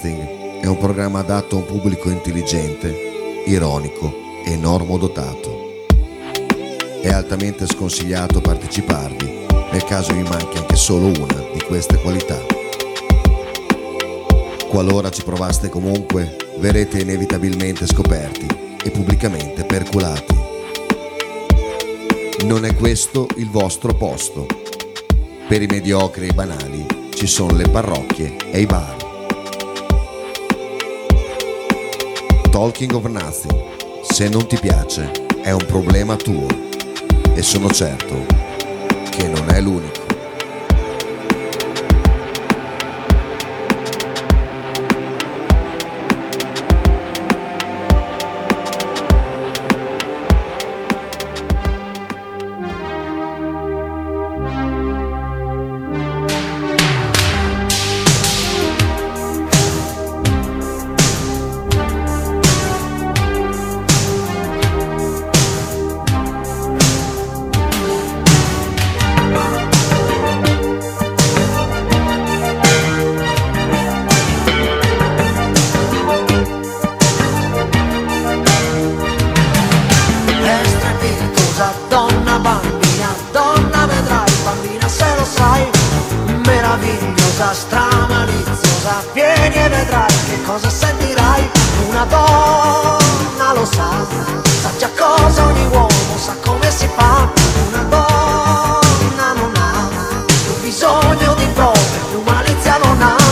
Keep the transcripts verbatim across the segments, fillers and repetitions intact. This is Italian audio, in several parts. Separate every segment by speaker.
Speaker 1: Nothing è un programma adatto a un pubblico intelligente, ironico e normodotato. È altamente sconsigliato parteciparvi nel caso vi manchi anche solo una di queste qualità. Qualora ci provaste comunque, verrete inevitabilmente scoperti e pubblicamente perculati. Non è questo il vostro posto. Per i mediocri e i banali ci sono le parrocchie e i bar. Talking of Nothing, se non ti piace, è un problema tuo e sono certo che non è l'unico.
Speaker 2: Stramaliziosa, vieni e vedrai che cosa sentirai. Una donna lo sa, sa già cosa ogni uomo, sa come si fa. Una donna non ha più bisogno di prove, più malizia non ha.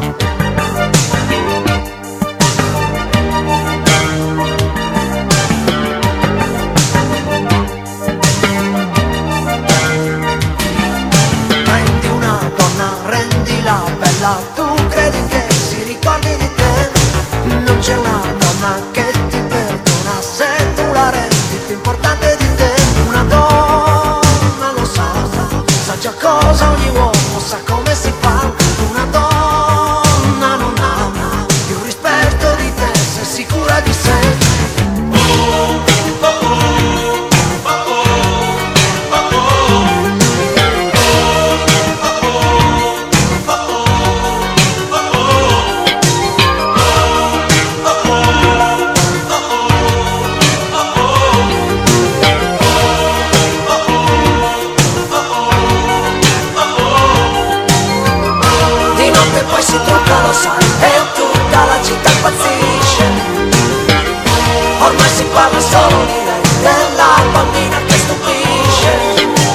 Speaker 2: Prendi una donna, rendila bella, tu credi che si ricordi di te? Non c'è una donna che ti perdona se tu la rendi più importante di te. Una donna lo sa, sa già cosa ogni uomo, sa come si fa. Una donna non ha più rispetto di te, se sicura di sé. Poi si trucca, lo sai, e tutta la città impazzisce. Ormai si parla solo di lei, della bambina che stupisce.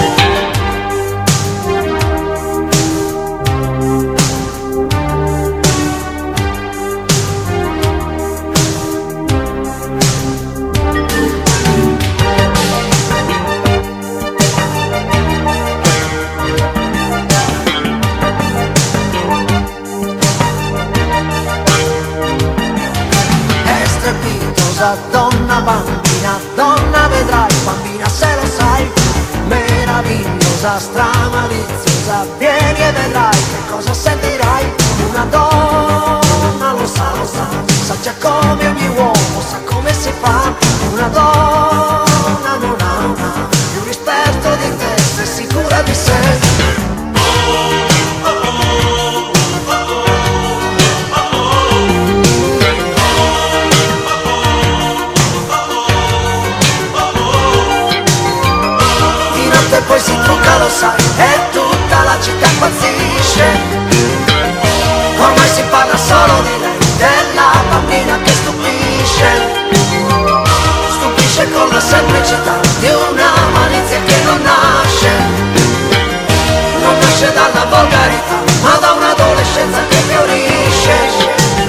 Speaker 2: Donna bambina, donna vedrai, bambina se lo sai, meravigliosa, stramaliziosa, vieni e vedrai che cosa sentirai. Una donna lo sa, lo sa, sa già come ogni uomo, sa come si fa. Una donna non ha più rispetto di te, se sicura di sé. E poi si trucca, lo sai, e tutta la città impazzisce. Ormai si parla solo di lei, della bambina che stupisce. Stupisce con la semplicità di una malizia che non nasce. Non nasce dalla volgarità, ma da un'adolescenza che fiorisce.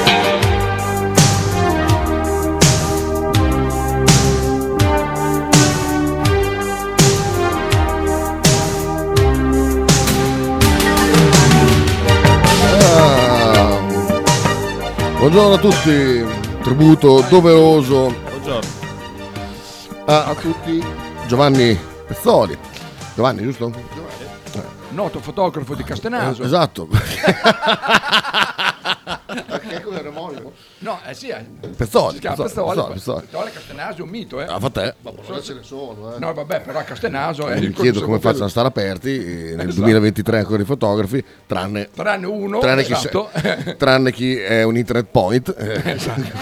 Speaker 3: Buongiorno a tutti, tributo doveroso
Speaker 4: Buongiorno
Speaker 3: a, a tutti. Giovanni Pezzoli. Giovanni, giusto?
Speaker 4: noto fotografo di Castenaso.
Speaker 3: Eh, esatto. Perché come era omonimo?
Speaker 4: No, eh sì, eh.
Speaker 3: Pezzoli,
Speaker 4: Si chiama
Speaker 3: Pezzoli,
Speaker 4: Pezzoli,
Speaker 3: Pezzoli.
Speaker 4: Pezzoli, Castenaso è un mito, eh.
Speaker 3: Ah, fa te. Ma non ce ne sono, eh.
Speaker 4: No, vabbè, però Castenaso è
Speaker 3: Mi
Speaker 4: il
Speaker 3: chiedo come
Speaker 4: quello-
Speaker 3: facciano a stare aperti eh, nel
Speaker 4: Esatto.
Speaker 3: duemilaventitré ancora i fotografi, tranne,
Speaker 4: Tranne uno,
Speaker 3: tranne,
Speaker 4: esatto.
Speaker 3: chi, se- tranne chi è un internet point. eh.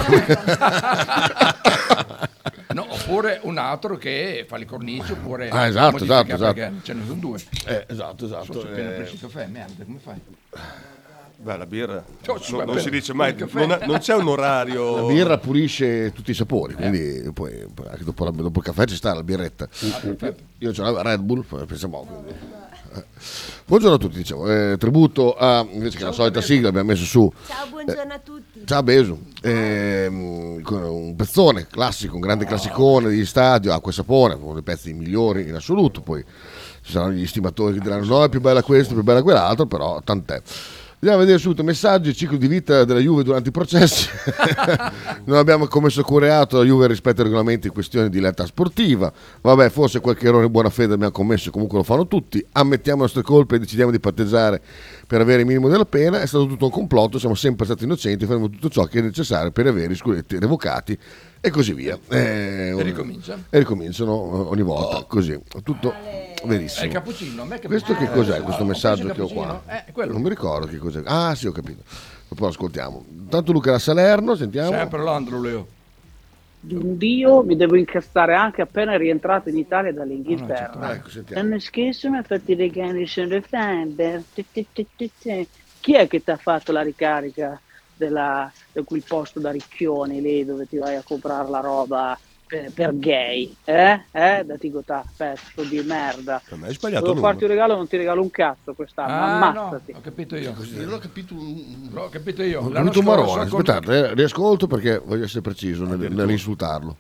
Speaker 4: No, oppure un altro che fa le cornici, oppure
Speaker 3: Ah, esatto,
Speaker 4: modifica,
Speaker 3: esatto, esatto.
Speaker 4: perché ce ne sono due.
Speaker 3: Eh, esatto, esatto.
Speaker 4: Sono appena
Speaker 3: eh.
Speaker 4: preso il caffè, merda, come fai?
Speaker 5: Beh, la birra
Speaker 4: Cioè, sì,
Speaker 5: non,
Speaker 4: vabbè,
Speaker 5: non si dice mai,
Speaker 4: il caffè.
Speaker 5: non, ha- non c'è un orario.
Speaker 3: La birra pulisce tutti i sapori, quindi poi, poi anche dopo, la- dopo il caffè ci sta la birretta. Io ce l'avevo Red Bull, poi pensiamo. Quindi. Eh. Buongiorno a tutti, dicevo. Eh, tributo a invece che la solita sigla abbiamo messo su.
Speaker 6: Ciao, buongiorno a tutti.
Speaker 3: Ciao Besu, Ehm, con un pezzone classico, un grande classicone di stadio, acqua e sapone, uno dei pezzi migliori in assoluto. Poi ci saranno gli stimatori che diranno no, è più bella questo, è più bella quell'altro, però tant'è. Andiamo a vedere subito i messaggi, il ciclo di vita della Juve durante i processi. Non abbiamo commesso alcun reato la Juve rispetto ai regolamenti in questione di lealtà sportiva. Vabbè, forse qualche errore in buona fede abbiamo commesso, comunque lo fanno tutti. Ammettiamo le nostre colpe e decidiamo di patteggiare per avere il minimo della pena. È stato tutto un complotto, siamo sempre stati innocenti, faremo tutto ciò che è necessario per avere i scudetti revocati e così via. Eh,
Speaker 4: E ricomincia.
Speaker 3: E ricominciano ogni volta, così. Tutto
Speaker 4: È
Speaker 3: verissimo.
Speaker 4: il cappuccino, a me che
Speaker 3: Questo che
Speaker 4: eh,
Speaker 3: cos'è,
Speaker 4: eh,
Speaker 3: questo
Speaker 4: ho
Speaker 3: messaggio
Speaker 4: preso
Speaker 3: che ho
Speaker 4: il
Speaker 3: qua?
Speaker 4: cappuccino. Eh, quello.
Speaker 3: Non mi ricordo che cos'è. Ah sì, ho capito. Poi lo ascoltiamo. Intanto Luca da Salerno, sentiamo.
Speaker 4: Sempre l'Andro Leo.
Speaker 7: Un dio mi devo incastrare anche appena rientrato in Italia dall'Inghilterra.
Speaker 3: Ah, ecco, sentiamo.
Speaker 7: L'anno scorso mi ha fatto i regali sono Finder. Chi è che ti ha fatto la ricarica della, di quel posto da ricchioni lì dove ti vai a comprare la roba per, per gay? Eh? Eh? Da Tigotà, pezzo di merda.
Speaker 5: Per me hai sbagliato
Speaker 7: Devo
Speaker 5: il
Speaker 7: farti un
Speaker 5: numero.
Speaker 7: regalo, non ti regalo un cazzo quest'anno,
Speaker 4: Ah, no,
Speaker 7: ammazzati.
Speaker 4: ho capito io.
Speaker 3: Io l'ho capito un...
Speaker 4: L'ho capito io.
Speaker 3: Ho
Speaker 4: L'anno
Speaker 3: capito un
Speaker 4: scorso
Speaker 3: marone.
Speaker 4: con-
Speaker 3: Aspettate, eh, riascolto perché voglio essere preciso nel- nell'insultarlo.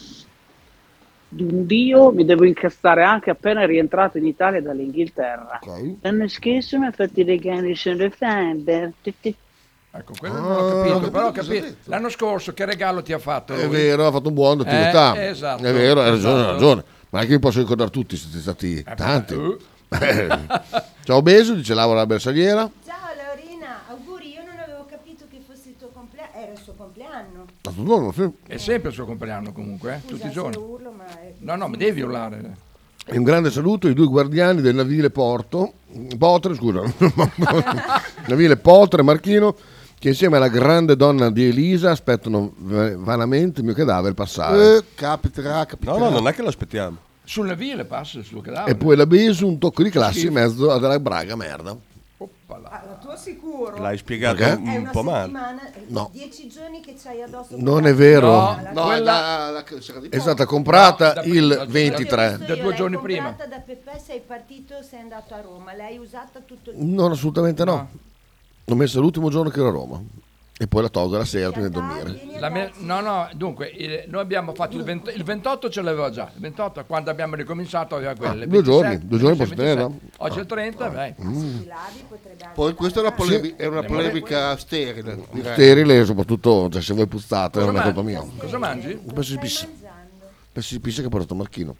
Speaker 7: Un dio mi devo incastrare anche appena rientrato in Italia dall'Inghilterra.
Speaker 3: Ok.
Speaker 7: L'anno scorso mi ha fatto i regali sono Finder.
Speaker 4: Ecco, quello
Speaker 3: Ah,
Speaker 4: non l'ho
Speaker 3: ho
Speaker 4: capito,
Speaker 3: capito
Speaker 4: però ho
Speaker 3: cosa
Speaker 4: capito.
Speaker 3: ha detto.
Speaker 4: L'anno scorso che regalo ti ha fatto?
Speaker 3: È
Speaker 4: lui?
Speaker 3: vero, ha fatto un buon attività.
Speaker 4: Eh, esatto.
Speaker 3: È vero, hai ragione, hai
Speaker 4: Esatto.
Speaker 3: ragione. Ma anche io posso ricordare tutti, siete stati
Speaker 4: Eh,
Speaker 3: tanti.
Speaker 4: eh.
Speaker 3: Eh. Ciao Besu, dice Laura la bersagliera.
Speaker 6: Ciao Laurina, auguri, io non avevo capito che fosse il tuo compleanno, era il suo compleanno.
Speaker 3: Ma tu non lo fai-
Speaker 4: È sempre il suo compleanno comunque, eh?
Speaker 6: Scusa
Speaker 4: tutti i
Speaker 6: se
Speaker 4: giorni.
Speaker 6: urlo, ma è-
Speaker 4: No, no, ma devi urlare.
Speaker 3: E un grande saluto ai due guardiani del navile Porto, Potre, scusa, navile Potre Marchino, che insieme alla grande donna di Elisa aspettano v- vanamente il mio cadavere passare.
Speaker 8: Eh, capiterà, capiterà.
Speaker 5: No, no, non è che lo aspettiamo.
Speaker 4: Sul navile passa il suo cadavere.
Speaker 3: E poi la Besu un tocco di classe
Speaker 4: Schifo.
Speaker 3: in mezzo alla Braga, merda.
Speaker 4: Oppala.
Speaker 6: Ah, la tua sicuro?
Speaker 5: L'hai spiegato
Speaker 3: Perché?
Speaker 5: un,
Speaker 6: È
Speaker 5: un
Speaker 6: una
Speaker 5: po' male.
Speaker 6: settimana,
Speaker 3: No.
Speaker 6: dieci giorni che c'hai addosso.
Speaker 3: Non è vero.
Speaker 4: No,
Speaker 6: La-
Speaker 3: No,
Speaker 4: quella-
Speaker 3: la- la- è stata comprata
Speaker 4: No, da prima,
Speaker 3: il
Speaker 4: da-
Speaker 3: ventitré.
Speaker 4: da due giorni prima.
Speaker 6: L'hai comprata da Peppe, sei partito, sei andato a Roma, l'hai usata tutto il
Speaker 3: No, assolutamente no.
Speaker 4: No.
Speaker 3: L'ho messa l'ultimo giorno che ero a Roma. E poi la tolgo la sera prima di dormire.
Speaker 4: La mia- no, no, dunque, il- noi abbiamo fatto il, venti il ventotto ce l'aveva già. Il ventotto, quando abbiamo ricominciato, aveva quelle.
Speaker 3: Ah, due giorni,
Speaker 4: ventisette,
Speaker 3: due giorni posso
Speaker 4: ventisette.
Speaker 3: tenerla?
Speaker 4: Oggi è il trenta, vai.
Speaker 8: Poi questa è una, polemi- è una
Speaker 4: Le
Speaker 8: polemica sterile, direi.
Speaker 3: Sterile, soprattutto cioè, se voi puzzate, non è
Speaker 4: Cosa,
Speaker 3: colpa
Speaker 4: man-
Speaker 3: mia.
Speaker 4: cosa mangi?
Speaker 3: Penso si pissa. Penso si pissa che ha portato Marchino.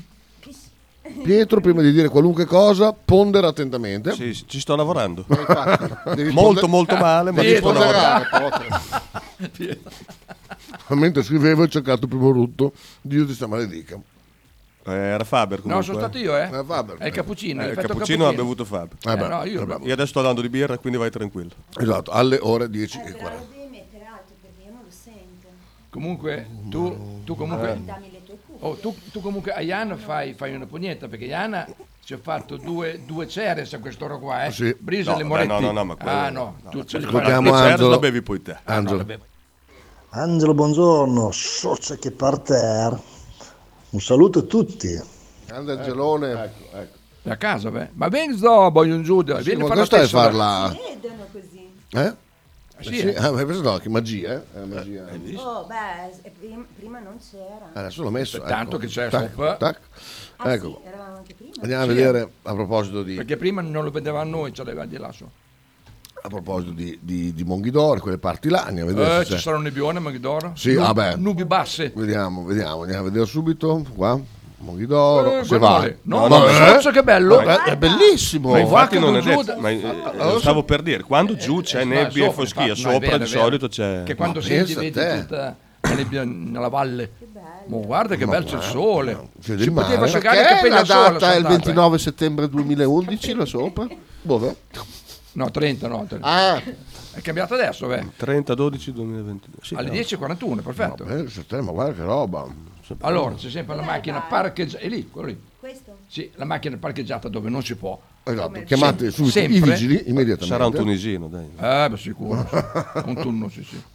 Speaker 3: Pietro, prima di dire qualunque cosa, pondera attentamente.
Speaker 5: Sì, sì, ci sto lavorando.
Speaker 8: Infatti, devi
Speaker 5: Molto,
Speaker 8: ponde-
Speaker 5: molto male, ma ci
Speaker 8: devi
Speaker 5: sto lavorando.
Speaker 8: ponderare, Potre.
Speaker 3: Mentre scrivevo ho cercato il primo rutto. Dio ti sta maledica.
Speaker 5: Eh, era Faber
Speaker 4: No,
Speaker 5: comunque.
Speaker 4: sono stato io, eh.
Speaker 3: Eh, vabbè.
Speaker 4: È il cappuccino.
Speaker 5: Eh,
Speaker 4: hai
Speaker 5: il
Speaker 4: fatto
Speaker 5: cappuccino ha bevuto Faber.
Speaker 3: Eh,
Speaker 4: Eh,
Speaker 3: beh,
Speaker 4: no, io
Speaker 3: vabbè.
Speaker 5: Io adesso sto dando di birra, quindi vai tranquillo.
Speaker 3: Esatto, alle ore dieci e
Speaker 6: Però
Speaker 3: quaranta.
Speaker 6: lo devi mettere alto perché io non lo sento.
Speaker 4: Comunque, tu, tu comunque...
Speaker 6: Dammi le tue cuffie.
Speaker 4: Oh, tu, tu comunque a Iana fai, fai una pugnetta, perché Iana ci ha fatto due, due ceres a quest'ora qua, eh.
Speaker 3: Sì.
Speaker 4: Brisa
Speaker 5: No,
Speaker 4: le
Speaker 5: vabbè,
Speaker 4: Moretti.
Speaker 5: no, no, no, ma quello-
Speaker 4: Ah, no, tu ce li fai.
Speaker 3: Ascoltiamo
Speaker 5: La
Speaker 3: Angelo.
Speaker 5: lo bevi poi te.
Speaker 3: Angelo.
Speaker 9: Angelo, buongiorno, socia che parter. Un saluto a tutti.
Speaker 3: Grande Angelone.
Speaker 4: È a casa, beh. Ma vieni dopo, in Giuda,
Speaker 3: Sì,
Speaker 4: vieni
Speaker 3: ma
Speaker 4: a fare la
Speaker 3: cosa stai a
Speaker 4: stessa.
Speaker 3: farla?
Speaker 6: Vedono così.
Speaker 3: Eh?
Speaker 4: Sì,
Speaker 3: Sì,
Speaker 4: eh.
Speaker 3: ah, ma hai preso no, che magia, eh? È magia.
Speaker 6: Oh, beh, e prima, prima non c'era.
Speaker 3: Adesso l'ho messo.
Speaker 4: Tanto che c'è
Speaker 3: tac,
Speaker 4: sopra.
Speaker 3: tac.
Speaker 6: Ah,
Speaker 3: Ecco,
Speaker 6: sì, eravamo anche prima.
Speaker 3: andiamo a
Speaker 4: Sì,
Speaker 3: vedere a proposito di,
Speaker 4: Perché prima non lo vedeva a noi, ce l'aveva di là su.
Speaker 3: a proposito di, di, di Monghidoro, quelle parti là, andiamo a vedere
Speaker 4: Eh,
Speaker 3: se
Speaker 4: ci
Speaker 3: c'è.
Speaker 4: sarà un nebbione, Magdoro.
Speaker 3: Sì, vabbè.
Speaker 4: Nubi basse.
Speaker 3: Vediamo, vediamo, andiamo a vedere subito qua. Monghi d'Oro,
Speaker 4: Eh,
Speaker 3: se
Speaker 4: quello
Speaker 3: va.
Speaker 4: lì. No,
Speaker 3: Ma-
Speaker 4: no,
Speaker 3: eh?
Speaker 4: Sozzo, che bello.
Speaker 3: Eh, è bellissimo.
Speaker 5: Ma infatti
Speaker 4: guarda
Speaker 5: non è
Speaker 4: giù
Speaker 5: detto,
Speaker 4: da-
Speaker 5: ma eh, lo stavo per dire, quando giù c'è
Speaker 4: Eh, no,
Speaker 5: nebbia e
Speaker 4: sopra,
Speaker 5: foschia,
Speaker 4: infatti, no, è
Speaker 5: sopra
Speaker 4: vero,
Speaker 5: di
Speaker 4: è vero.
Speaker 5: solito c'è...
Speaker 4: Che quando
Speaker 3: Ma
Speaker 4: senti
Speaker 3: pensa
Speaker 4: vedi
Speaker 3: te.
Speaker 4: tutta la nebbia nella valle. Ma guarda che bello c'è il sole.
Speaker 3: Vedi
Speaker 4: Si
Speaker 3: il mare.
Speaker 4: poteva asciugare i
Speaker 8: Perché
Speaker 4: capelli
Speaker 8: la
Speaker 4: al sole.
Speaker 8: data è il
Speaker 4: soltanto, eh.
Speaker 8: ventinove settembre duemilaundici là sopra?
Speaker 3: Dove?
Speaker 4: No, trenta, no. trenta.
Speaker 8: Ah,
Speaker 4: È cambiato adesso, beh.
Speaker 5: trenta dodici duemilaventidue. Sì,
Speaker 4: Alle
Speaker 5: no.
Speaker 4: dieci e quarantuno, perfetto.
Speaker 3: Pensa te, ma guarda che roba.
Speaker 4: Allora, c'è sempre la macchina parcheggiata. È lì, quello lì.
Speaker 6: Questo?
Speaker 4: Sì, la macchina parcheggiata dove non si può.
Speaker 3: Esatto, chiamate subito
Speaker 4: Sempre.
Speaker 3: i vigili immediatamente.
Speaker 5: Sarà un tunisino, dai.
Speaker 4: Eh, beh, sicuro. Sì. Un turno, sì, sì.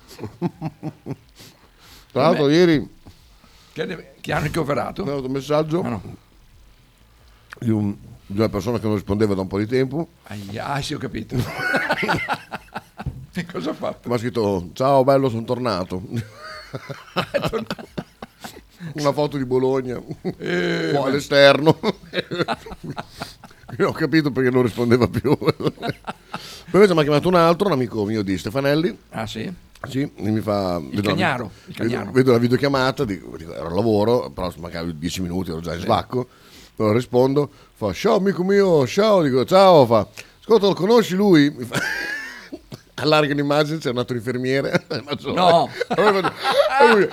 Speaker 3: Tra l'altro ieri
Speaker 4: Che, deve- che hanno ricoverato?
Speaker 3: mi è arrivato un messaggio
Speaker 4: Ah, no.
Speaker 3: di, un- di una persona che non rispondeva da un po' di tempo.
Speaker 4: Aia, ah, sì, ho capito. E cosa ha fatto?
Speaker 3: Mi ha scritto: ciao bello, sono tornato. Una foto di Bologna qua all'esterno. Io ho capito perché non rispondeva più. Poi invece mi ha chiamato un altro, un amico mio di Stefanelli.
Speaker 4: Ah, sì?
Speaker 3: Sì, e mi fa vedo,
Speaker 4: Cagnaro, il
Speaker 3: vedo,
Speaker 4: Cagnaro.
Speaker 3: vedo la videochiamata, dico, dico, ero al lavoro, però mancava dieci minuti, ero già in svacco. Allora rispondo, fa ciao amico mio, ciao, dico ciao, fa ascolta, lo conosci lui? Mi fa, allarga un'immagine, c'è un altro infermiere.
Speaker 4: No.
Speaker 3: Allora faccio,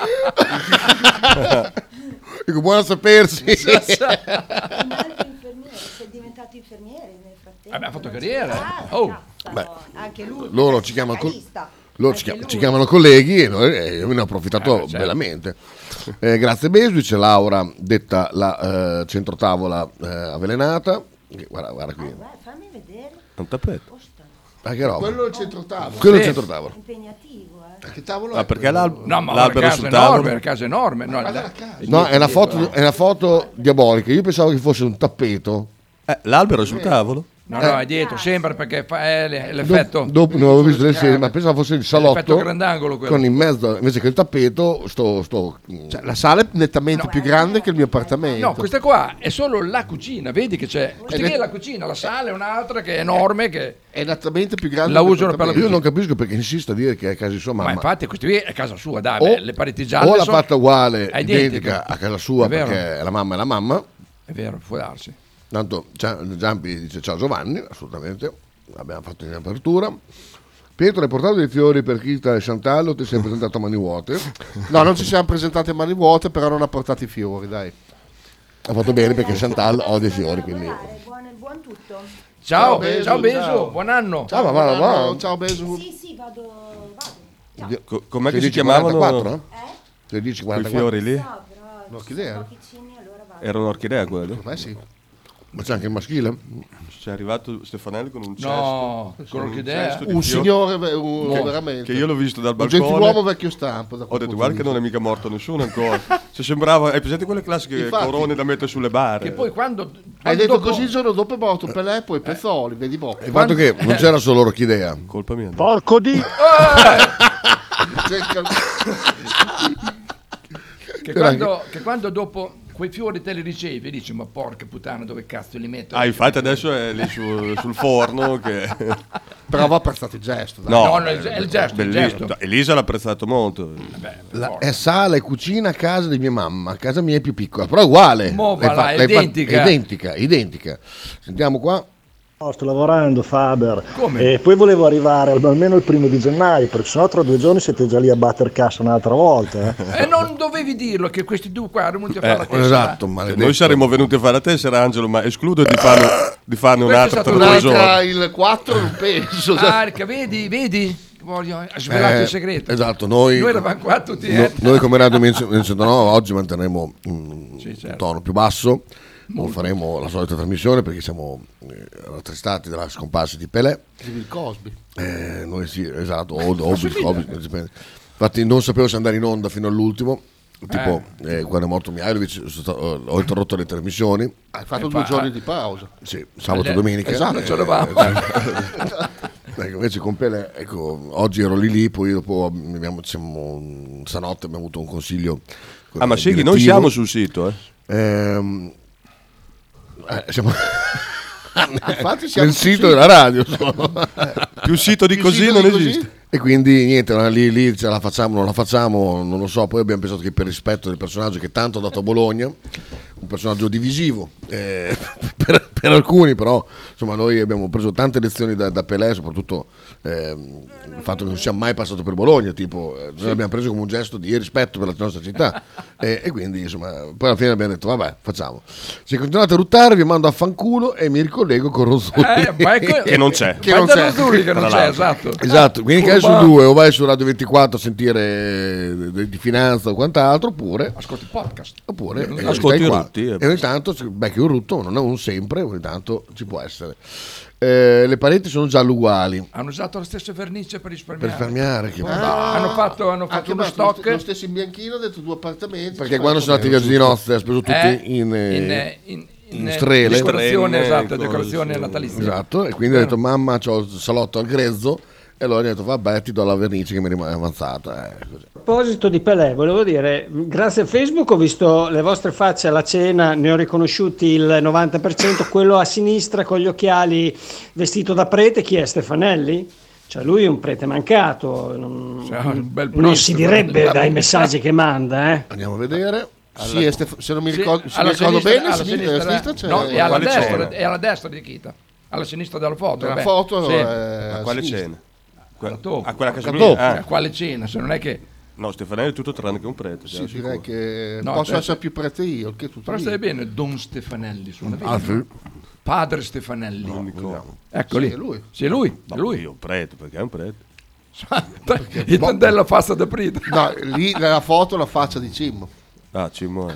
Speaker 3: dico buona a sapersi.
Speaker 6: Un altro infermiere, sei diventato infermiere nel frattempo.
Speaker 4: Vabbè, ha fatto
Speaker 6: non
Speaker 4: carriera.
Speaker 6: si-
Speaker 4: Oh.
Speaker 6: cazzo,
Speaker 3: Beh,
Speaker 6: anche lui.
Speaker 3: loro ci chiamano col-
Speaker 6: specialista.
Speaker 3: Loro
Speaker 6: Anche
Speaker 3: ci, chiam-
Speaker 6: lui.
Speaker 3: ci chiamano colleghi e noi eh, io me ne ho approfittato
Speaker 4: Eh, certo.
Speaker 3: bellamente. Eh, grazie Besui, c'è Laura, detta la eh, centrotavola eh, avvelenata. Che- Guarda, guarda qui.
Speaker 6: Beh, fammi vedere.
Speaker 5: È un tappeto.
Speaker 3: Ah, che roba.
Speaker 8: quello è il centro tavolo.
Speaker 3: Quello è il
Speaker 4: Sì.
Speaker 3: centrotavola.
Speaker 6: Impegnativo, eh.
Speaker 8: Che tavolo
Speaker 5: Ah,
Speaker 8: è?
Speaker 5: perché l'al-
Speaker 4: No, ma
Speaker 5: l'albero
Speaker 4: la casa
Speaker 5: sul
Speaker 4: è enorme,
Speaker 5: tavolo?
Speaker 4: la casa è enorme. No,
Speaker 8: guarda
Speaker 4: la-
Speaker 8: la casa.
Speaker 3: No, è una,
Speaker 4: dietro,
Speaker 3: foto, è una foto diabolica. Io pensavo che fosse un tappeto.
Speaker 5: Eh, l'albero è sul tavolo?
Speaker 4: No, no, è dietro, sempre perché fa è l- l'effetto.
Speaker 3: Dopo, dopo ne avevo visto le serie, ma pensavo fosse il
Speaker 4: L'effetto
Speaker 3: salotto.
Speaker 4: grandangolo quello.
Speaker 3: Con in mezzo, invece che il tappeto, sto. sto
Speaker 8: Cioè, la sala è nettamente
Speaker 6: No.
Speaker 8: più grande che il mio appartamento.
Speaker 4: No, questa qua è solo la cucina, vedi che c'è. Questa qui è la cucina, la sala è un'altra che è enorme che...
Speaker 8: è nettamente più grande.
Speaker 4: La
Speaker 8: che
Speaker 4: usano per la
Speaker 8: l'appartamento.
Speaker 3: io non capisco perché insista a dire che è a casa di sua
Speaker 4: Ma
Speaker 3: mamma.
Speaker 4: infatti questa qui è casa sua, dai,
Speaker 3: O-
Speaker 4: beh, le pareti gialle
Speaker 3: o l'ha
Speaker 4: sono-
Speaker 3: fatta uguale,
Speaker 4: è
Speaker 3: identica a casa sua,
Speaker 4: È vero.
Speaker 3: perché la mamma è la mamma.
Speaker 4: È vero, può darsi.
Speaker 3: Tanto Gia- Giampi dice ciao Giovanni, assolutamente, l'abbiamo fatto in apertura. Pietro, hai portato dei fiori per Chita e Chantal o ti sei presentato a mani vuote?
Speaker 8: No, non ci siamo presentati a mani vuote, però non ha portato i fiori, dai.
Speaker 3: Ha fatto bene perché Chantal odia i fiori, quindi...
Speaker 6: Lavorare, Buon, buon tutto.
Speaker 4: Ciao,
Speaker 8: Ciao, Besu,
Speaker 4: ciao Besu,
Speaker 8: ciao.
Speaker 4: buon anno.
Speaker 3: Ciao, ma va, va.
Speaker 8: No, ciao Besu.
Speaker 6: Sì, sì, vado, vado.
Speaker 5: Co- com'è che si
Speaker 3: sedici
Speaker 5: chiamavano
Speaker 3: quarantaquattro?
Speaker 6: Eh?
Speaker 3: sedici
Speaker 5: quei
Speaker 3: quarantaquattro.
Speaker 5: fiori lì?
Speaker 6: No, però ci
Speaker 8: Orchidea?
Speaker 6: sono pochi cini, allora vado.
Speaker 5: Era un'orchidea quello?
Speaker 8: Eh sì.
Speaker 3: Ma c'è anche il maschile?
Speaker 5: C'è arrivato Stefanelli con un cesto.
Speaker 4: No, con
Speaker 5: un
Speaker 4: l'orchidea.
Speaker 5: cesto di
Speaker 8: Un
Speaker 5: fiori
Speaker 8: signore, un,
Speaker 5: che-
Speaker 8: veramente.
Speaker 5: Che io l'ho visto dal
Speaker 8: Un
Speaker 5: balcone.
Speaker 8: gentiluomo vecchio stampo. da
Speaker 5: Ho
Speaker 8: quel
Speaker 5: detto,
Speaker 8: punto
Speaker 5: guarda
Speaker 8: di
Speaker 5: che non è mica morto nessuno ancora. Cioè, sembrava, hai presente quelle classiche
Speaker 8: Infatti.
Speaker 5: corone da mettere sulle bare?
Speaker 4: Che poi quando...
Speaker 8: Hai
Speaker 4: quando
Speaker 8: detto
Speaker 4: dopo-
Speaker 8: così il giorno dopo è morto Pelé, poi Pezzoli, vedi boh.
Speaker 3: Il fatto che non c'era solo l'orchidea.
Speaker 5: Colpa mia.
Speaker 9: Porco di...
Speaker 4: Che quando, che quando dopo quei fiori te li ricevi dici ma porca puttana dove cazzo li metto?
Speaker 5: Ah, infatti adesso è lì su- sul forno che...
Speaker 8: Però va apprezzato il gesto. Dai.
Speaker 5: No,
Speaker 4: No, no, è il ge- è il gesto, il
Speaker 5: bellissimo.
Speaker 4: gesto.
Speaker 5: Elisa l'ha apprezzato molto.
Speaker 3: La- è sala e cucina a casa di mia mamma, a casa mia è più piccola, però è uguale.
Speaker 4: Mo
Speaker 3: L'hai
Speaker 4: va là,
Speaker 3: fa-
Speaker 4: è
Speaker 3: l'hai fa-
Speaker 4: identica.
Speaker 3: è identica, identica. Sentiamo qua.
Speaker 9: No, sto lavorando, Faber.
Speaker 4: Come?
Speaker 9: E poi volevo arrivare al- almeno il primo di gennaio, perché sennò tra due giorni siete già lì a batter cassa un'altra volta. Eh.
Speaker 4: E non dovevi dirlo che questi due qua erano venuti a fare
Speaker 5: Eh,
Speaker 4: la tessera.
Speaker 3: Esatto,
Speaker 5: Cioè,
Speaker 3: maledetto.
Speaker 5: noi saremmo venuti a fare la tessera, Angelo, ma escludo di farne, di farne
Speaker 4: Questo è
Speaker 5: un'altra
Speaker 4: stato
Speaker 5: tra due
Speaker 8: Un'altra
Speaker 5: giorni.
Speaker 8: il quattro non penso.
Speaker 4: Ah, che vedi, vedi? Voglio, ha svelato
Speaker 3: Eh,
Speaker 4: il segreto.
Speaker 3: Esatto, noi,
Speaker 4: Noi eravamo qua tutti,
Speaker 3: no-
Speaker 4: eh.
Speaker 3: noi come Radio centonove oggi manterremo un,
Speaker 4: Sì, certo.
Speaker 3: un tono più basso, non faremo la solita trasmissione perché siamo eh, rattristati dalla scomparsa di Pelé.
Speaker 8: Di Bill Cosby.
Speaker 3: Eh, noi sì, esatto, o, o Bill Cosby, dipende. Infatti non sapevo se andare in onda fino all'ultimo, tipo eh, quando è morto Mihailovic sono stato- ho interrotto le trasmissioni,
Speaker 8: Hai fatto
Speaker 4: E
Speaker 8: due
Speaker 4: fa-
Speaker 8: giorni di pausa.
Speaker 3: sì, sabato e
Speaker 4: Eh,
Speaker 3: domenica.
Speaker 4: esatto, ce l'avamo.
Speaker 3: Ecco, invece con Pelé, ecco, oggi ero lì lì, poi dopo abbiamo, siamo, stanotte abbiamo avuto un consiglio.
Speaker 5: Ah, ma
Speaker 3: eh,
Speaker 5: Sighi, noi
Speaker 3: direttivo.
Speaker 5: siamo sul sito, eh.
Speaker 3: Ehm, eh, siamo
Speaker 8: Infatti siamo
Speaker 3: nel
Speaker 8: sul
Speaker 3: sito della radio sono.
Speaker 5: Più sito di
Speaker 8: Più
Speaker 5: così
Speaker 8: sito
Speaker 5: non
Speaker 8: di così?
Speaker 5: esiste.
Speaker 3: E quindi niente, no, lì, lì ce la facciamo, non la facciamo, non lo so. Poi abbiamo pensato che per rispetto del personaggio che tanto ha dato a Bologna, un personaggio divisivo eh, per, per alcuni, però insomma noi abbiamo preso tante lezioni da, da Pelé, soprattutto eh, il fatto che non sia mai passato per Bologna, tipo eh, noi l'abbiamo preso come un gesto di rispetto per la nostra città e, e quindi insomma poi alla fine abbiamo detto vabbè facciamo, se continuate a ruttare vi mando a fanculo e mi ricollego con Rosulli
Speaker 4: Eh, ma ecco-
Speaker 5: Che non c'è.
Speaker 3: che non c'è.
Speaker 4: Rosulli che non
Speaker 5: Tra
Speaker 4: c'è,
Speaker 5: l'altro.
Speaker 4: esatto.
Speaker 3: Esatto, quindi che vai su
Speaker 4: Furban.
Speaker 3: due o vai su Radio ventiquattro a sentire di finanza o quant'altro, oppure
Speaker 4: Ascolti il podcast.
Speaker 3: oppure eh,
Speaker 5: Ascolti
Speaker 3: stai
Speaker 5: i
Speaker 3: qua.
Speaker 5: rutti, eh.
Speaker 3: E ogni tanto se becchi un rutto, non, non sempre, ogni tanto ci può essere. Eh, le pareti sono giallo uguali
Speaker 4: Hanno usato la stessa vernice per
Speaker 3: per
Speaker 4: risparmiare.
Speaker 3: risparmiare, che
Speaker 4: Ah, hanno fatto, hanno fatto
Speaker 8: Anche
Speaker 4: uno
Speaker 8: lo,
Speaker 4: stock.
Speaker 8: lo stesso in bianchino dentro due appartamenti.
Speaker 3: perché
Speaker 8: ci
Speaker 3: quando
Speaker 8: fai
Speaker 3: sono andati
Speaker 8: come-
Speaker 3: via di nozze ha speso tutti
Speaker 4: Eh,
Speaker 3: in, eh,
Speaker 4: in, eh, in, in,
Speaker 3: in
Speaker 4: eh,
Speaker 3: strele.
Speaker 4: decorazione,
Speaker 5: Strenne,
Speaker 4: esatto,
Speaker 5: cose,
Speaker 4: decorazione
Speaker 5: sì.
Speaker 4: natalizia.
Speaker 3: esatto, e quindi ha detto mamma c'ho il salotto al grezzo e allora gli ho detto vabbè ti do la vernice che mi rimane avanzata, eh, così.
Speaker 10: A proposito di Pelé, volevo dire, grazie a Facebook ho visto le vostre facce alla cena, ne ho riconosciuti il novanta per cento, quello a sinistra con gli occhiali vestito da prete, chi è? Stefanelli? Cioè lui è un prete mancato, non,
Speaker 4: Cioè, un bel
Speaker 10: non
Speaker 4: prince,
Speaker 10: si direbbe
Speaker 4: guarda.
Speaker 10: dai messaggi che manda, eh.
Speaker 3: Andiamo a vedere.
Speaker 8: Sì, è Stef- se non mi
Speaker 4: Sì,
Speaker 8: ricordo, se mi
Speaker 4: alla
Speaker 8: ricordo
Speaker 4: sinistra-
Speaker 8: bene,
Speaker 4: alla
Speaker 8: a sinistra, a sinistra c'è
Speaker 4: no, è alla
Speaker 5: Quale
Speaker 4: destra,
Speaker 5: cena?
Speaker 4: è alla destra di Kita, alla sinistra della foto.
Speaker 8: la
Speaker 4: vabbè.
Speaker 8: foto
Speaker 4: Sì.
Speaker 8: è
Speaker 5: Ma
Speaker 8: a
Speaker 5: quale
Speaker 8: sinistra.
Speaker 5: cena? Que-
Speaker 4: dopo.
Speaker 5: a quella casa
Speaker 3: dopo.
Speaker 5: mia?
Speaker 4: Eh,
Speaker 5: Ah.
Speaker 4: quale cena? Se non è che.
Speaker 5: No, Stefanelli è tutto tranne che un prete.
Speaker 8: Sì,
Speaker 5: siamo
Speaker 8: direi
Speaker 5: sicuri.
Speaker 8: che
Speaker 4: No,
Speaker 8: posso
Speaker 4: certo.
Speaker 8: essere più prete io, che tutto
Speaker 4: Però
Speaker 8: lì.
Speaker 4: stai bene, Don Stefanelli suona bene.
Speaker 3: Ah, sì.
Speaker 4: Padre Stefanelli.
Speaker 5: L'unico.
Speaker 4: Ecco
Speaker 8: Sì,
Speaker 4: lì.
Speaker 8: è lui.
Speaker 4: Sì, è lui. È
Speaker 5: No,
Speaker 4: lui.
Speaker 5: io prete, perché è un prete.
Speaker 4: Il tandella pasta da prete.
Speaker 8: No, lì nella foto la faccia di Cimmo.
Speaker 5: Ah, Cimo.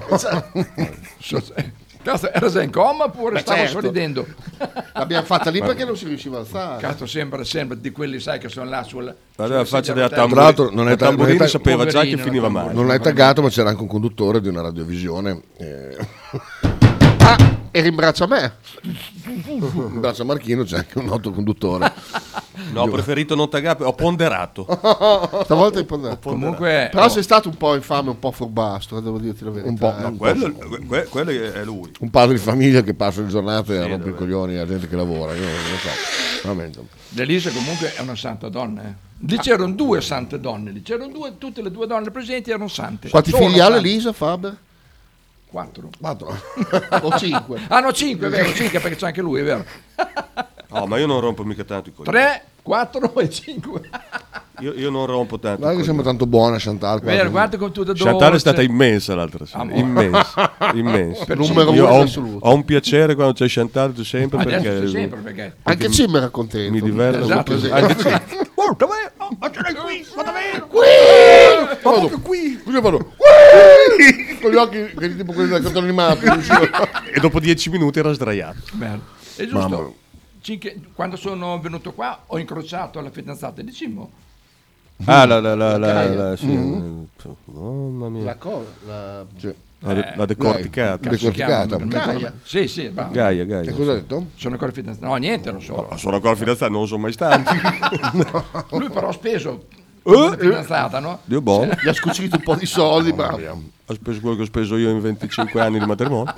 Speaker 4: Cazzo, era già in coma oppure
Speaker 8: Beh,
Speaker 4: stavo
Speaker 8: certo.
Speaker 4: sorridendo?
Speaker 8: L'abbiamo fatta lì perché non si riusciva a alzare.
Speaker 4: Cazzo, sembra, sembra di quelli, sai, che sono là sul.
Speaker 5: Guarda la faccia della
Speaker 3: Tra l'altro non è
Speaker 5: tamburini.
Speaker 3: ta-
Speaker 5: Tamburini
Speaker 3: non è ta-
Speaker 5: sapeva già che
Speaker 4: poverino,
Speaker 5: finiva
Speaker 4: la
Speaker 5: male.
Speaker 3: Non hai taggato, ma c'era anche un conduttore di una radiovisione. Eh,
Speaker 8: Ah, e rimbraccia me.
Speaker 3: in braccio a Marchino c'è anche un noto conduttore.
Speaker 5: No, ho preferito non taggare, ho ponderato.
Speaker 8: Stavolta hai ponderato.
Speaker 4: Comunque.
Speaker 8: Però
Speaker 4: oh,
Speaker 8: sei stato un po' infame, un po' furbastro, devo dirti la verità.
Speaker 3: Un po',
Speaker 8: eh.
Speaker 3: un po'.
Speaker 5: Quello, que- quello è lui.
Speaker 3: Un padre di famiglia che passa le giornate a
Speaker 5: Sì,
Speaker 3: rompere i
Speaker 5: dove-
Speaker 3: coglioni alla gente che lavora. Io non lo so. Veramente.
Speaker 4: L'Elisa comunque è una santa donna. Eh. Lì c'erano due sante donne, lì c'erano due, tutte le due donne presenti erano sante.
Speaker 8: Quanti
Speaker 4: Sono
Speaker 8: figli ha
Speaker 4: sante.
Speaker 8: l'Elisa, Faber?
Speaker 4: Quattro.
Speaker 3: Quattro.
Speaker 8: O cinque?
Speaker 4: Ah no, cinque, è vero, cinque perché c'è anche lui, è vero.
Speaker 5: Oh, ma io non rompo mica tanto i coglioni.
Speaker 4: Tre, quattro e cinque.
Speaker 5: Io, io non rompo tanto.
Speaker 3: Guarda
Speaker 5: i
Speaker 3: che sembra
Speaker 5: coglioni.
Speaker 3: tanto buona Chantal. qua.
Speaker 4: Vero, guarda con tutta dolce.
Speaker 5: Chantal è stata immensa l'altra sera.
Speaker 4: Amore.
Speaker 5: Immensa. immensa.
Speaker 8: Numero
Speaker 5: Io
Speaker 8: uno
Speaker 5: ho, un-
Speaker 8: assoluto.
Speaker 5: ho un piacere quando c'è Chantal sempre
Speaker 4: Adesso
Speaker 5: perché
Speaker 4: c'è sempre perché.
Speaker 8: Anche Zimmer era contento.
Speaker 5: mi diverte.
Speaker 4: Esatto.
Speaker 5: Anche Zimmer.
Speaker 3: Vado qui. Così vado. Con gli occhi che tipo quelli del cartone animato.
Speaker 5: E dopo dieci minuti era sdraiato.
Speaker 4: Bello. È
Speaker 3: Mamma.
Speaker 4: giusto. Cinque- quando sono venuto qua ho incrociato la fidanzata di Cimmo.
Speaker 5: Ah, la, la, la, la,
Speaker 8: Gaia.
Speaker 5: la- sì. Mamma mia.
Speaker 8: La cosa, la...
Speaker 3: Sì.
Speaker 5: La, de- la decorticata.
Speaker 3: Gaia. Decorticata.
Speaker 4: Si chiama, Gaia. Sì, sì, bravo.
Speaker 5: Gaia, Gaia.
Speaker 3: E cosa ha detto?
Speaker 4: Sono ancora fidanzato. No, niente, non so.
Speaker 5: Ma sono ancora fidanzato, non sono mai stato.
Speaker 4: Lui però ha speso
Speaker 5: Eh,
Speaker 4: la fidanzata, no?
Speaker 5: Dio buono.
Speaker 8: Gli ha scucito un po' di soldi, ma...
Speaker 5: Ha speso quello che ho speso io in venticinque anni di matrimonio.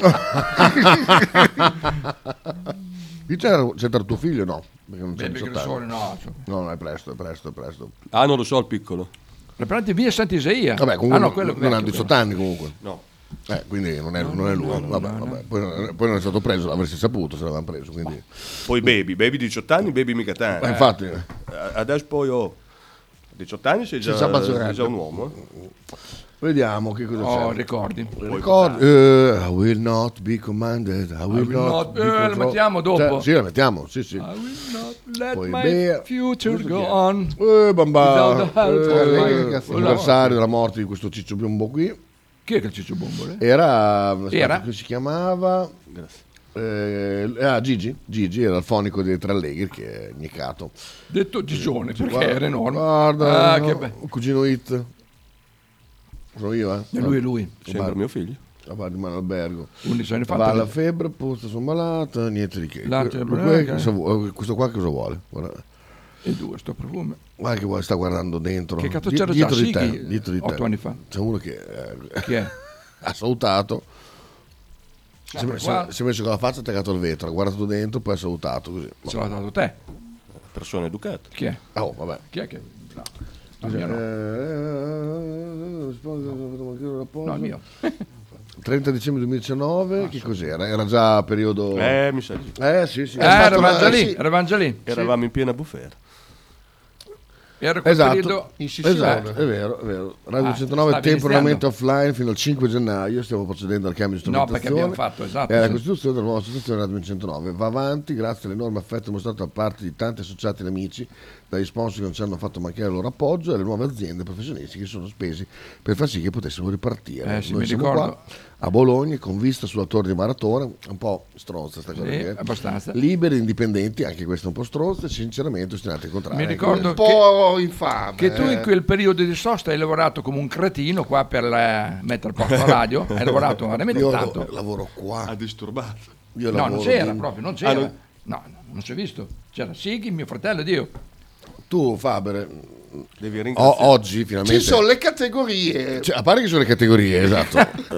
Speaker 3: Qui c'era, c'era tuo figlio? No. Perché non c'è
Speaker 4: Bebe
Speaker 3: diciotto
Speaker 4: Gressone,
Speaker 3: anni.
Speaker 4: no. cioè.
Speaker 3: No, no, è presto, è presto, è presto.
Speaker 5: Ah, non lo so, il piccolo.
Speaker 4: La prende via Sant'Isaia.
Speaker 3: Vabbè, comunque
Speaker 4: ah, no,
Speaker 3: non-
Speaker 4: quello
Speaker 3: non ha
Speaker 4: vecchio,
Speaker 3: diciotto anni comunque.
Speaker 5: No.
Speaker 3: Eh, quindi non è, non è lui.
Speaker 4: no, no,
Speaker 3: vabbè,
Speaker 4: no,
Speaker 3: vabbè. Poi, poi non è stato preso, l'avresti saputo se l'avevano preso. Quindi.
Speaker 5: Poi Baby, Baby diciotto anni, Baby mica
Speaker 3: Eh,
Speaker 5: tanto.
Speaker 3: infatti,
Speaker 5: Eh, Adesso poi ho diciotto anni sei già,
Speaker 8: Sei già maggiorenni.
Speaker 5: sei già un uomo. eh.
Speaker 3: vediamo che cosa
Speaker 4: Oh,
Speaker 3: c'è.
Speaker 4: ricordi.
Speaker 3: Ricordi, eh, I will not be commanded. I will,
Speaker 4: will
Speaker 3: not,
Speaker 4: not-
Speaker 3: be
Speaker 4: eh, la
Speaker 3: controlled.
Speaker 4: mettiamo dopo?
Speaker 3: Cioè, sì, la mettiamo. Sì, sì.
Speaker 4: I will not let
Speaker 3: Poi
Speaker 4: my
Speaker 3: Bea-
Speaker 4: future
Speaker 3: questo
Speaker 4: go
Speaker 3: chi è?
Speaker 4: on.
Speaker 3: Eh, bamba,
Speaker 4: Without the help
Speaker 3: eh,
Speaker 4: of
Speaker 8: my-
Speaker 3: eh, anniversario della morte di questo ciccio biombo qui.
Speaker 4: Chi è che il Ciccio Bombole?
Speaker 3: Era, aspetta,
Speaker 4: Era?
Speaker 3: come si chiamava? Eh, ah, Gigi, Gigi era il fonico dei Tre Allegri che è niccato.
Speaker 4: Detto Gigione, perché
Speaker 3: Guarda,
Speaker 4: era enorme.
Speaker 3: Guarda,
Speaker 4: Ah,
Speaker 3: no,
Speaker 4: che bello.
Speaker 3: un cugino It. Sono io, eh?
Speaker 4: E lui è lui.
Speaker 5: Sembra mio figlio.
Speaker 3: La va di mano albergo.
Speaker 4: undici anni fa.
Speaker 3: Va alla febbre, puzza, sono malata, niente di che.
Speaker 4: Latte
Speaker 3: Que-
Speaker 4: e
Speaker 3: que-
Speaker 4: braga.
Speaker 3: cosa vu- questo qua cosa vuole? Guarda,
Speaker 4: E due, sto profumo.
Speaker 3: guarda che vuole, sta guardando dentro.
Speaker 4: Che cazzo
Speaker 3: Di-
Speaker 4: c'era già?
Speaker 3: dietro di
Speaker 4: Sighi,
Speaker 3: te, dietro di te.
Speaker 4: otto anni fa.
Speaker 3: C'è uno che eh,
Speaker 4: Chi è?
Speaker 3: ha salutato. Si è,
Speaker 4: Sempre
Speaker 3: si-
Speaker 4: qua.
Speaker 3: si è messo con la faccia attaccato al vetro, ha guardato dentro, poi ha salutato così.
Speaker 4: Ce l'ha dato te.
Speaker 5: Persona educata.
Speaker 4: Chi è?
Speaker 3: Oh, vabbè.
Speaker 4: Chi è che... No, no, mio no.
Speaker 3: Eh,
Speaker 4: No, mio.
Speaker 3: trenta dicembre duemiladiciannove, che cos'era? Era già periodo...
Speaker 5: Eh, mi sa di sì.
Speaker 3: Eh, sì, sì.
Speaker 4: Eh,
Speaker 3: È stato
Speaker 4: eravamo
Speaker 3: una-
Speaker 4: già lì,
Speaker 3: sì.
Speaker 4: eravamo già lì.
Speaker 5: Eravamo in piena bufera.
Speaker 4: Era quel
Speaker 3: Esatto,
Speaker 4: periodo in
Speaker 3: esatto, è vero, è vero. Radio
Speaker 4: Ah,
Speaker 3: centonove
Speaker 4: stavi
Speaker 3: temporaneamente offline fino al cinque gennaio, stiamo procedendo al cambio di
Speaker 4: No,
Speaker 3: strumentazione.
Speaker 4: perché abbiamo fatto, esatto,
Speaker 3: È la
Speaker 4: sì.
Speaker 3: costituzione della nuova associazione Radio centonove. Va avanti grazie all'enorme affetto mostrato da parte di tanti associati e amici, dagli sponsor che non ci hanno fatto mancare il loro appoggio e alle nuove aziende e professionisti che sono spesi per far sì che potessimo ripartire.
Speaker 4: Eh, sì,
Speaker 3: Noi
Speaker 4: mi
Speaker 3: siamo
Speaker 4: ricordo.
Speaker 3: qua a Bologna con vista sulla torre di Maratona, un po' stronza sta cosa
Speaker 4: Sì,
Speaker 3: qui, eh.
Speaker 4: abbastanza.
Speaker 3: Liberi, indipendenti, anche questo un po' stronza, sinceramente ostinati a incontrare.
Speaker 4: Mi ricordo
Speaker 8: Un po' infame.
Speaker 4: che tu in
Speaker 8: eh.
Speaker 4: quel periodo di sosta hai lavorato come un cretino qua per eh, mettere a posto la radio, hai lavorato veramente
Speaker 3: Io
Speaker 4: tanto.
Speaker 3: lavoro qua.
Speaker 5: Ha disturbato.
Speaker 3: Io
Speaker 4: No,
Speaker 3: lavoro
Speaker 4: non c'era
Speaker 3: di-
Speaker 4: proprio, non c'era.
Speaker 5: Ah, non-
Speaker 4: No, non si è visto. C'era Sighi, mio fratello ed io.
Speaker 3: Tu, Faber,
Speaker 5: Devi
Speaker 3: o-
Speaker 5: ringraziare.
Speaker 3: oggi finalmente...
Speaker 8: Ci sono le categorie.
Speaker 3: Cioè, a parte che sono le categorie, esatto.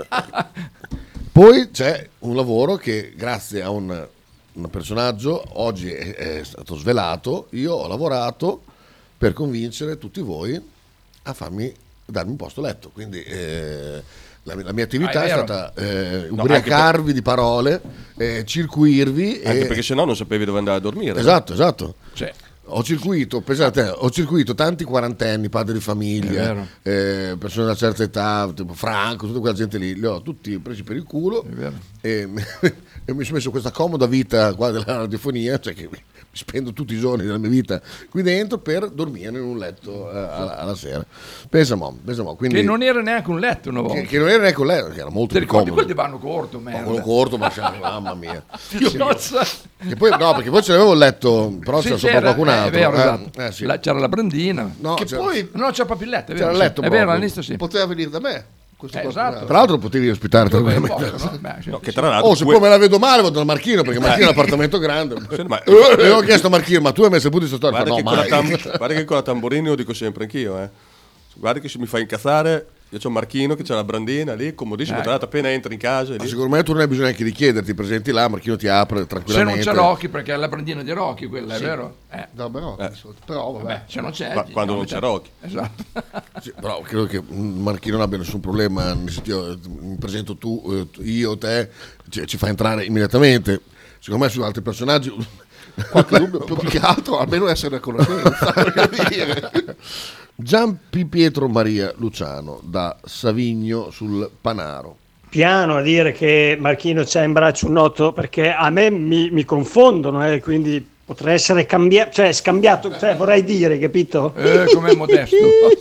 Speaker 3: Poi c'è un lavoro che grazie a un, un personaggio oggi è, è stato svelato. Io ho lavorato per convincere tutti voi a farmi darmi un posto letto. Quindi eh, la, la mia attività
Speaker 4: Ah, è
Speaker 3: è,
Speaker 4: vero.
Speaker 3: stata eh,
Speaker 5: No,
Speaker 3: ubriacarvi di parole, eh, circuirvi.
Speaker 5: Anche
Speaker 3: e-
Speaker 5: perché sennò non sapevi dove andare a dormire.
Speaker 3: Esatto, esatto.
Speaker 4: Cioè,
Speaker 3: Ho circuito, pensate, ho circuito tanti quarantenni, padri di
Speaker 4: È
Speaker 3: famiglia,
Speaker 4: vero.
Speaker 3: eh, persone di una certa età, tipo Franco, tutta quella gente lì, li ho tutti presi per il culo
Speaker 4: vero.
Speaker 3: e, e mi sono messo questa comoda vita qua della radiofonia, cioè che mi spendo tutti i giorni della mia vita qui dentro per dormire in un letto eh, alla, alla sera. Pensa mo, pensa mo, quindi,
Speaker 4: che non era neanche un letto una volta.
Speaker 3: che, che non era neanche un letto, che era molto
Speaker 4: Ti
Speaker 3: più
Speaker 4: ricordi
Speaker 3: comodo.
Speaker 4: quel divano corto,
Speaker 3: Ma
Speaker 4: merda.
Speaker 3: quello corto, ma c'era- mamma mia.
Speaker 4: Cazzo.
Speaker 3: Che poi, no, perché poi ce l'avevo letto, però
Speaker 4: Sì,
Speaker 3: c'era sopra
Speaker 4: c'era,
Speaker 3: qualcun
Speaker 4: eh,
Speaker 3: altro.
Speaker 4: è vero,
Speaker 3: eh,
Speaker 4: esatto.
Speaker 3: eh, sì.
Speaker 4: La- c'era la brandina.
Speaker 3: No,
Speaker 8: Che
Speaker 3: c'era-
Speaker 8: poi
Speaker 4: No, c'era proprio il letto, è vero.
Speaker 3: C'era il
Speaker 4: sì.
Speaker 3: letto
Speaker 4: È vero,
Speaker 3: proprio.
Speaker 4: all'inizio sì.
Speaker 8: poteva venire da me. Questo
Speaker 4: Eh,
Speaker 8: qualcun
Speaker 4: esatto.
Speaker 8: altro.
Speaker 3: Tra l'altro lo potevi ospitare
Speaker 4: Dove
Speaker 3: tranquillamente.
Speaker 4: posso, no? Beh, sì.
Speaker 5: No, che tra l'altro...
Speaker 3: Oh, se
Speaker 5: que-
Speaker 3: poi me la vedo male vado dal Marchino perché Marchino è un appartamento grande.
Speaker 5: Sì, ma-
Speaker 3: Eh, e ho chiesto a Marchino, ma tu hai messo appunto questa storia?
Speaker 5: Guarda,
Speaker 3: Fa,
Speaker 5: che
Speaker 3: no,
Speaker 5: con la
Speaker 3: mai.
Speaker 5: tam- guarda che con la tamburini lo dico sempre anch'io, eh. Guarda che se mi fa incazzare, io c'ho Marchino che c'ha la brandina lì, comodissimo,
Speaker 4: Eh.
Speaker 5: tra l'altro appena entri in casa
Speaker 3: Ma
Speaker 5: lì.
Speaker 3: secondo me tu non hai bisogno neanche di chiederti, presenti là, Marchino ti apre
Speaker 4: Se non
Speaker 3: tranquillamente.
Speaker 4: c'è Rocky, perché è la brandina di Rocky quella, è vero? Eh.
Speaker 8: No, però,
Speaker 5: Eh.
Speaker 8: però vabbè.
Speaker 4: Vabbè, se non c'è...
Speaker 5: Ma quando non c'è Rocky.
Speaker 4: Esatto.
Speaker 3: Sì, però credo che mm, Marchino non abbia nessun problema, nel sentito, mi presento tu, eh, tu- io, te, ci, ci fa entrare immediatamente. Secondo me su altri personaggi...
Speaker 8: Qualche dubbio, più che altro, almeno essere a conoscenza. voglio dire.
Speaker 3: Gian P. Pietro Maria Luciano da Savigno sul Panaro.
Speaker 10: Piano a dire che Marchino c'ha in braccio un noto, perché a me mi, mi confondono, eh, quindi potrei essere cambiato, cioè scambiato, cioè vorrei dire, capito?
Speaker 4: Eh, com'è modesto.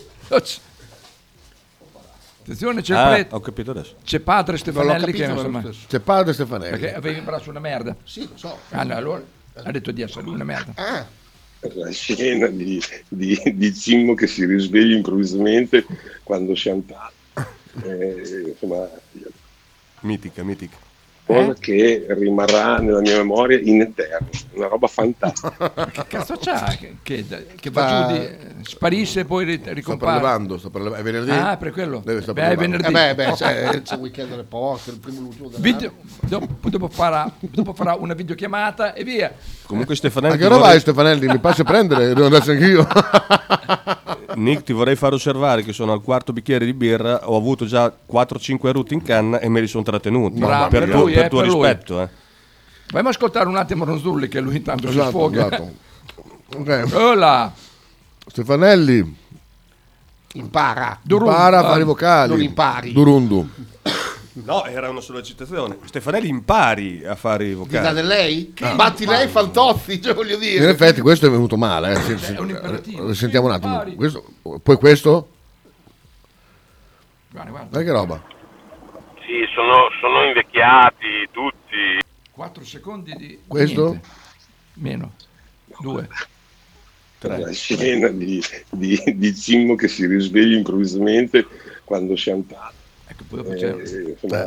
Speaker 4: Attenzione, c'è il
Speaker 5: Ah,
Speaker 4: prete.
Speaker 5: ho capito adesso.
Speaker 4: C'è padre Stefanelli
Speaker 8: capito,
Speaker 4: che
Speaker 8: ma
Speaker 4: insomma...
Speaker 8: lo stesso.
Speaker 3: C'è padre Stefanelli.
Speaker 4: Perché avevi in braccio una merda.
Speaker 8: Sì, lo so.
Speaker 4: Ah, no, allora ha detto di essere lui una merda.
Speaker 8: Ah,
Speaker 11: La scena di, di, di Cimmo che si risveglia improvvisamente quando Chantal, eh, insomma,
Speaker 5: Mitica, mitica.
Speaker 11: cosa che rimarrà nella mia memoria in eterno, una roba fantastica.
Speaker 4: Che cazzo c'ha? Che, che, che va giù, di, sparisce e poi ri-
Speaker 3: Sta
Speaker 4: ricompare.
Speaker 3: prelevando, sta prelevando. È venerdì?
Speaker 4: Ah, per quello.
Speaker 3: Deve sta
Speaker 4: Beh, è
Speaker 3: prelevando.
Speaker 4: venerdì.
Speaker 8: eh beh, beh, c'è, c'è il weekend delle poste, il primo e l'ultimo dell'anno.
Speaker 4: Video- dopo, dopo farà, dopo farà una videochiamata e via.
Speaker 5: Comunque Stefanelli...
Speaker 3: A
Speaker 5: ti
Speaker 3: che ora
Speaker 5: vorrei-
Speaker 3: vai Stefanelli? Mi passi a prendere, devo andarci anch'io.
Speaker 5: Nick, ti vorrei far osservare che sono al quarto bicchiere di birra, ho avuto già quattro cinque rutti in canna e me li sono trattenuti.
Speaker 4: Bravo,
Speaker 5: per,
Speaker 4: per
Speaker 5: tuo-
Speaker 4: lui,
Speaker 5: per
Speaker 4: eh,
Speaker 5: tuo
Speaker 4: per lui.
Speaker 5: rispetto, eh.
Speaker 4: Vai a ascoltare un attimo Ronzulli che lui intanto si
Speaker 3: Esatto,
Speaker 4: sfoga.
Speaker 3: esatto. Ok.
Speaker 4: Oh là.
Speaker 3: Stefanelli
Speaker 8: Impara.
Speaker 4: Durun-
Speaker 3: impara a fare i vocali.
Speaker 8: Non impari.
Speaker 3: Durundu.
Speaker 5: No, era una sola citazione. Stefanelli impari a fare i
Speaker 8: Ti
Speaker 5: vocali.
Speaker 8: dà lei? Batti lei Fantozzi, cioè voglio
Speaker 3: In
Speaker 8: dire.
Speaker 3: effetti questo è venuto male. Eh. Sì, sì.
Speaker 4: È un imperativo.
Speaker 3: Sentiamo un
Speaker 4: Sì,
Speaker 3: attimo.
Speaker 4: impari.
Speaker 3: Questo, poi questo?
Speaker 4: Guarda, guarda.
Speaker 3: Dai che roba.
Speaker 12: Sì, sono, sono invecchiati tutti.
Speaker 4: quattro secondi di
Speaker 3: Questo?
Speaker 4: niente. Meno. Due.
Speaker 11: La scena di, di, di Cimmo che si risveglia improvvisamente quando Chantal,
Speaker 4: Ecco, poi dopo c'è...
Speaker 11: eh, insomma,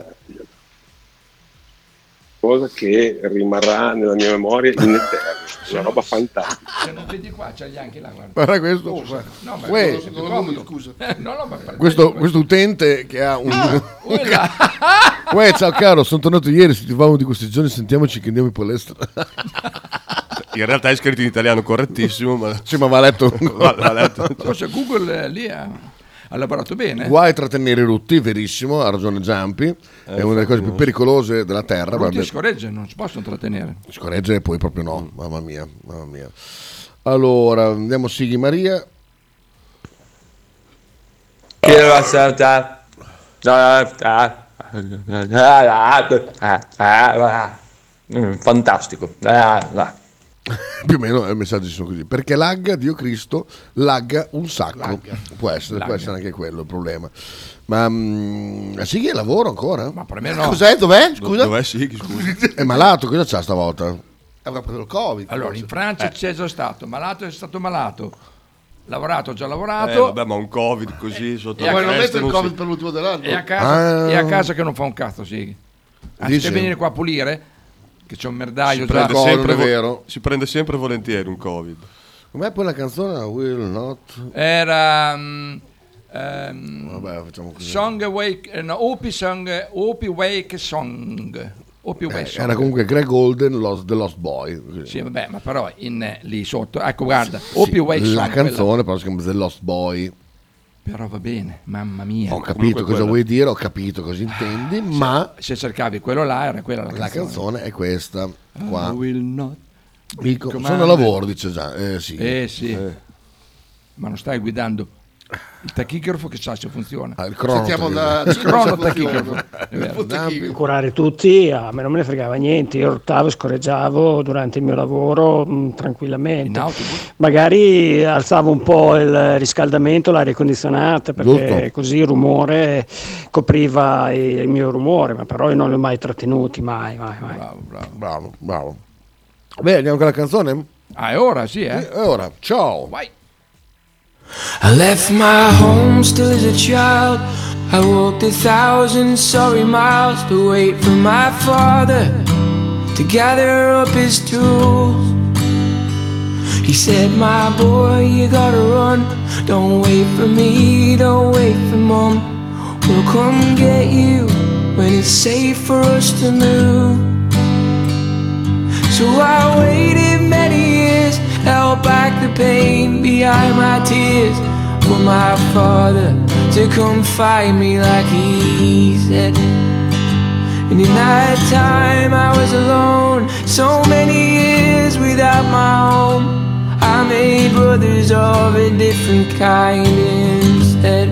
Speaker 11: cosa che rimarrà nella mia memoria in eterno, una roba fantastica.
Speaker 4: Se non vedi qua, c'è gli anche là, guarda.
Speaker 3: Guarda questo.
Speaker 4: No, ma
Speaker 3: Uè,
Speaker 4: è sempre
Speaker 8: non-
Speaker 4: comodo.
Speaker 8: scusa.
Speaker 4: Eh, no, no, ma per
Speaker 3: questo,
Speaker 4: questo-
Speaker 3: questo utente che ha un...
Speaker 4: Quella.
Speaker 3: Uè, ciao caro, sono tornato ieri, se ti va uno di questi giorni sentiamoci che andiamo in palestra.
Speaker 5: In realtà è scritto in italiano correttissimo, ma
Speaker 3: Sì, ma va letto.
Speaker 5: va, va letto.
Speaker 4: Forse Google eh, lì ha... ha lavorato bene.
Speaker 3: Guai a trattenere i rutti, verissimo, ha ragione Giampi, è una delle cose più pericolose della terra.
Speaker 4: Rutti e scoregge non si possono trattenere.
Speaker 3: Scoregge poi proprio no, mamma mia, mamma mia. Allora, andiamo a Sighi Maria.
Speaker 13: Fantastico.
Speaker 3: Più o meno i messaggi sono così. Perché lagga, Dio Cristo, lagga un sacco. Lagga. Può essere,
Speaker 4: Lagga.
Speaker 3: può essere anche quello il problema. Ma mh, a Sighi è lavoro ancora?
Speaker 4: Ma per me no.
Speaker 3: Cos'è? Dov'è? Scusa?
Speaker 5: Dov'è Sighi, scusa?
Speaker 3: È malato, cosa c'ha stavolta?
Speaker 8: Avrà preso il Covid.
Speaker 4: Allora,
Speaker 8: forse.
Speaker 4: in Francia
Speaker 3: Eh.
Speaker 4: c'è già stato, malato è stato malato, lavorato già
Speaker 5: Eh,
Speaker 4: lavorato,
Speaker 5: vabbè, ma un Covid così sotto
Speaker 4: E
Speaker 5: la
Speaker 4: a-
Speaker 8: Vuoi non
Speaker 5: testa
Speaker 8: mettere il
Speaker 5: non
Speaker 8: Covid
Speaker 5: si-
Speaker 8: per l'ultimo dell'anno?
Speaker 4: e a casa,
Speaker 3: Ah.
Speaker 4: e a casa che non fa un cazzo, sì. Anziché
Speaker 3: Dice?
Speaker 4: venire qua a pulire, che c'è un
Speaker 5: si
Speaker 4: merdaio già.
Speaker 5: prende,
Speaker 3: No,
Speaker 5: sempre
Speaker 3: non è
Speaker 5: vo-
Speaker 3: vero.
Speaker 5: si prende sempre volentieri un Covid.
Speaker 3: Com'è poi la canzone? I will not.
Speaker 4: Era mm, ehm,
Speaker 3: Vabbè, facciamo così.
Speaker 4: Song Awake, eh, no, Opie Song, Opie Wake Song. Opie Wake
Speaker 3: Eh,
Speaker 4: Song.
Speaker 3: era comunque Greg Golden, Lost, The Lost Boy.
Speaker 4: Sì, vabbè, ma però in, eh, lì sotto, ecco guarda, Opie Wake
Speaker 3: la
Speaker 4: Song.
Speaker 3: canzone però si chiama The Lost Boy.
Speaker 4: quella- Però va bene, mamma mia.
Speaker 3: Ho capito cosa
Speaker 5: quella-
Speaker 3: vuoi dire, ho capito cosa intendi, ma
Speaker 4: Se cercavi quello là era quella la
Speaker 3: la
Speaker 4: canzone.
Speaker 3: canzone è questa qua.
Speaker 4: I will not
Speaker 3: Dico,
Speaker 4: be
Speaker 3: sono a lavoro, dice già. Eh, sì.
Speaker 4: Eh sì. Ma non stai guidando il tachigrafo che sa se funziona.
Speaker 3: Ah, il crono.
Speaker 8: Sentiamo da
Speaker 4: Il crono
Speaker 8: Funziona.
Speaker 4: tachigrafo. È vero.
Speaker 3: Zampi.
Speaker 10: Curare tutti, a me non me ne fregava niente, io rottavo e scorreggiavo durante il mio lavoro mh,
Speaker 4: In
Speaker 10: tranquillamente.
Speaker 4: autobus.
Speaker 10: Magari alzavo un po' il riscaldamento, l'aria condizionata, perché
Speaker 3: Giusto.
Speaker 10: così il rumore copriva il il mio rumore, ma però io non li ho mai trattenuti, mai, mai, mai.
Speaker 4: Bravo, bravo.
Speaker 3: Bravo, bravo. Beh, andiamo con la canzone?
Speaker 4: Ah, è ora, sì, eh.
Speaker 3: E ora, ciao.
Speaker 4: Vai.
Speaker 14: I left my home still as a child. I walked a thousand sorry miles to wait for my father to gather up his tools. He said, my boy, you gotta run. Don't wait for me, don't wait for mom. We'll come get you when it's safe for us to move. So I waited many years, held back the pain behind my tears, for my father to come find me like he said. And in that time I was alone, so many years without my home. I made brothers of a different kind instead.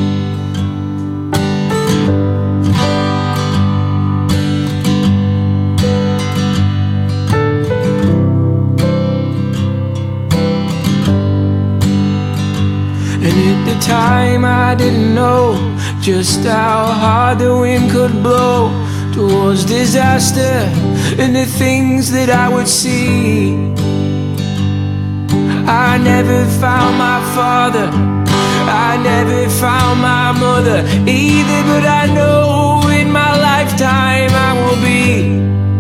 Speaker 14: And at the time I didn't know just how hard the wind could blow towards disaster and the things that I would see. I never found my father, I never found my mother either, but I know in my lifetime I will be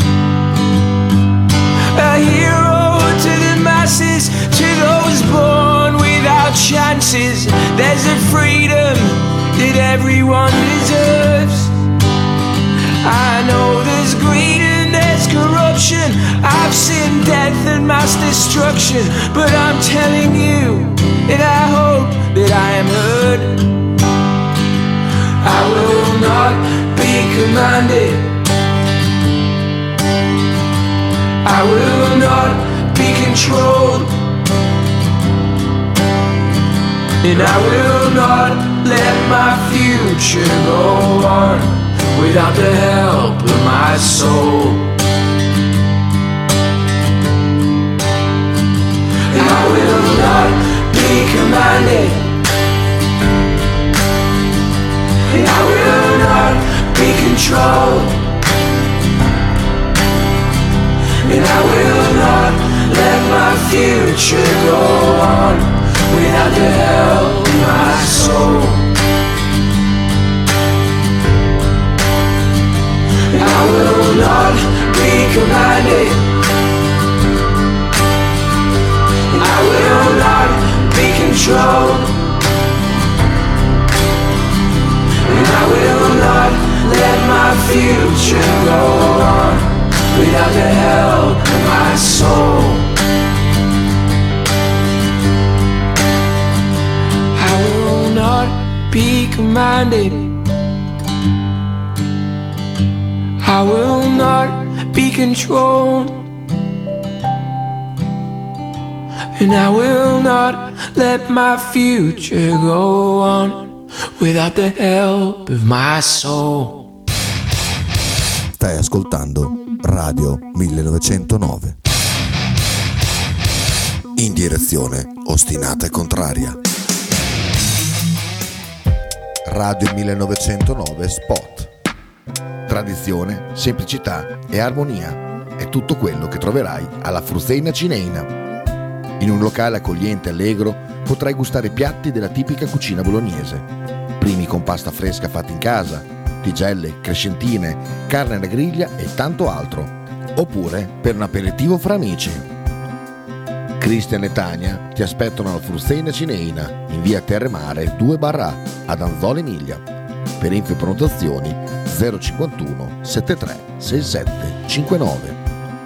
Speaker 14: a hero to the masses, to those born without chances. There's a freedom that everyone deserves. I know there's greed and there's corruption, I've seen death and mass destruction, but I'm telling you, and I hope that I am heard, I will not be commanded, I will not be controlled, and I will not let my future go on without the help of my soul. And I will not be commanded, and I will not be controlled, and I will not let my future go on without the help of my soul. I will not be commanded, I will not be controlled, and I will not let my future go on without the help of my soul. I will commanded. I will not be controlled, and I will not let my future go on without the help of my soul.
Speaker 1: Stai ascoltando Radio millenovecentonove. In direzione ostinata e contraria. Radio millenovecentonove Spot. Tradizione, semplicità e armonia è tutto quello che troverai alla Fruzeina Cineina. In un locale accogliente e allegro potrai gustare piatti della tipica cucina bolognese. Primi con pasta fresca fatta in casa, tigelle, crescentine, carne alla griglia e tanto altro. Oppure per un aperitivo fra amici. Cristian e Tania ti aspettano alla Fruzeina Cineina in via Terremare due barra A ad Anzola Emilia. Per info e prenotazioni zero cinquantuno settantatré sessantasette cinquantanove.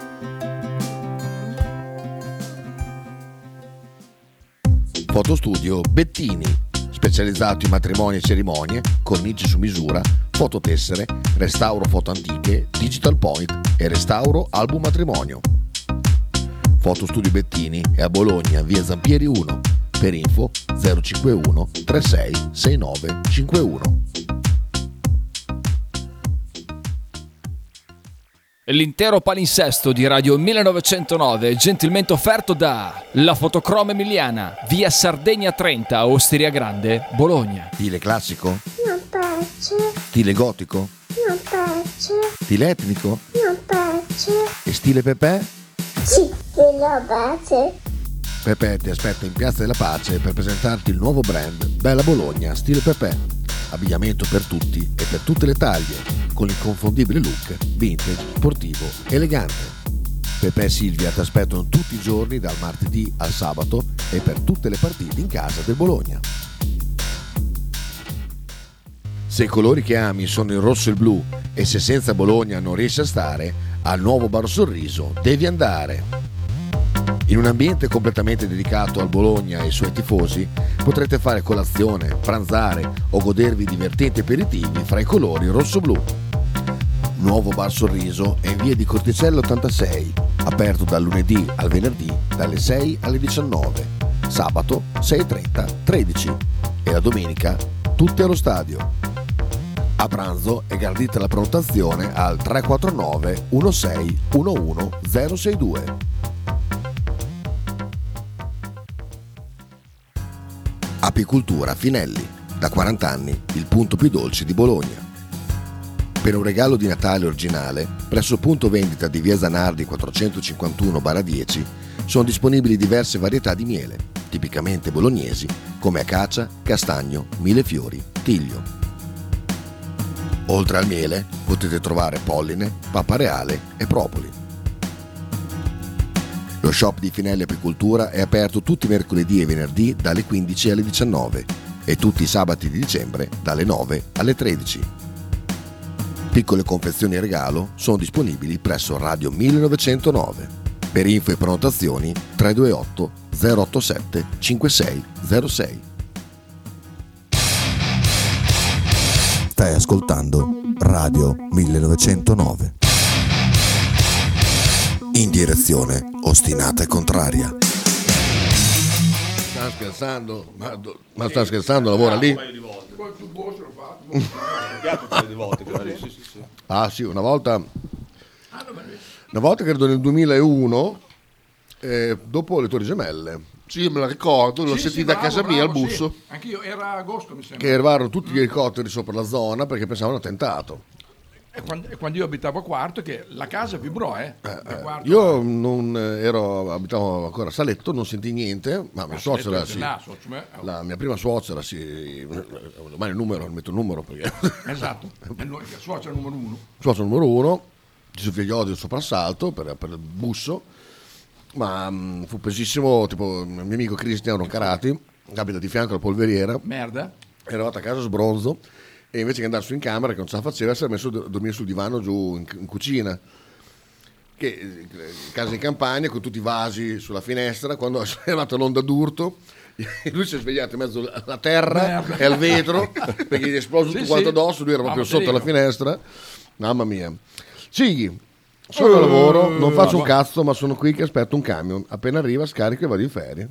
Speaker 1: Fotostudio Bettini, specializzato in matrimoni e cerimonie, cornici su misura, fototessere, restauro foto antiche, digital point e restauro album matrimonio. Fotostudio Bettini è a Bologna, via Zampieri uno. Per info zero cinquantuno trentasei sessantanove cinquantuno.
Speaker 13: L'intero palinsesto di Radio millenovecentonove è gentilmente offerto da La Fotocroma Emiliana, via Sardegna trenta, Osteria Grande, Bologna.
Speaker 1: Stile classico?
Speaker 15: Non piace.
Speaker 1: Stile gotico?
Speaker 15: Non piace.
Speaker 1: Stile etnico?
Speaker 15: Non piace.
Speaker 1: E stile Pepe?
Speaker 15: Sì, lo piace.
Speaker 1: Pepe ti aspetta in Piazza della Pace per presentarti il nuovo brand Bella Bologna Stile Pepe. Abbigliamento per tutti e per tutte le taglie, con l'inconfondibile look vintage, sportivo, elegante. Pepe e Silvia ti aspettano tutti i giorni dal martedì al sabato e per tutte le partite in casa del Bologna. Se i colori che ami sono il rosso e il blu e se senza Bologna non riesci a stare, al nuovo Bar Sorriso devi andare. In un ambiente completamente dedicato al Bologna e ai suoi tifosi, potrete fare colazione, pranzare o godervi divertenti aperitivi fra i colori rosso-blu. Nuovo Bar Sorriso è in via di Corticello ottantasei, aperto dal lunedì al venerdì dalle sei alle diciannove, sabato sei e trenta tredici e la domenica tutti allo stadio. A pranzo è gradita la prenotazione al tre quattro nove uno sei uno uno zero sei due. Apicoltura Finelli, da quaranta anni il punto più dolce di Bologna. Per un regalo di Natale originale, presso il punto vendita di via Zanardi quattrocentocinquantuno dieci sono disponibili diverse varietà di miele, tipicamente bolognesi, come acacia, castagno, millefiori, tiglio. Oltre al miele potete trovare polline, pappa reale e propoli. Lo shop di Finelli Apicoltura è aperto tutti i mercoledì e venerdì dalle quindici alle diciannove e tutti i sabati di dicembre dalle nove alle tredici. Piccole confezioni e regalo sono disponibili presso Radio millenovecentonove. Per info e prenotazioni tre due otto zero otto sette cinque sei zero sei. Stai ascoltando Radio millenovecentonove. In direzione ostinata e contraria.
Speaker 3: Sta scherzando? Ma, ma sta scherzando? Lavora lì? Ah sì, una volta una volta credo nel duemilauno, eh, dopo le Torri Gemelle.
Speaker 8: Sì, me la ricordo, l'ho
Speaker 4: Sì,
Speaker 8: sentita
Speaker 4: sì,
Speaker 8: a casa
Speaker 4: bravo,
Speaker 8: mia al
Speaker 4: bravo,
Speaker 8: busso.
Speaker 4: sì. Anch'io, era agosto mi sembra.
Speaker 3: Che arrivarono tutti gli elicotteri sopra la zona perché pensavano a attentato.
Speaker 4: E quando, e quando io abitavo a Quarto, che la casa vibrò, eh. Da Quarto
Speaker 3: Io non ero, abitavo ancora a Saletto, non sentì niente, ma mia suocera
Speaker 4: Saletto è
Speaker 3: sì.
Speaker 4: là, suocera, eh.
Speaker 3: La mia prima suocera sì. Domani il numero, metto il numero perché.
Speaker 4: Esatto, è il suocero numero uno.
Speaker 3: Suocero numero uno, ci soffiò di soprassalto per, per il busso, ma mh, fu pesissimo. Tipo, il mio amico Cristian Roncarati abita di fianco alla polveriera.
Speaker 4: Merda.
Speaker 3: Era arrivato a casa sbronzo e invece che andare su in camera, che non ce la faceva, si era messo a dormire sul divano giù in, in cucina. Che eh, casa in campagna con tutti i vasi sulla finestra. Quando è arrivata l'onda d'urto, Lui si è svegliato in mezzo alla terra
Speaker 4: Merda.
Speaker 3: e al vetro perché gli è esploso
Speaker 4: Sì,
Speaker 3: tutto quanto
Speaker 4: sì.
Speaker 3: addosso. Lui era proprio
Speaker 4: Mamma,
Speaker 3: sotto
Speaker 4: ti
Speaker 3: la
Speaker 4: dico.
Speaker 3: finestra. Mamma mia. Sighi, sono al lavoro, non faccio un cazzo, ma sono qui che aspetto un camion. Appena arriva, scarico e vado in ferie.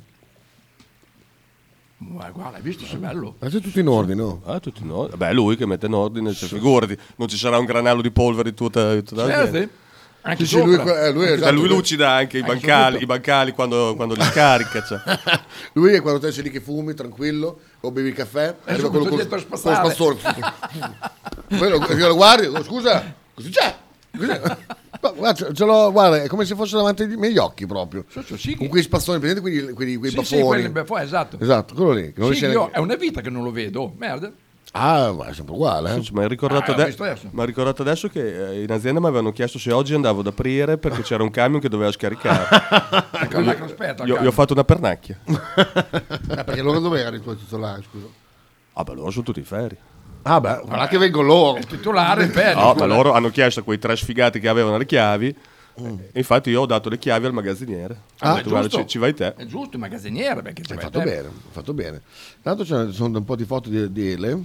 Speaker 4: Guarda, guarda, hai visto se è bello?
Speaker 3: Ma c'è tutto in ordine, no?
Speaker 5: Ah, tutto in ordine. Beh, lui che mette in ordine, cioè, figurati, non ci sarà un granello di polvere in tutta, in tutta la
Speaker 4: Certo,
Speaker 5: gente.
Speaker 4: anche
Speaker 3: Sì, sì, lui,
Speaker 4: sopra.
Speaker 3: eh, lui è
Speaker 5: Cioè,
Speaker 3: esatto,
Speaker 5: lui
Speaker 3: lui-
Speaker 5: lucida anche i
Speaker 3: Anche
Speaker 5: bancali,
Speaker 3: tutto.
Speaker 5: i bancali quando, quando li scarica. Cioè.
Speaker 3: Lui è quando te sei lì che fumi tranquillo o bevi il caffè, arriva quello con,
Speaker 4: dietro a
Speaker 3: con lo
Speaker 4: spazzare.
Speaker 3: spazzone. Poi lo, io lo guardi, dico, scusa, cosa c'è? Cos'è? Ma guarda, ce l'ho, guarda, è come se fosse davanti ai miei occhi proprio. Con quei spazzoni, presente quelli, quelli, quei
Speaker 4: Sì,
Speaker 3: baffoni.
Speaker 4: sì, quelli baffoni, esatto.
Speaker 3: Esatto, quello lì. Che non
Speaker 4: Sì,
Speaker 3: riesce
Speaker 4: io,
Speaker 3: neanche-
Speaker 4: è una vita che non lo vedo, merda.
Speaker 3: Ah, ma è sempre uguale, eh?
Speaker 5: Sì, mi hai ricordato,
Speaker 4: Ah,
Speaker 5: ade-
Speaker 4: ho visto adesso.
Speaker 5: mi ha ricordato adesso che eh, in azienda mi avevano chiesto se oggi andavo ad aprire perché c'era un camion che doveva scaricare.
Speaker 4: Ecco, ecco, aspetta,
Speaker 5: Io,
Speaker 4: camion.
Speaker 5: io ho fatto una pernacchia.
Speaker 8: Eh, perché loro dove erano i tuoi titolari, scusa?
Speaker 5: Ah, beh, loro sono tutti in ferie.
Speaker 3: Ah, beh,
Speaker 8: guarda che vengono loro.
Speaker 4: Il titolare è bello.
Speaker 5: No, ma loro hanno chiesto a quei tre sfigati che avevano le chiavi. E infatti io ho dato le chiavi al magazziniere.
Speaker 3: Ah,
Speaker 5: Ho detto, guarda,
Speaker 3: giusto.
Speaker 5: ci, ci vai te.
Speaker 4: È giusto, il magazziniere, perché ci
Speaker 3: Hai
Speaker 4: vai
Speaker 3: fatto
Speaker 4: te.
Speaker 3: bene, hai fatto bene. Tanto ci sono un po' di foto di, di Ele.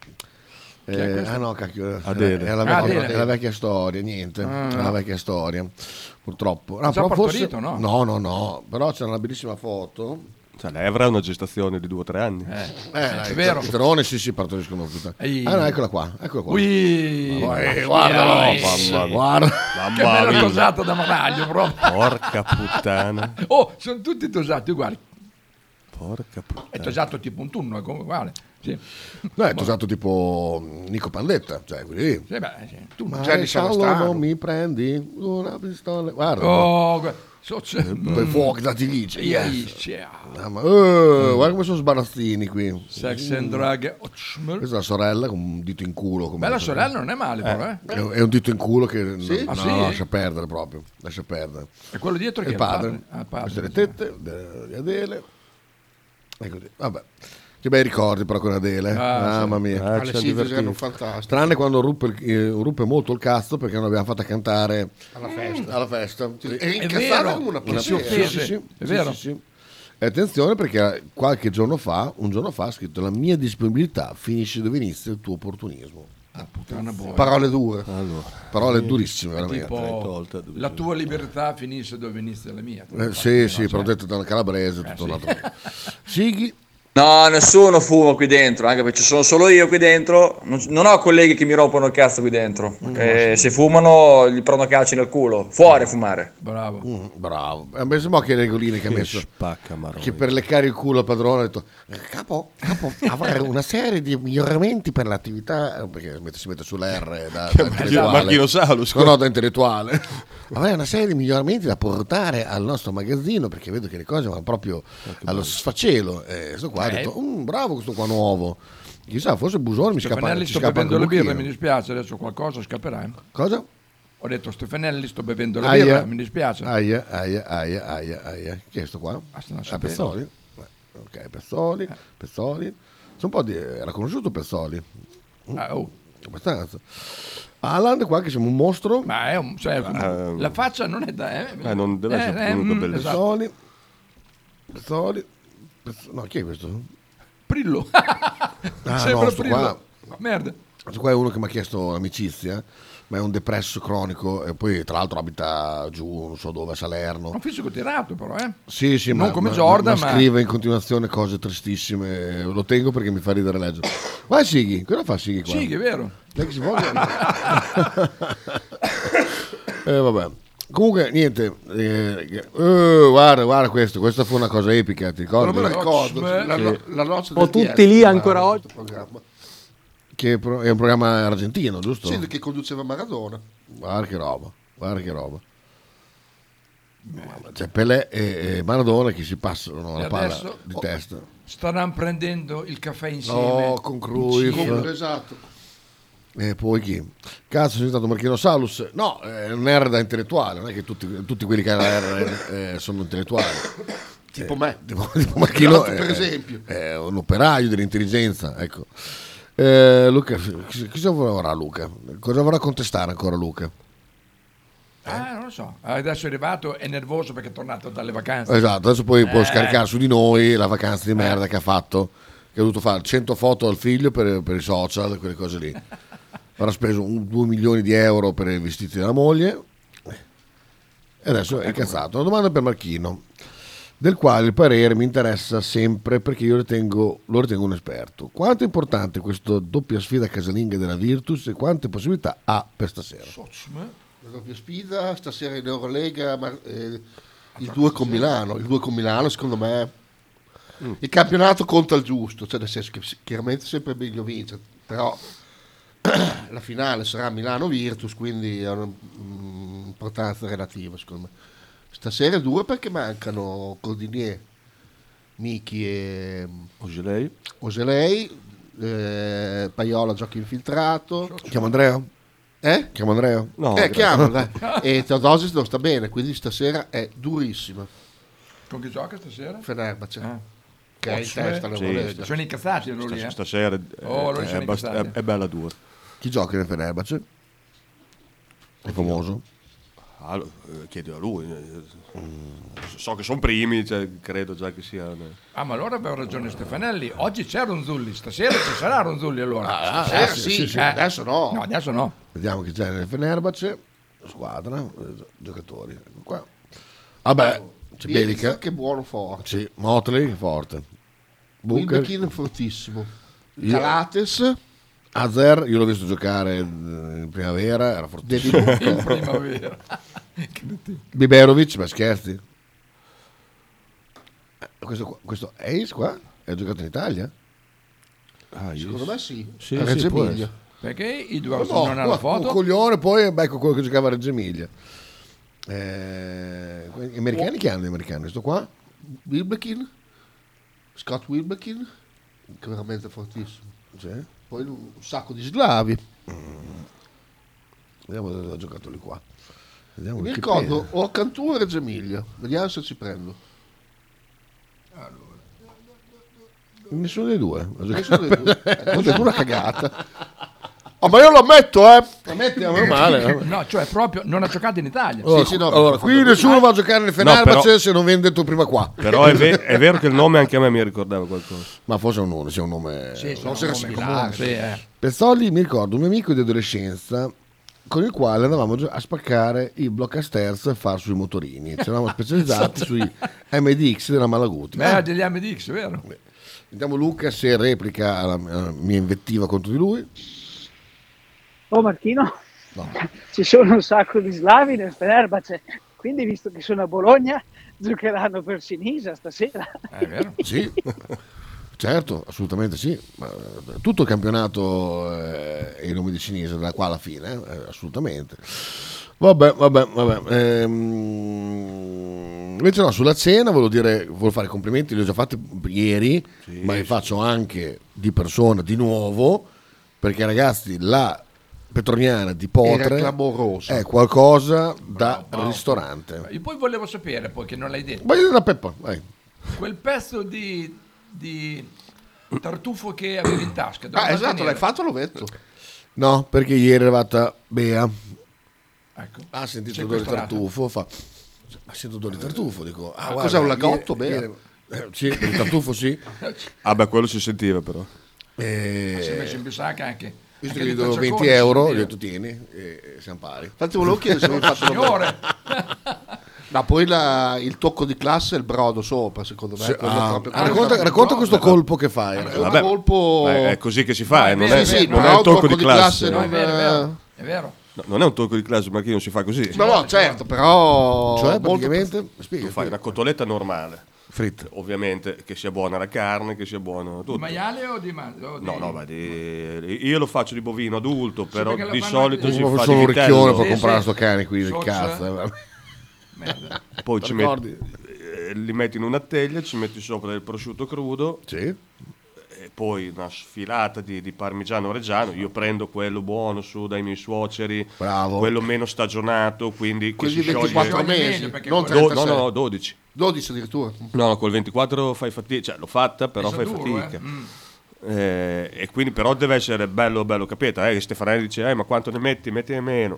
Speaker 4: Chi è
Speaker 3: Eh,
Speaker 4: questo?
Speaker 3: ah no, cacchio,
Speaker 5: Adele.
Speaker 3: è la,
Speaker 4: Ah,
Speaker 3: vecchia,
Speaker 4: Adele.
Speaker 3: è la vecchia storia, niente,
Speaker 4: Ah.
Speaker 3: è la vecchia storia, purtroppo. No,
Speaker 4: Già
Speaker 3: però forse,
Speaker 4: partorito, no?
Speaker 3: no, no, no, però c'è una bellissima foto.
Speaker 5: Cioè, lei avrà una gestazione di due o tre anni.
Speaker 3: Eh,
Speaker 4: è vero.
Speaker 3: I teroni sì, sì, partoriscono più.
Speaker 4: Ehi.
Speaker 3: Ah no, eccola qua, eccola qua.
Speaker 4: Ui.
Speaker 3: Ma- eh,
Speaker 4: Ma-
Speaker 3: guardalo,
Speaker 4: Ehi.
Speaker 3: mamma mia. Guarda.
Speaker 4: Che
Speaker 5: Mamma
Speaker 4: bella
Speaker 5: mia.
Speaker 4: tosata da Maraglio, proprio.
Speaker 5: Porca puttana.
Speaker 4: Oh, sono tutti tosati uguali.
Speaker 5: Porca puttana.
Speaker 4: È tosato tipo un tunno, è come uguale. Sì.
Speaker 3: No, è usato tipo Nico Pandetta, cioè quelli lì.
Speaker 4: Sì, beh, sì. Tu
Speaker 3: Ma
Speaker 8: Gianni
Speaker 3: Paolo,
Speaker 8: Savastrano.
Speaker 3: non mi prendi una pistola. Guarda.
Speaker 4: Oh, guarda. So, c'è-
Speaker 3: Poi fuochi dati lì. cioè,
Speaker 4: Ia,
Speaker 3: yes.
Speaker 4: ia.
Speaker 3: Ah, ma- eh, guarda come sono sbarazzini qui.
Speaker 4: Sex and drug. Oh, schmel.
Speaker 3: Questa è la sorella con un dito in culo. come-
Speaker 4: Beh, la sorella non è male, però, eh.
Speaker 3: È un- è un dito in culo che
Speaker 8: Sì?
Speaker 3: no,
Speaker 4: Ah,
Speaker 3: no,
Speaker 4: sì?
Speaker 3: lascia perdere proprio. Lascia perdere.
Speaker 4: E quello dietro
Speaker 3: E
Speaker 4: che
Speaker 3: il
Speaker 4: è
Speaker 3: padre.
Speaker 4: Ah, il padre.
Speaker 3: Queste le tette de- di Adele. E così. Vabbè. Che bei ricordi però con Adele.
Speaker 4: Ah,
Speaker 3: Mamma
Speaker 4: sì.
Speaker 3: mia.
Speaker 5: Ah,
Speaker 8: Ah, le
Speaker 5: ci hanno
Speaker 8: sintesi erano
Speaker 5: divertito.
Speaker 8: fantastiche.
Speaker 3: Tranne quando ruppe, il- eh, ruppe molto il cazzo perché non l'abbiamo fatta cantare
Speaker 8: Alla festa.
Speaker 3: alla festa. Sì.
Speaker 8: E
Speaker 4: È
Speaker 8: incazzata
Speaker 4: vero.
Speaker 8: come una
Speaker 4: Una
Speaker 3: Sì,
Speaker 8: pazza.
Speaker 4: offesa.
Speaker 3: sì, sì, sì.
Speaker 4: È
Speaker 3: Sì,
Speaker 4: vero.
Speaker 3: sì, sì. E attenzione perché qualche giorno fa, un giorno fa, ha scritto: la mia disponibilità finisce dove inizia il tuo opportunismo.
Speaker 4: Ah, puttana boia.
Speaker 3: Parole dure.
Speaker 5: Allora,
Speaker 3: Parole durissime, veramente.
Speaker 4: Tipo, la tua libertà finisce dove inizia la mia.
Speaker 3: Eh, sì, sì, però detto da una calabrese, tutto
Speaker 4: sì.
Speaker 3: un altro. Sighi,
Speaker 16: No, nessuno fuma qui dentro, anche perché ci sono solo io qui dentro. Non, non ho colleghi che mi rompono il cazzo qui dentro. Eh, se fumano gli prendono calci nel culo. Fuori a fumare.
Speaker 4: Bravo.
Speaker 3: Mm, bravo. A me sembra che regoline che ha
Speaker 5: che
Speaker 3: messo.
Speaker 5: spacca marrone.
Speaker 3: Che per leccare il culo al padrone ha detto: Capo, capo, avrei una serie di miglioramenti per l'attività. Perché si mette sulla R da, da intellettuale.
Speaker 5: Marchino Salus.
Speaker 3: No, no, da intellettuale. Avrei una serie di miglioramenti da portare al nostro magazzino perché vedo che le cose vanno proprio allo sfacelo. E questo qua ha
Speaker 4: Eh.
Speaker 3: detto: "Mm, bravo questo qua nuovo. Chissà, forse Busoni mi scappa,
Speaker 4: Stefanelli,
Speaker 3: ci
Speaker 4: sto
Speaker 3: scappa
Speaker 4: bevendo
Speaker 3: anche
Speaker 4: le
Speaker 3: un
Speaker 4: birre, mi
Speaker 3: buchino.
Speaker 4: dispiace, adesso qualcosa scapperà. eh.
Speaker 3: Cosa?
Speaker 4: Ho detto Stefanelli, sto bevendo le
Speaker 3: Aia.
Speaker 4: birre, mi dispiace.
Speaker 3: Aia, aia, aia, aia, aia. Chi è sto qua?
Speaker 4: Ah, sta non
Speaker 3: Ah,
Speaker 4: sapevo.
Speaker 3: Pezzoli? Eh, Ok, Pezzoli, Pezzoli. C'è un po' di... Era conosciuto Pezzoli?
Speaker 4: Ah, oh.
Speaker 3: Abbastanza. Alan qua che siamo un mostro.
Speaker 4: Ma è un, cioè, la faccia non è da... Eh,
Speaker 5: Eh, non deve essere
Speaker 4: eh,
Speaker 5: comunque
Speaker 4: mm,
Speaker 5: bello.
Speaker 4: esatto.
Speaker 3: Pezzoli. Pezzoli. Pezz- No, chi è questo?
Speaker 4: Prillo.
Speaker 3: Ah,
Speaker 4: Sembra
Speaker 3: no, sto
Speaker 4: Prillo.
Speaker 3: qua.
Speaker 4: Merda.
Speaker 3: Questo qua è uno che mi ha chiesto amicizia, ma è un depresso cronico e poi tra l'altro abita giù, non so dove, a Salerno.
Speaker 4: Un fisico tirato però, eh.
Speaker 3: Sì, sì,
Speaker 4: Non
Speaker 3: ma,
Speaker 4: come
Speaker 3: ma-
Speaker 4: Jordan,
Speaker 3: ma
Speaker 4: ma-
Speaker 3: scrive in continuazione cose tristissime. Lo tengo perché mi fa ridere leggere. Vai Sighi, cosa fa Sighi qua?
Speaker 4: Sì, che è vero.
Speaker 3: Lei che si vuole? eh, vabbè. Comunque, niente. Eh, eh, guarda, guarda questo. Questa fu una cosa epica, ti ricordi?
Speaker 8: Non me lo ricordo. La,
Speaker 3: Che-
Speaker 8: no- la noce
Speaker 10: O
Speaker 8: del
Speaker 10: tutti
Speaker 8: T R,
Speaker 10: lì ancora oggi.
Speaker 8: questo programma.
Speaker 3: Che pro- è un programma argentino, giusto?
Speaker 8: Sì, che conduceva Maradona.
Speaker 3: Guarda che roba, guarda che roba. C'è Pelé e, e Maradona che si passano
Speaker 4: E
Speaker 3: la palla
Speaker 4: adesso-
Speaker 3: di
Speaker 4: oh,
Speaker 3: testa.
Speaker 4: Staranno prendendo il caffè insieme.
Speaker 3: No, con Cruyff.
Speaker 4: Insieme.
Speaker 8: Esatto.
Speaker 3: E poi chi? Cazzo, sei stato Marchino Salus? No, è un R da intellettuale, non è che tutti, tutti quelli che hanno la R eh, sono intellettuali.
Speaker 8: Tipo me.
Speaker 3: Tipo, tipo Marchino
Speaker 8: Per
Speaker 3: è,
Speaker 8: esempio.
Speaker 3: è un operaio dell'intelligenza, ecco. Eh, Luca, cosa vorrà Luca? Cosa vorrà contestare ancora Luca?
Speaker 4: Ah, non lo so. Adesso è arrivato, è nervoso perché è tornato dalle vacanze.
Speaker 3: Esatto, adesso poi può
Speaker 4: Eh.
Speaker 3: scaricare su di noi la vacanza di merda che ha fatto, che ha dovuto fare cento foto al figlio per, per i social, quelle cose lì. Avrà speso un, due milioni di euro per i vestiti della moglie e adesso è incazzato. Una domanda per Marchino, del quale il parere mi interessa sempre perché io ritengo, lo ritengo un esperto. Quanto è importante questa doppia sfida casalinga della Virtus e quante possibilità ha per stasera?
Speaker 8: La doppia sfida stasera in Eurolega, ma, eh, il due con Milano. Il due con Milano, secondo me,
Speaker 3: Mm.
Speaker 8: il campionato conta il giusto, cioè nel senso che chiaramente sempre meglio vincere, però la finale sarà Milano-Virtus, quindi ha un'importanza relativa, secondo me. Stasera due perché mancano Cordinier, Michi e
Speaker 5: Oselei,
Speaker 8: Oselei eh, Paiola gioca infiltrato.
Speaker 3: Chiamo Andrea?
Speaker 8: Eh?
Speaker 3: Chiamo Andrea?
Speaker 5: No,
Speaker 8: eh,
Speaker 5: grazie.
Speaker 8: chiamo, dai. E Teodosis non sta bene, quindi stasera è durissima.
Speaker 4: Con chi gioca stasera?
Speaker 8: Fenerbahce.
Speaker 4: Ah.
Speaker 8: Che è in
Speaker 4: Sì,
Speaker 8: testa alla
Speaker 5: sì,
Speaker 8: Eurolega.
Speaker 4: Sono incazzati loro lì,
Speaker 5: Stas-
Speaker 4: eh?
Speaker 5: Stasera è,
Speaker 4: Oh, loro
Speaker 5: è,
Speaker 4: sono
Speaker 5: è abbast-
Speaker 4: incazzati.
Speaker 5: è- è bella dura.
Speaker 3: Chi gioca nel Fenerbahce? È famoso?
Speaker 5: Ah, lo- eh, chiedi a lui. eh, So che sono primi, cioè, credo già che sia.
Speaker 4: Ah, ma allora aveva ragione Stefanelli. Oggi c'è Ronzulli, stasera ci sarà Ronzulli allora.
Speaker 8: Ah, stasera sì, sì, adesso no.
Speaker 4: No, adesso no.
Speaker 3: Vediamo chi c'è nel Fenerbahce. Squadra, eh, giocatori. Ecco qua. Vabbè, c'è
Speaker 8: Bielsa,
Speaker 3: Belica.
Speaker 8: che buono forte.
Speaker 3: Sì, Motley, forte. Booker.
Speaker 8: Wilbekin fortissimo.
Speaker 3: Io-
Speaker 8: Calates.
Speaker 3: Azer, io l'ho visto giocare in primavera, era fortissimo.
Speaker 4: In primavera.
Speaker 3: Biberovic, ma scherzi? Eh, Questo, qua- questo Ace qua? È giocato in Italia?
Speaker 5: Ah,
Speaker 8: Secondo me sì.
Speaker 3: Sì,
Speaker 8: A
Speaker 3: sì,
Speaker 8: Reggio
Speaker 3: può
Speaker 8: Emilia.
Speaker 3: essere.
Speaker 4: Perché i due
Speaker 3: No,
Speaker 4: non hanno la
Speaker 3: un
Speaker 4: foto?
Speaker 3: coglione, poi ecco quello che giocava a Reggio Emilia. Eh, gli americani chi hanno gli americani? Questo qua?
Speaker 8: Wilbekin. Scott Wilbekin. Che è veramente fortissimo.
Speaker 3: Sì.
Speaker 8: Poi un sacco di slavi.
Speaker 3: Vediamo dove ha giocato lui qua. Vediamo
Speaker 8: Mi
Speaker 3: Wikipedia.
Speaker 8: ricordo o a Cantù o a Reggio Emilia. Vediamo se ci prendo.
Speaker 3: Nessuno dei due. Ha
Speaker 8: Nessuno dei due.
Speaker 3: giocato-
Speaker 8: Eh, questa è una cagata. Oh, ma io lo ammetto, eh.
Speaker 3: Ammetti, meno male.
Speaker 4: No, cioè proprio non ha giocato in Italia.
Speaker 3: Allora,
Speaker 8: sì, no,
Speaker 3: allora,
Speaker 8: perché
Speaker 3: qui
Speaker 8: fatto-
Speaker 3: nessuno va a giocare nel
Speaker 5: No,
Speaker 3: Fenerbahce
Speaker 5: però-
Speaker 3: se non vende tu prima qua.
Speaker 5: Però è, ve- è vero che il nome anche a me mi ricordava qualcosa.
Speaker 3: Ma forse è un nome, sia un nome.
Speaker 4: Sì, sì,
Speaker 3: non
Speaker 4: un
Speaker 3: si era
Speaker 4: nome
Speaker 3: similare.
Speaker 4: comune, sì, eh.
Speaker 3: Pezzoli, mi ricordo un mio amico di adolescenza con il quale andavamo gio- a spaccare i blockasters e far sui motorini. Ci eravamo specializzati sui M D X della Malaguti.
Speaker 4: Beh,
Speaker 3: Ah,
Speaker 4: degli M D X, vero?
Speaker 3: vediamo Luca se replica la, la mia invettiva contro di lui.
Speaker 7: Oh Marchino,
Speaker 3: No.
Speaker 7: ci sono un sacco di slavi nel Fenerbahce, quindi visto che sono a Bologna giocheranno per Sinisa stasera.
Speaker 4: È vero?
Speaker 3: Sì, certo, assolutamente sì. Ma, eh, tutto il campionato eh, è il nome di Sinisa da qua alla fine, eh, assolutamente. Vabbè, vabbè, vabbè. Ehm, invece no, sulla cena volevo dire, volevo fare i complimenti, li ho già fatti ieri, ma li faccio anche di persona di nuovo, perché ragazzi la Petroniana di
Speaker 8: Era
Speaker 3: Potre
Speaker 8: clamorosa.
Speaker 3: è qualcosa da
Speaker 4: bravo.
Speaker 3: ristorante.
Speaker 4: Io poi volevo sapere, poi che non l'hai detto,
Speaker 3: Vai da Peppa, vai.
Speaker 4: quel pezzo di, di tartufo che avevi in tasca. dove
Speaker 8: Ah,
Speaker 4: va a
Speaker 8: esatto,
Speaker 4: finire?
Speaker 8: l'hai fatto, l'ho detto.
Speaker 3: No, perché ieri è arrivata Bea,
Speaker 4: Ecco.
Speaker 3: ha sentito odore di
Speaker 4: Sequestrato.
Speaker 3: tartufo, fa, ha sentito odore di tartufo, dico, ah,
Speaker 8: Ma
Speaker 3: guarda,
Speaker 8: cos'è, un lagotto,
Speaker 3: ieri-
Speaker 8: Bea?
Speaker 3: ieri- eh, sì, il tartufo sì.
Speaker 5: Ah, beh, quello si sentiva però.
Speaker 3: E,
Speaker 4: Si è messo in bisacca anche.
Speaker 3: visto
Speaker 4: anche
Speaker 3: che gli
Speaker 4: di
Speaker 3: do
Speaker 4: Tacciaconi,
Speaker 3: venti euro,
Speaker 4: si
Speaker 3: gli ho
Speaker 4: sentiva.
Speaker 3: detto tieni e, e siamo pari.
Speaker 8: Infatti volevo chiedere se avevi fatto la
Speaker 4: Signore!
Speaker 8: No, poi la- il tocco di classe è il brodo sopra, secondo me.
Speaker 3: Sì,
Speaker 8: quello
Speaker 3: ah,
Speaker 8: proprio-
Speaker 3: ah, racconta, racconta questo colpo che fai.
Speaker 8: È un
Speaker 5: Vabbè,
Speaker 8: colpo...
Speaker 5: ma è così che si fa, eh, non
Speaker 4: Sì,
Speaker 5: è,
Speaker 4: sì,
Speaker 5: non
Speaker 8: no,
Speaker 5: è un
Speaker 8: un
Speaker 5: tocco
Speaker 8: tocco
Speaker 5: di
Speaker 8: di
Speaker 5: classe.
Speaker 8: classe,
Speaker 4: No,
Speaker 5: no.
Speaker 4: è vero, è vero. È vero.
Speaker 5: No, non è un tocco di classe, ma non si fa così.
Speaker 8: No, no, certo, però...
Speaker 3: Cioè,
Speaker 8: molto-
Speaker 3: praticamente, spiega,
Speaker 5: Tu fai una
Speaker 3: spiega.
Speaker 5: cotoletta normale,
Speaker 3: Fritta.
Speaker 5: ovviamente che sia buona la carne, che sia buono tutto.
Speaker 4: Di maiale o di maiale?
Speaker 5: No, no, ma di... io lo faccio di bovino adulto, però
Speaker 4: perché lo
Speaker 5: di
Speaker 4: fanno
Speaker 5: solito
Speaker 4: anche-
Speaker 5: si
Speaker 3: Uno
Speaker 5: fa
Speaker 3: solo
Speaker 5: di
Speaker 3: un ricchione
Speaker 5: vitello.
Speaker 3: per
Speaker 4: Sì,
Speaker 3: comprare
Speaker 4: sì.
Speaker 3: sto cane qui del
Speaker 4: Socia.
Speaker 3: cazzo. eh.
Speaker 4: Merda.
Speaker 5: Poi
Speaker 3: Ti
Speaker 5: ci
Speaker 3: ricordi?
Speaker 5: metti, eh, li metti in una teglia, ci metti sopra del prosciutto crudo
Speaker 3: Sì.
Speaker 5: e poi una sfilata di, di parmigiano reggiano. Io prendo quello buono su dai miei suoceri,
Speaker 3: Bravo.
Speaker 5: quello meno stagionato, quindi che
Speaker 8: Quindi
Speaker 5: si scioglie.
Speaker 8: ventiquattro
Speaker 4: Scioglie
Speaker 8: mesi,
Speaker 4: meglio, perché
Speaker 8: non
Speaker 4: quello-
Speaker 5: Do-
Speaker 8: trentasei.
Speaker 5: no, no, no, dodici.
Speaker 8: dodici addirittura.
Speaker 5: No, no, col ventiquattro fai fatica, cioè l'ho fatta, però
Speaker 4: È
Speaker 5: fai
Speaker 4: duro,
Speaker 5: fatica.
Speaker 4: eh. Mm.
Speaker 5: Eh, e quindi però deve essere bello bello capito, eh, che Stefanelli dice "Eh, ma quanto ne metti? Metti meno".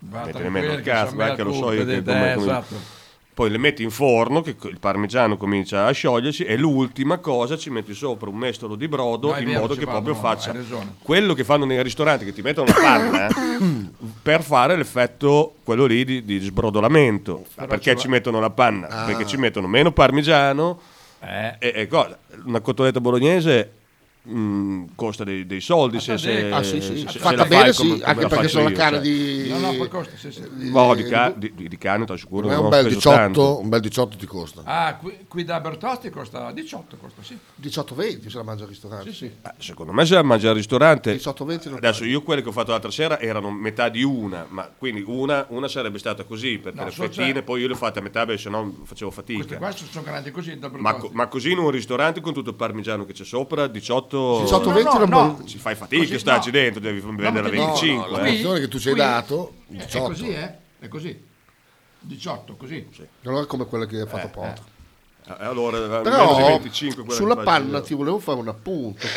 Speaker 4: Va
Speaker 5: metti nemmeno il
Speaker 4: tranquillo, che
Speaker 5: cazzo,
Speaker 4: sono
Speaker 5: vai che lo so io
Speaker 4: vedete,
Speaker 5: che come-
Speaker 4: eh,
Speaker 5: come-
Speaker 4: esatto.
Speaker 5: Poi le metti in forno, che il parmigiano comincia a sciogliersi, e l'ultima cosa ci metti sopra un mestolo di brodo,
Speaker 4: No, è
Speaker 5: in
Speaker 4: vero,
Speaker 5: modo
Speaker 4: ci
Speaker 5: che
Speaker 4: vado,
Speaker 5: proprio
Speaker 4: no,
Speaker 5: faccia
Speaker 4: hai ragione.
Speaker 5: quello che fanno nei ristoranti, che ti mettono la panna per fare l'effetto quello lì di, di sbrodolamento. Ma
Speaker 4: Però
Speaker 5: perché
Speaker 4: ci
Speaker 5: ci
Speaker 4: va-
Speaker 5: mettono la panna?
Speaker 4: Ah.
Speaker 5: Perché ci mettono meno parmigiano
Speaker 4: Eh.
Speaker 5: e, e cosa? Una cotoletta bolognese mh, costa dei, dei soldi se, se,
Speaker 8: Ah, sì, sì.
Speaker 5: se- se
Speaker 8: Fatta
Speaker 5: la
Speaker 8: bene,
Speaker 5: fai
Speaker 8: sì,
Speaker 5: come, come
Speaker 8: anche
Speaker 5: la
Speaker 8: perché
Speaker 5: faccio
Speaker 8: sono la
Speaker 5: io,
Speaker 8: carne
Speaker 5: cioè.
Speaker 8: di...
Speaker 4: No, no, poi costa, sì, sì.
Speaker 5: No, di, ca- di, di, di cane ti assicuro
Speaker 3: Un
Speaker 5: non
Speaker 3: bel
Speaker 5: speso
Speaker 3: diciotto,
Speaker 5: tanto.
Speaker 3: un bel diciotto ti costa.
Speaker 4: Ah, qui, qui da Bertosti costa diciotto, costa, sì.
Speaker 8: diciotto venti se la mangia al ristorante.
Speaker 4: Sì, sì.
Speaker 5: Eh, Secondo me se la mangia al ristorante.
Speaker 8: diciotto venti non
Speaker 5: Adesso io quelle che ho fatto l'altra sera erano metà di una, ma quindi una, una sarebbe stata così perché
Speaker 4: No,
Speaker 5: le
Speaker 4: so
Speaker 5: fettine,
Speaker 4: c'è-
Speaker 5: poi io le ho fatte a metà perché sennò facevo
Speaker 4: Queste
Speaker 5: fatica.
Speaker 4: qua sono grandi così da
Speaker 5: Ma, co- ma così in un ristorante con tutto il parmigiano che c'è sopra, diciotto
Speaker 8: diciotto venti non
Speaker 4: no.
Speaker 5: ci fai fatica
Speaker 4: Così,
Speaker 5: a starci
Speaker 4: no.
Speaker 5: dentro, devi vendere
Speaker 4: ma
Speaker 5: a
Speaker 4: ti dico-
Speaker 5: venticinque.
Speaker 3: no,
Speaker 5: eh.
Speaker 3: la porzione che tu ci hai
Speaker 4: qui-
Speaker 3: dato,
Speaker 4: È
Speaker 3: diciotto.
Speaker 4: così, eh? È così. diciotto, così.
Speaker 8: Allora è come quella che hai fatto Poto.
Speaker 5: Eh, Allora, almeno di
Speaker 8: Però
Speaker 5: venticinque quella
Speaker 8: sulla
Speaker 5: che faccio
Speaker 8: panna
Speaker 5: io.
Speaker 8: ti volevo fare un appunto.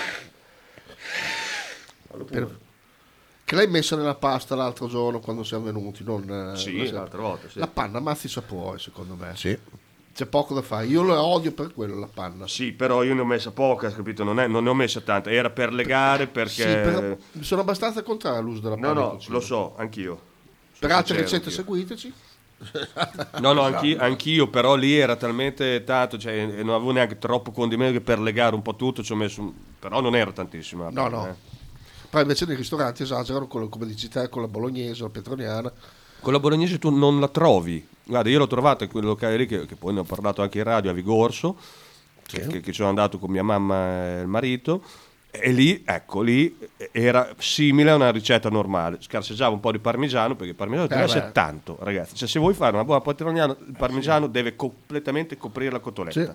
Speaker 8: Per- che l'hai messa nella pasta l'altro giorno quando siamo venuti, non, eh,
Speaker 5: Sì,
Speaker 8: la sera.
Speaker 5: l'altra volta, sì.
Speaker 8: La panna ammazza i sapori, secondo me.
Speaker 3: Sì.
Speaker 8: C'è poco da fare. Io la odio per quello, la panna.
Speaker 5: Sì, però io ne ho messa poca, capito? Non, è- non ne ho messa tanta, era per legare perché...
Speaker 8: Sì, però sono abbastanza contrario all'uso della
Speaker 5: No,
Speaker 8: panna. in
Speaker 5: no,
Speaker 8: cucina.
Speaker 5: lo so, anch'io.
Speaker 8: Per
Speaker 5: Sono
Speaker 8: altre
Speaker 5: sincero,
Speaker 8: ricette
Speaker 5: anch'io.
Speaker 8: seguiteci.
Speaker 5: No, no, anch'io, anch'io, però lì era talmente tanto, cioè e non avevo neanche troppo condimento che per legare un po' tutto ci ho messo, un- però non era tantissimo. la
Speaker 8: No,
Speaker 5: panna,
Speaker 8: no.
Speaker 5: eh.
Speaker 8: Poi invece nei ristoranti esagerano, con, come dici te, con la bolognese, la petroniana.
Speaker 5: Con la bolognese tu non la trovi. Guarda, io l'ho trovata in quel locale lì, che, che poi ne ho parlato anche in radio, a Vigorso, che, che, che ci sono andato con mia mamma e il marito, e lì, ecco, lì era simile a una ricetta normale. Scarseggiava un po' di parmigiano, perché il parmigiano deve
Speaker 8: Eh,
Speaker 5: essere
Speaker 8: beh.
Speaker 5: tanto, ragazzi. Cioè, se vuoi fare una buona petroniana, il parmigiano deve completamente coprire la cotoletta.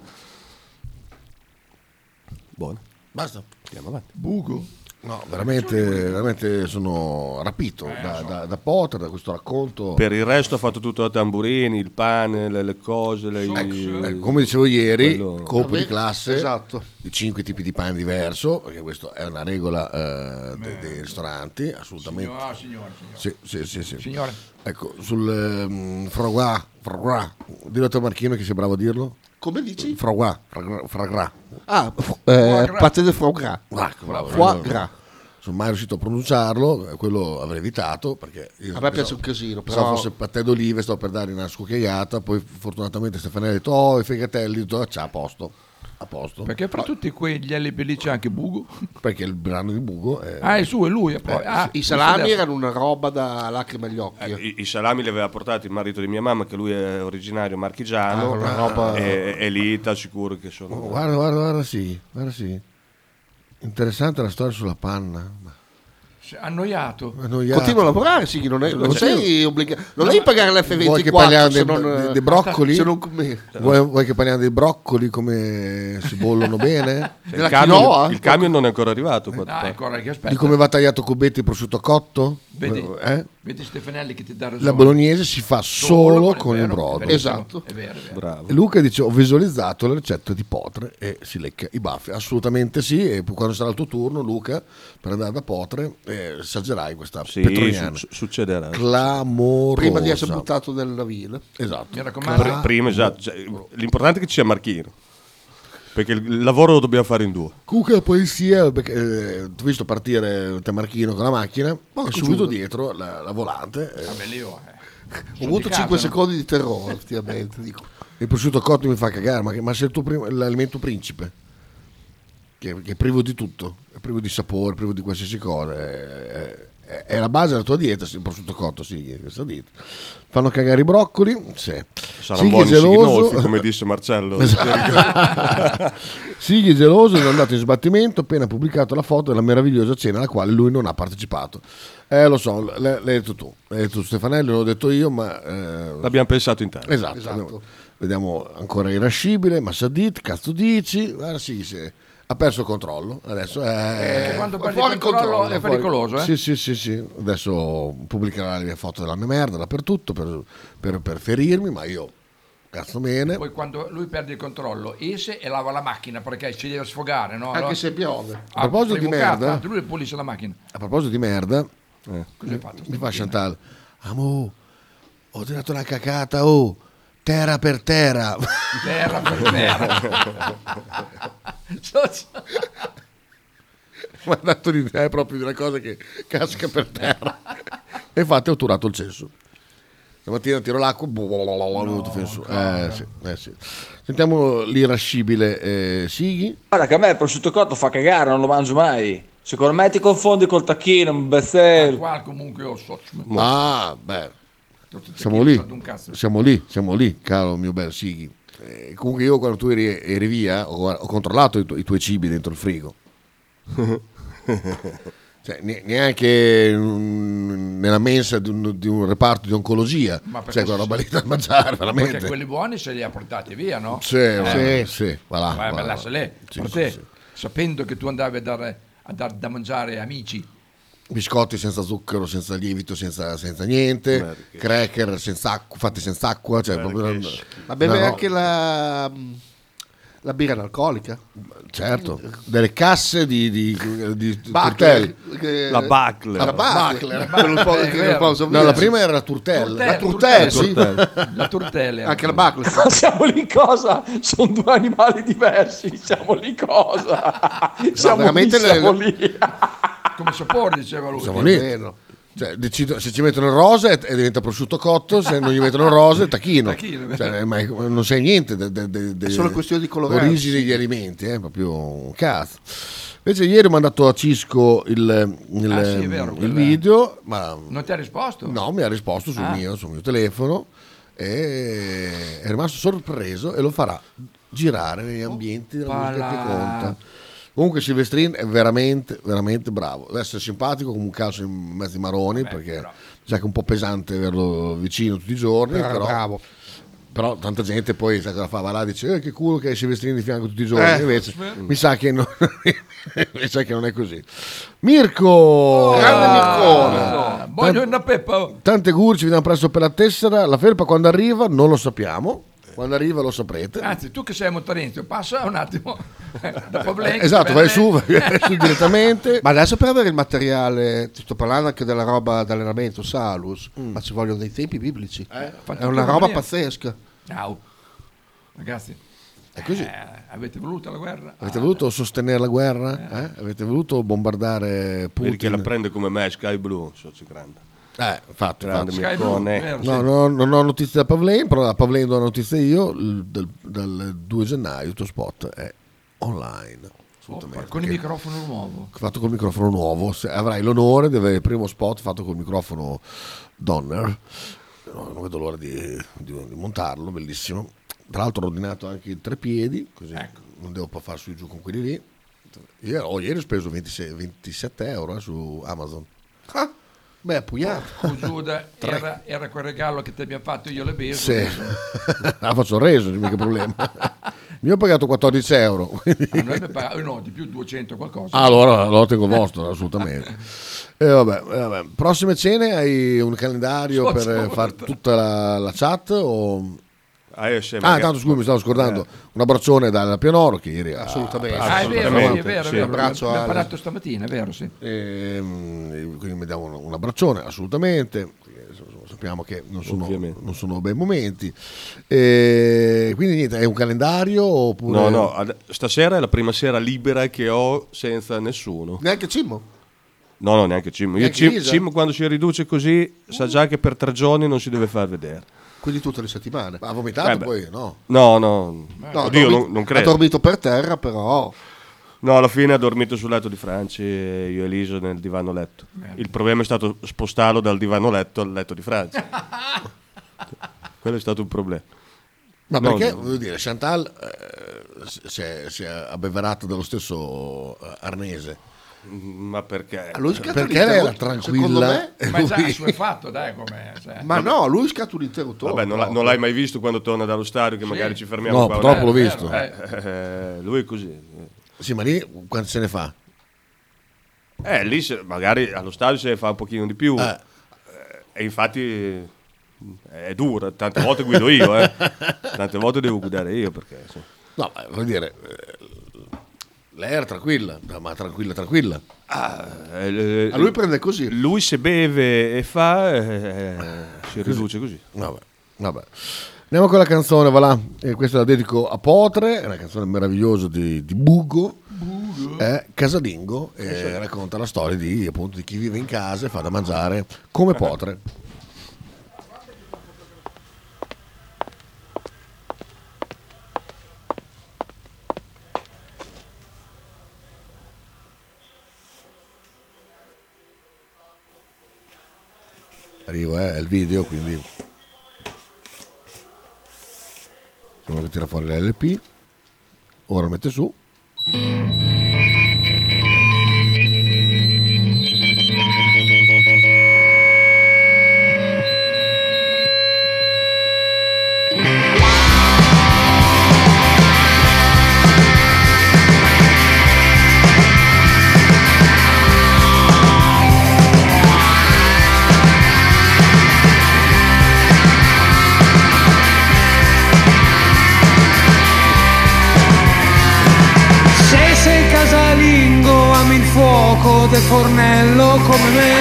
Speaker 5: Buono.
Speaker 3: Basta.
Speaker 5: Andiamo avanti.
Speaker 4: Buco.
Speaker 3: No, veramente, veramente sono rapito da, da, da Potter, da questo racconto.
Speaker 5: Per il resto ha fatto tutto da tamburini, il pane, le, le cose. Le,
Speaker 3: Ecco, come dicevo ieri,
Speaker 5: quello-
Speaker 3: colpo di classe
Speaker 8: Esatto.
Speaker 3: di cinque tipi di pane diverso, perché questa è una regola eh, dei, dei ristoranti, assolutamente.
Speaker 4: Signora, signora, signora.
Speaker 3: Sì, sì, sì, sì.
Speaker 4: Signore.
Speaker 3: Ecco, sul um, frogua, frogua, dillo a te Marchino che sei bravo a dirlo.
Speaker 8: Come dici?
Speaker 3: Frogua, fragra, fragra.
Speaker 8: Ah, f- eh, pâté de foie gras.
Speaker 3: Ah, che bravo.
Speaker 8: Foie gras.
Speaker 3: Sono mai riuscito a pronunciarlo, eh, quello avrei evitato perché io
Speaker 8: A me piace
Speaker 3: pensavo-
Speaker 8: un casino,
Speaker 3: pensavo
Speaker 8: però-
Speaker 3: fosse patè d'olive, sto per dare una scucchiaiata, poi fortunatamente Stefanelli ha detto "Oh, i fegatelli", ho detto "Ah, c'è, a posto". A posto.
Speaker 4: Perché fra tutti quegli L B lì c'è anche Bugo?
Speaker 3: Perché il brano di Bugo è
Speaker 4: Ah, è suo, è lui. e poi-
Speaker 3: Eh,
Speaker 4: ah,
Speaker 8: I salami
Speaker 4: adesso.
Speaker 8: erano una roba da lacrime agli occhi.
Speaker 5: Eh, i, I salami li aveva portati il marito di mia mamma, che lui è originario marchigiano,
Speaker 8: Ah, una roba-
Speaker 5: e, e lì ti assicuro che sono...
Speaker 3: Oh, guarda, guarda, guarda, sì, guarda, sì. Interessante la storia sulla panna.
Speaker 4: Si è Annoiato.
Speaker 3: Annoiato.
Speaker 8: Continua a lavorare, sì, non, è, non
Speaker 3: Cioè,
Speaker 8: sei obbligato. Non devi pagare l'F
Speaker 3: Vuoi che
Speaker 8: ventiquattro
Speaker 3: parliamo
Speaker 8: se
Speaker 3: dei,
Speaker 8: non,
Speaker 3: dei- dei broccoli?
Speaker 8: se non come-
Speaker 3: Vuoi, vuoi che parliamo dei broccoli come si bollono bene?
Speaker 5: Cioè, il, camion, il camion non è ancora arrivato. qua-
Speaker 4: Ah, ancora che aspetta.
Speaker 3: Di come va tagliato cubetti il prosciutto cotto?
Speaker 4: Vedi,
Speaker 3: Eh?
Speaker 4: vedi Stefanelli che ti dà ragione.
Speaker 3: La bolognese si fa solo
Speaker 4: è
Speaker 3: con
Speaker 4: vero,
Speaker 3: il brodo.
Speaker 4: è verissimo,
Speaker 8: Esatto.
Speaker 4: È vero, è vero.
Speaker 5: Bravo.
Speaker 3: E Luca dice: ho visualizzato la ricetta di Potre e si lecca i baffi. Assolutamente sì. E poi quando sarà il tuo turno, Luca, per andare da Potre, eh, assaggerai questa
Speaker 5: Sì,
Speaker 3: petroniana
Speaker 5: su- succederà.
Speaker 3: clamorosa.
Speaker 8: prima di essere buttato nel navile.
Speaker 3: Esatto.
Speaker 4: Mi raccomando.
Speaker 5: Pr- prima, esatto. Cioè, l'importante è che ci sia Marchino. Perché il il lavoro lo dobbiamo fare in due.
Speaker 3: Comunque la poesia, perché eh, ti ho visto partire te Marchino con la macchina e subito
Speaker 8: giuro.
Speaker 3: dietro la, la volante. eh,
Speaker 4: Vabbè, lì io, eh.
Speaker 8: Ho avuto cinque secondi di terrore, effettivamente. Dico.
Speaker 3: il prosciutto cotto mi fa cagare, ma, che- ma se il tuo prim- l'alimento principe, che, che è privo di tutto, è privo di sapore, privo di qualsiasi cosa, è, è- è la base della tua dieta, sì, il prosciutto cotto, sì, questa dieta. Fanno cagare i broccoli, sì.
Speaker 5: Saranno
Speaker 3: Sighi
Speaker 5: buoni
Speaker 3: geloso.
Speaker 5: Sighinolfi, come disse Marcello.
Speaker 3: Sighi geloso è andato in sbattimento appena pubblicato la foto della meravigliosa cena alla quale lui non ha partecipato. Eh, lo so, l'hai, l'hai detto tu, l'hai detto tu Stefanelli, l'ho detto io, ma... eh,
Speaker 5: L'abbiamo pensato in tempo.
Speaker 3: Esatto,
Speaker 8: Esatto.
Speaker 3: Vediamo, vediamo ancora irascibile, Massadit, cazzo dici? Guarda, sì, sì, ha perso il controllo, adesso è...
Speaker 4: Eh, quando
Speaker 8: è
Speaker 4: perdi
Speaker 8: fuori
Speaker 4: il controllo
Speaker 8: controllo,
Speaker 4: è
Speaker 8: fuori-
Speaker 4: pericoloso, eh?
Speaker 3: Sì, sì, sì, sì, adesso pubblicherà le foto della mia merda dappertutto per, per, per ferirmi, ma io cazzo bene.
Speaker 4: Poi quando lui perde il controllo esce e lava la macchina perché ci deve sfogare, no?
Speaker 8: Anche
Speaker 4: Allora-
Speaker 8: se piove.
Speaker 3: A proposito di
Speaker 4: primo capo,
Speaker 3: merda,
Speaker 4: tanto lui pulisce la macchina.
Speaker 3: a proposito di merda,
Speaker 4: Cosa hai fatto?
Speaker 3: mi fa Chantal, Amo, ho tirato una cacata, oh, terra per terra.
Speaker 4: Terra per terra.
Speaker 3: Mi ha dato l'idea proprio di una cosa che casca per terra. E infatti ho turato il cesso. Stamattina tiro l'acqua, no, eh, sì, eh, sì. Sentiamo l'irascibile eh, Sighi.
Speaker 16: Guarda che a me il prosciutto cotto fa cagare, non lo mangio mai. Secondo me ti confondi col tacchino, un bezzello.
Speaker 4: Qua comunque io so.
Speaker 3: Ah, beh, siamo lì, siamo lì, siamo lì, caro mio bel Sighi. Eh, comunque io quando tu eri, eri via ho, ho controllato i, tu, i tuoi cibi dentro il frigo. Cioè, neanche nella mensa di un, di un reparto di oncologia c'è quella roba lì da mangiare, veramente.
Speaker 4: Perché quelli buoni se li ha portati via, no?
Speaker 3: Sì, eh, sì, sì, voilà,
Speaker 4: Vai,
Speaker 3: voilà.
Speaker 4: lascia lì,
Speaker 3: Sì,
Speaker 4: per
Speaker 3: sì,
Speaker 4: te,
Speaker 3: sì.
Speaker 4: sapendo che tu andavi a dare, a dar da mangiare amici.
Speaker 3: Biscotti senza zucchero, senza lievito, senza, senza niente, cracker senza acqua, fatti senza acqua, cioè proprio
Speaker 8: Ma beve
Speaker 3: no, no.
Speaker 8: anche la, la birra analcolica?
Speaker 3: Certo, delle casse di, di, di
Speaker 8: Buckler,
Speaker 3: Turtel.
Speaker 8: che-
Speaker 3: La Buckler.
Speaker 8: Ah, la Buckler.
Speaker 3: Buckler.
Speaker 8: Quello un po' che- che un po'
Speaker 3: No, la prima era la Turtel.
Speaker 8: La Turtel, sì.
Speaker 4: La Turtel.
Speaker 8: Anche la Buckler.
Speaker 16: Ma siamo lì cosa? Sono due animali diversi, siamo lì cosa? Siamo
Speaker 3: veramente
Speaker 16: lì, siamo
Speaker 3: le-
Speaker 16: lì.
Speaker 4: Come sapore, diceva lui.
Speaker 3: Siamo lì. Cioè, decido- se ci mettono il rosa e e diventa prosciutto cotto, se non gli mettono il rosa è tacchino.
Speaker 4: Tacchino,
Speaker 3: Cioè, ma è- non sai niente de, de, de, de-
Speaker 8: È solo questione di colorarsi.
Speaker 3: origini degli alimenti, è proprio un cazzo. Invece ieri ho mandato a Cisco il, il,
Speaker 4: Ah, sì, è vero,
Speaker 3: il
Speaker 4: quella-
Speaker 3: video, ma
Speaker 4: Non ti ha risposto?
Speaker 3: no, mi ha risposto sul,
Speaker 4: Ah.
Speaker 3: mio, sul mio telefono e è rimasto sorpreso e lo farà girare negli ambienti della musica che conta. Comunque Silvestrin è veramente, veramente bravo. Deve essere simpatico come un calcio in mezzo ai maroni, perché sa che è un po' pesante averlo vicino tutti i giorni,
Speaker 8: Però è
Speaker 3: però,
Speaker 8: bravo.
Speaker 3: però tanta gente poi sa cosa fa, va là e dice eh, che culo che hai Silvestrin di fianco tutti i giorni,
Speaker 8: Eh.
Speaker 3: invece
Speaker 8: Mm.
Speaker 3: mi sa che non, mi sa che non è così. Mirko!
Speaker 8: Grande Mircone.
Speaker 4: Ah, voglio una peppa.
Speaker 3: Tante auguri, ci vediamo presto per la tessera. La felpa quando arriva non lo sappiamo. Quando arriva lo saprete.
Speaker 4: Anzi, tu che sei montarense, passa un attimo da Pavlenka.
Speaker 3: Esatto, vai su, vai su direttamente.
Speaker 8: Ma adesso per avere il materiale, ti sto parlando anche della roba d'allenamento Salus, ma ci vogliono dei tempi biblici.
Speaker 4: Eh, fatti
Speaker 8: È una
Speaker 4: tutto
Speaker 8: roba
Speaker 4: venire.
Speaker 8: pazzesca.
Speaker 4: Ciao. Ragazzi,
Speaker 3: è così.
Speaker 4: Eh, avete voluto la guerra?
Speaker 3: Avete voluto sostenere la guerra? Eh? Avete voluto bombardare Putin?
Speaker 5: Vedi che la prende come me, Sky Blue, socio grande.
Speaker 3: Eh, infatti,
Speaker 5: Grande
Speaker 3: infatti.
Speaker 5: Mircone.
Speaker 3: No, no, non ho notizie da Pavlen, però da Pavlen do notizie io. il- Dal, dal due gennaio il tuo spot è online. Assolutamente.
Speaker 4: Con il
Speaker 3: Perché-
Speaker 4: microfono nuovo.
Speaker 3: fatto col microfono nuovo. Se- avrai l'onore di avere il primo spot fatto col microfono Donner. No, non vedo l'ora di, di- di montarlo, bellissimo. Tra l'altro ho ordinato anche i tre piedi, così non devo poi fare su e giù con quelli lì. Io, oh, ieri ho speso ventisei ventisette euro eh, su Amazon.
Speaker 8: Ah, beh, pugnato.
Speaker 4: Oh, Giuda, era, era quel regalo che ti abbiamo fatto io le beso.
Speaker 3: Sì. Ah, faccio il reso, non c'è mica problema. Io ho pagato quattordici euro. quindi-
Speaker 4: Ah, noi abbiamo pagato- no, di più duecento qualcosa.
Speaker 3: Ah, allora, allora tengo il vostro, assolutamente. E vabbè, eh, vabbè. Prossime cene hai un calendario per eh, fare tutta la, la chat? O...
Speaker 5: Ah, io sì,
Speaker 3: Ah,
Speaker 5: magari-
Speaker 3: tanto scusi, mi stavo scordando. Un abbraccione dalla Pianoro che ieri ha-
Speaker 8: Assolutamente.
Speaker 4: Ah, è vero,
Speaker 3: assolutamente,
Speaker 4: è vero, è
Speaker 3: sì.
Speaker 4: vero.
Speaker 8: Un abbraccio
Speaker 4: Abbiamo
Speaker 8: Ale.
Speaker 4: parlato stamattina, è vero, sì.
Speaker 3: Ehm, quindi mi diamo un, un abbraccione, assolutamente. perché, insomma, sappiamo che non sono, non sono bei momenti. E quindi niente, è un calendario oppure...
Speaker 5: No, no, ad- stasera è la prima sera libera che ho senza nessuno.
Speaker 8: Neanche Cimmo?
Speaker 5: No, no, neanche Cim. Io
Speaker 8: Neanche
Speaker 5: Cim,
Speaker 8: Lisa?
Speaker 5: Cim quando si riduce così sa già che per tre giorni non si deve far vedere.
Speaker 8: Quindi tutte le settimane.
Speaker 3: Ma ha vomitato
Speaker 5: Eh beh.
Speaker 3: poi? No.
Speaker 5: No, no.
Speaker 8: No, ha
Speaker 5: Oddio,
Speaker 8: dormito-
Speaker 5: non, non
Speaker 8: ha
Speaker 5: credo.
Speaker 8: dormito per terra, però.
Speaker 5: No, alla fine ha dormito sul letto di Franci e io e Elisa nel divano letto. Il problema è stato spostarlo dal divano letto al letto di Franci. Quello è stato un problema.
Speaker 3: Ma
Speaker 5: No,
Speaker 3: perché,
Speaker 5: no.
Speaker 3: voglio dire, Chantal eh, si, è, si è abbeverata dallo stesso eh, arnese.
Speaker 5: Ma perché?
Speaker 8: A lui scatta
Speaker 3: Perché
Speaker 8: l'intero-
Speaker 3: lei era
Speaker 8: secondo
Speaker 3: tranquilla.
Speaker 8: me-
Speaker 3: e
Speaker 4: Ma già
Speaker 3: lui-
Speaker 4: assuefatto, dai, com'è. Cioè.
Speaker 8: Ma no, lui scatta un intero tono.
Speaker 5: Vabbè, non, l'ha- non l'hai mai visto quando torna dallo stadio che magari ci fermiamo
Speaker 3: No,
Speaker 5: qua.
Speaker 3: purtroppo l'ho
Speaker 5: Eh,
Speaker 3: visto.
Speaker 5: eh, eh, lui è così.
Speaker 3: Sì, ma lì quanto se ne fa?
Speaker 5: Eh, lì se- magari allo stadio se ne fa un pochino di più.
Speaker 3: Eh.
Speaker 5: Eh, E infatti eh, è dura, tante volte guido io, eh. Tante volte devo guidare io perché... sì.
Speaker 3: No, ma voglio dire, eh, Lei era tranquilla, ma tranquilla, tranquilla.
Speaker 5: Ah, eh,
Speaker 3: A lui prende così.
Speaker 5: Lui se beve e fa, eh, si riduce così.
Speaker 3: Vabbè, vabbè. Andiamo con la canzone, va là. E questa la dedico a Potre, è una canzone meravigliosa di, di Bugo, è casalingo, e racconta la storia di, appunto, di chi vive in casa e fa da mangiare come Potre. Arrivo, eh, è il video, quindi sono che tira fuori l'L P, ora mette su.
Speaker 14: Del fornello come me,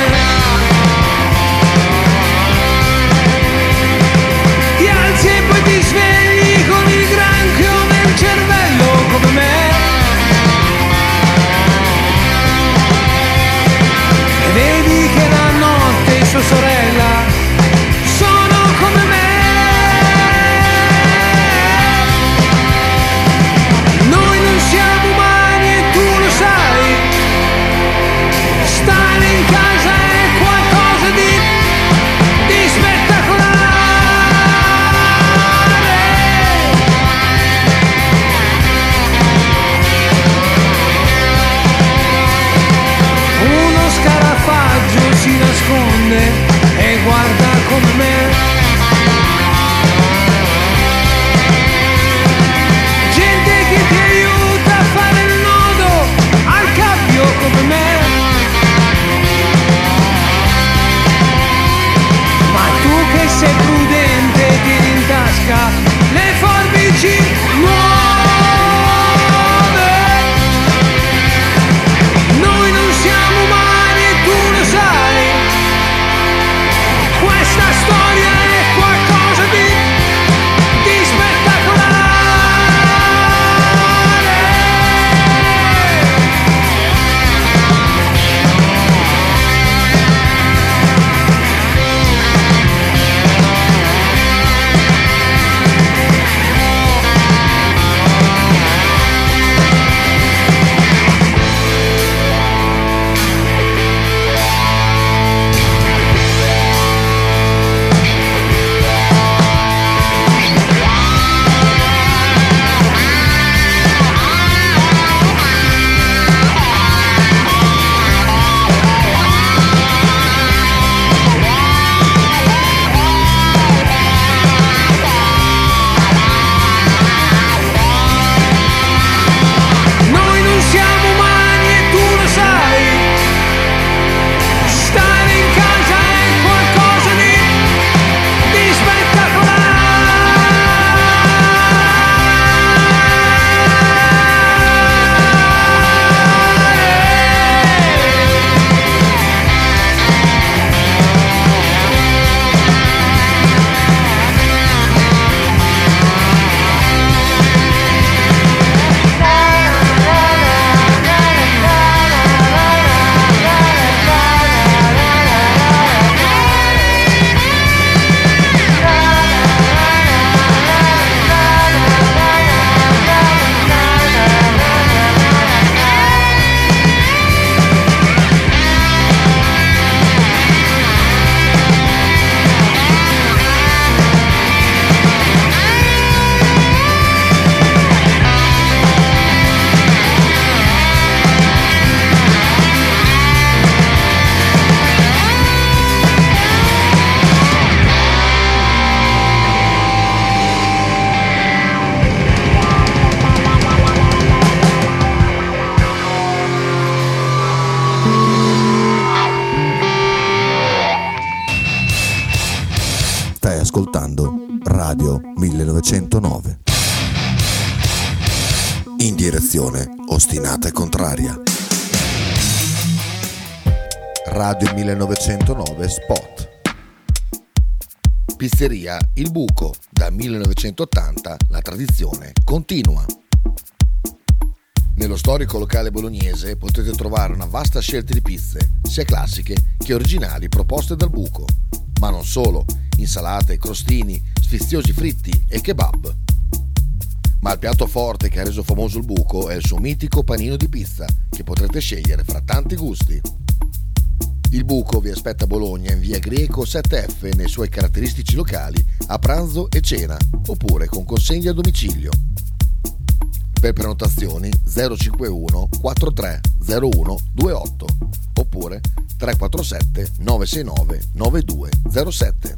Speaker 14: ti alzi e poi ti svegli con il granchio nel cervello come me, e vedi che la notte e sua sorella sono come me. Noi non siamo umani e tu lo sai. Stare in casa è qualcosa di, di spettacolare. Uno scarafaggio si nasconde e guarda come me. Gente che ti aiuta a fare il nodo al cappio come me. Che sei prudente, tieni in tasca le forbici nuove. Noi non siamo umani e tu lo sai. Questa storia è qualcosa di, di spettacolare.
Speaker 1: ascoltando Radio millenovecentonove. in direzione ostinata e contraria. Radio millenovecentonove Spot. Pizzeria Il Buco, dal millenovecentottanta la tradizione continua. Nello storico locale bolognese potete trovare una vasta scelta di pizze, sia classiche che originali proposte dal Buco, ma non solo, insalate, crostini, sfiziosi fritti e kebab. Ma il piatto forte che ha reso famoso il Buco è il suo mitico panino di pizza, che potrete scegliere fra tanti gusti. Il Buco vi aspetta a Bologna in via Greco sette F nei suoi caratteristici locali a pranzo e cena, oppure con consegna a domicilio. Per prenotazioni zero cinquantuno quarantatré zero uno ventotto oppure tre quattro sette nove sei nove nove due zero sette.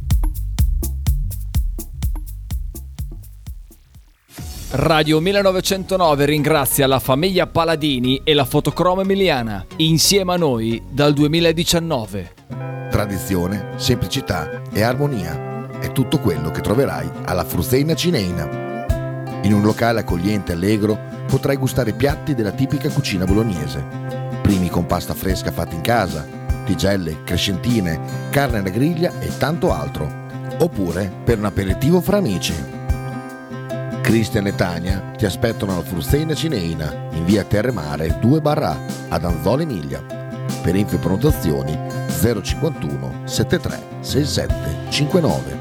Speaker 13: Radio millenovecentonove ringrazia la famiglia Paladini e la Fotocromo Emiliana, insieme a noi dal duemiladiciannove.
Speaker 1: Tradizione, semplicità e armonia è tutto quello che troverai alla Fruzeina Cineina. In un locale accogliente e allegro potrai gustare piatti della tipica cucina bolognese. Primi con pasta fresca fatta in casa, tigelle, crescentine, carne alla griglia e tanto altro. Oppure per un aperitivo fra amici. Cristian e Tania ti aspettano alla Fruzeina Cineina in via Terremare due A ad Anzola Emilia. Per info e prenotazioni zero cinquantuno settantatré sessantasette cinquantanove.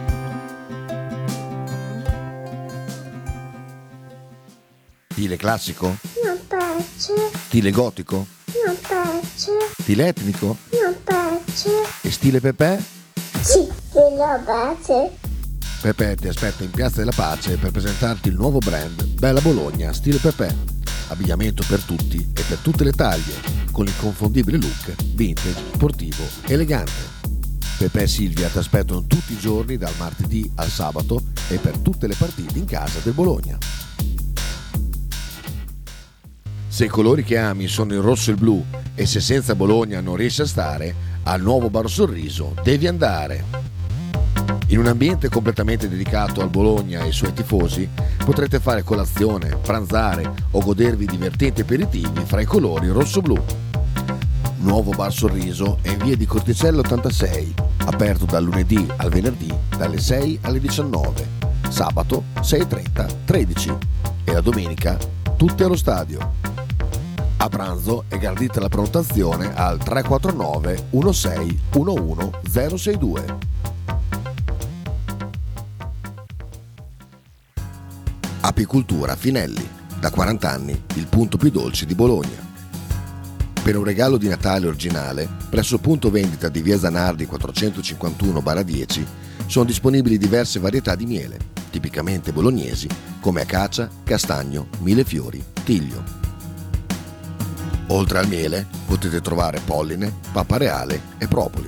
Speaker 1: Stile classico?
Speaker 15: Non piace.
Speaker 1: Stile gotico?
Speaker 15: Non piace.
Speaker 1: Stile etnico?
Speaker 15: Non piace.
Speaker 1: E stile Pepe?
Speaker 15: Sì, e lo piace.
Speaker 1: Pepe ti aspetta in Piazza della Pace per presentarti il nuovo brand Bella Bologna Stile Pepe. Abbigliamento per tutti e per tutte le taglie, con l'inconfondibile look vintage, sportivo, elegante. Pepe e Silvia ti aspettano tutti i giorni dal martedì al sabato e per tutte le partite in casa del Bologna. Se i colori che ami sono il rosso e il blu e se senza Bologna non riesci a stare, al nuovo Bar Sorriso devi andare. In un ambiente completamente dedicato al Bologna e ai suoi tifosi, potrete fare colazione, pranzare o godervi divertenti aperitivi fra i colori rosso-blu. Nuovo Bar Sorriso è in via di Corticello ottantasei, aperto dal lunedì al venerdì dalle sei alle diciannove, sabato sei e trenta tredici e la domenica tutti allo stadio. A pranzo è gradita la prenotazione al tre quattro nove uno sei uno uno zero sei due. Apicoltura Finelli, da quaranta anni il punto più dolce di Bologna. Per un regalo di Natale originale, presso il punto vendita di via Zanardi quattrocentocinquantuno dieci sono disponibili diverse varietà di miele, tipicamente bolognesi, come acacia, castagno, millefiori, tiglio. Oltre al miele potete trovare polline, pappa reale e propoli.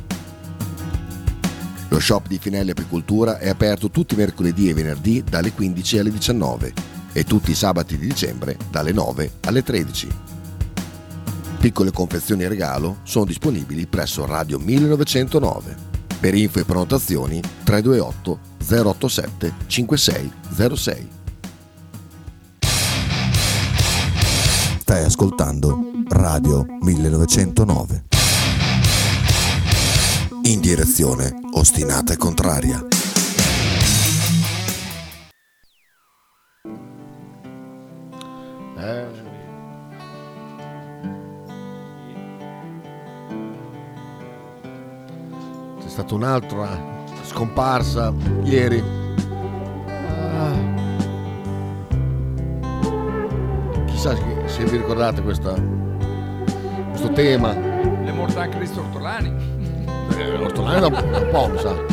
Speaker 1: Lo shop di Finelli Apicoltura è aperto tutti i mercoledì e venerdì dalle quindici alle diciannove e tutti i sabati di dicembre dalle nove alle tredici. Piccole confezioni e regalo sono disponibili presso Radio millenovecentonove. Per info e prenotazioni tre due otto zero otto sette cinque sei zero sei. Stai ascoltando Radio millenovecentonove. In direzione ostinata e contraria.
Speaker 3: Eh. C'è stata un'altra scomparsa ieri. Ah. Chissà se vi ricordate questa, questo tema.
Speaker 4: Le è morto anche Cristo Ortolani.
Speaker 3: L'Ortolani da un po', mi sa.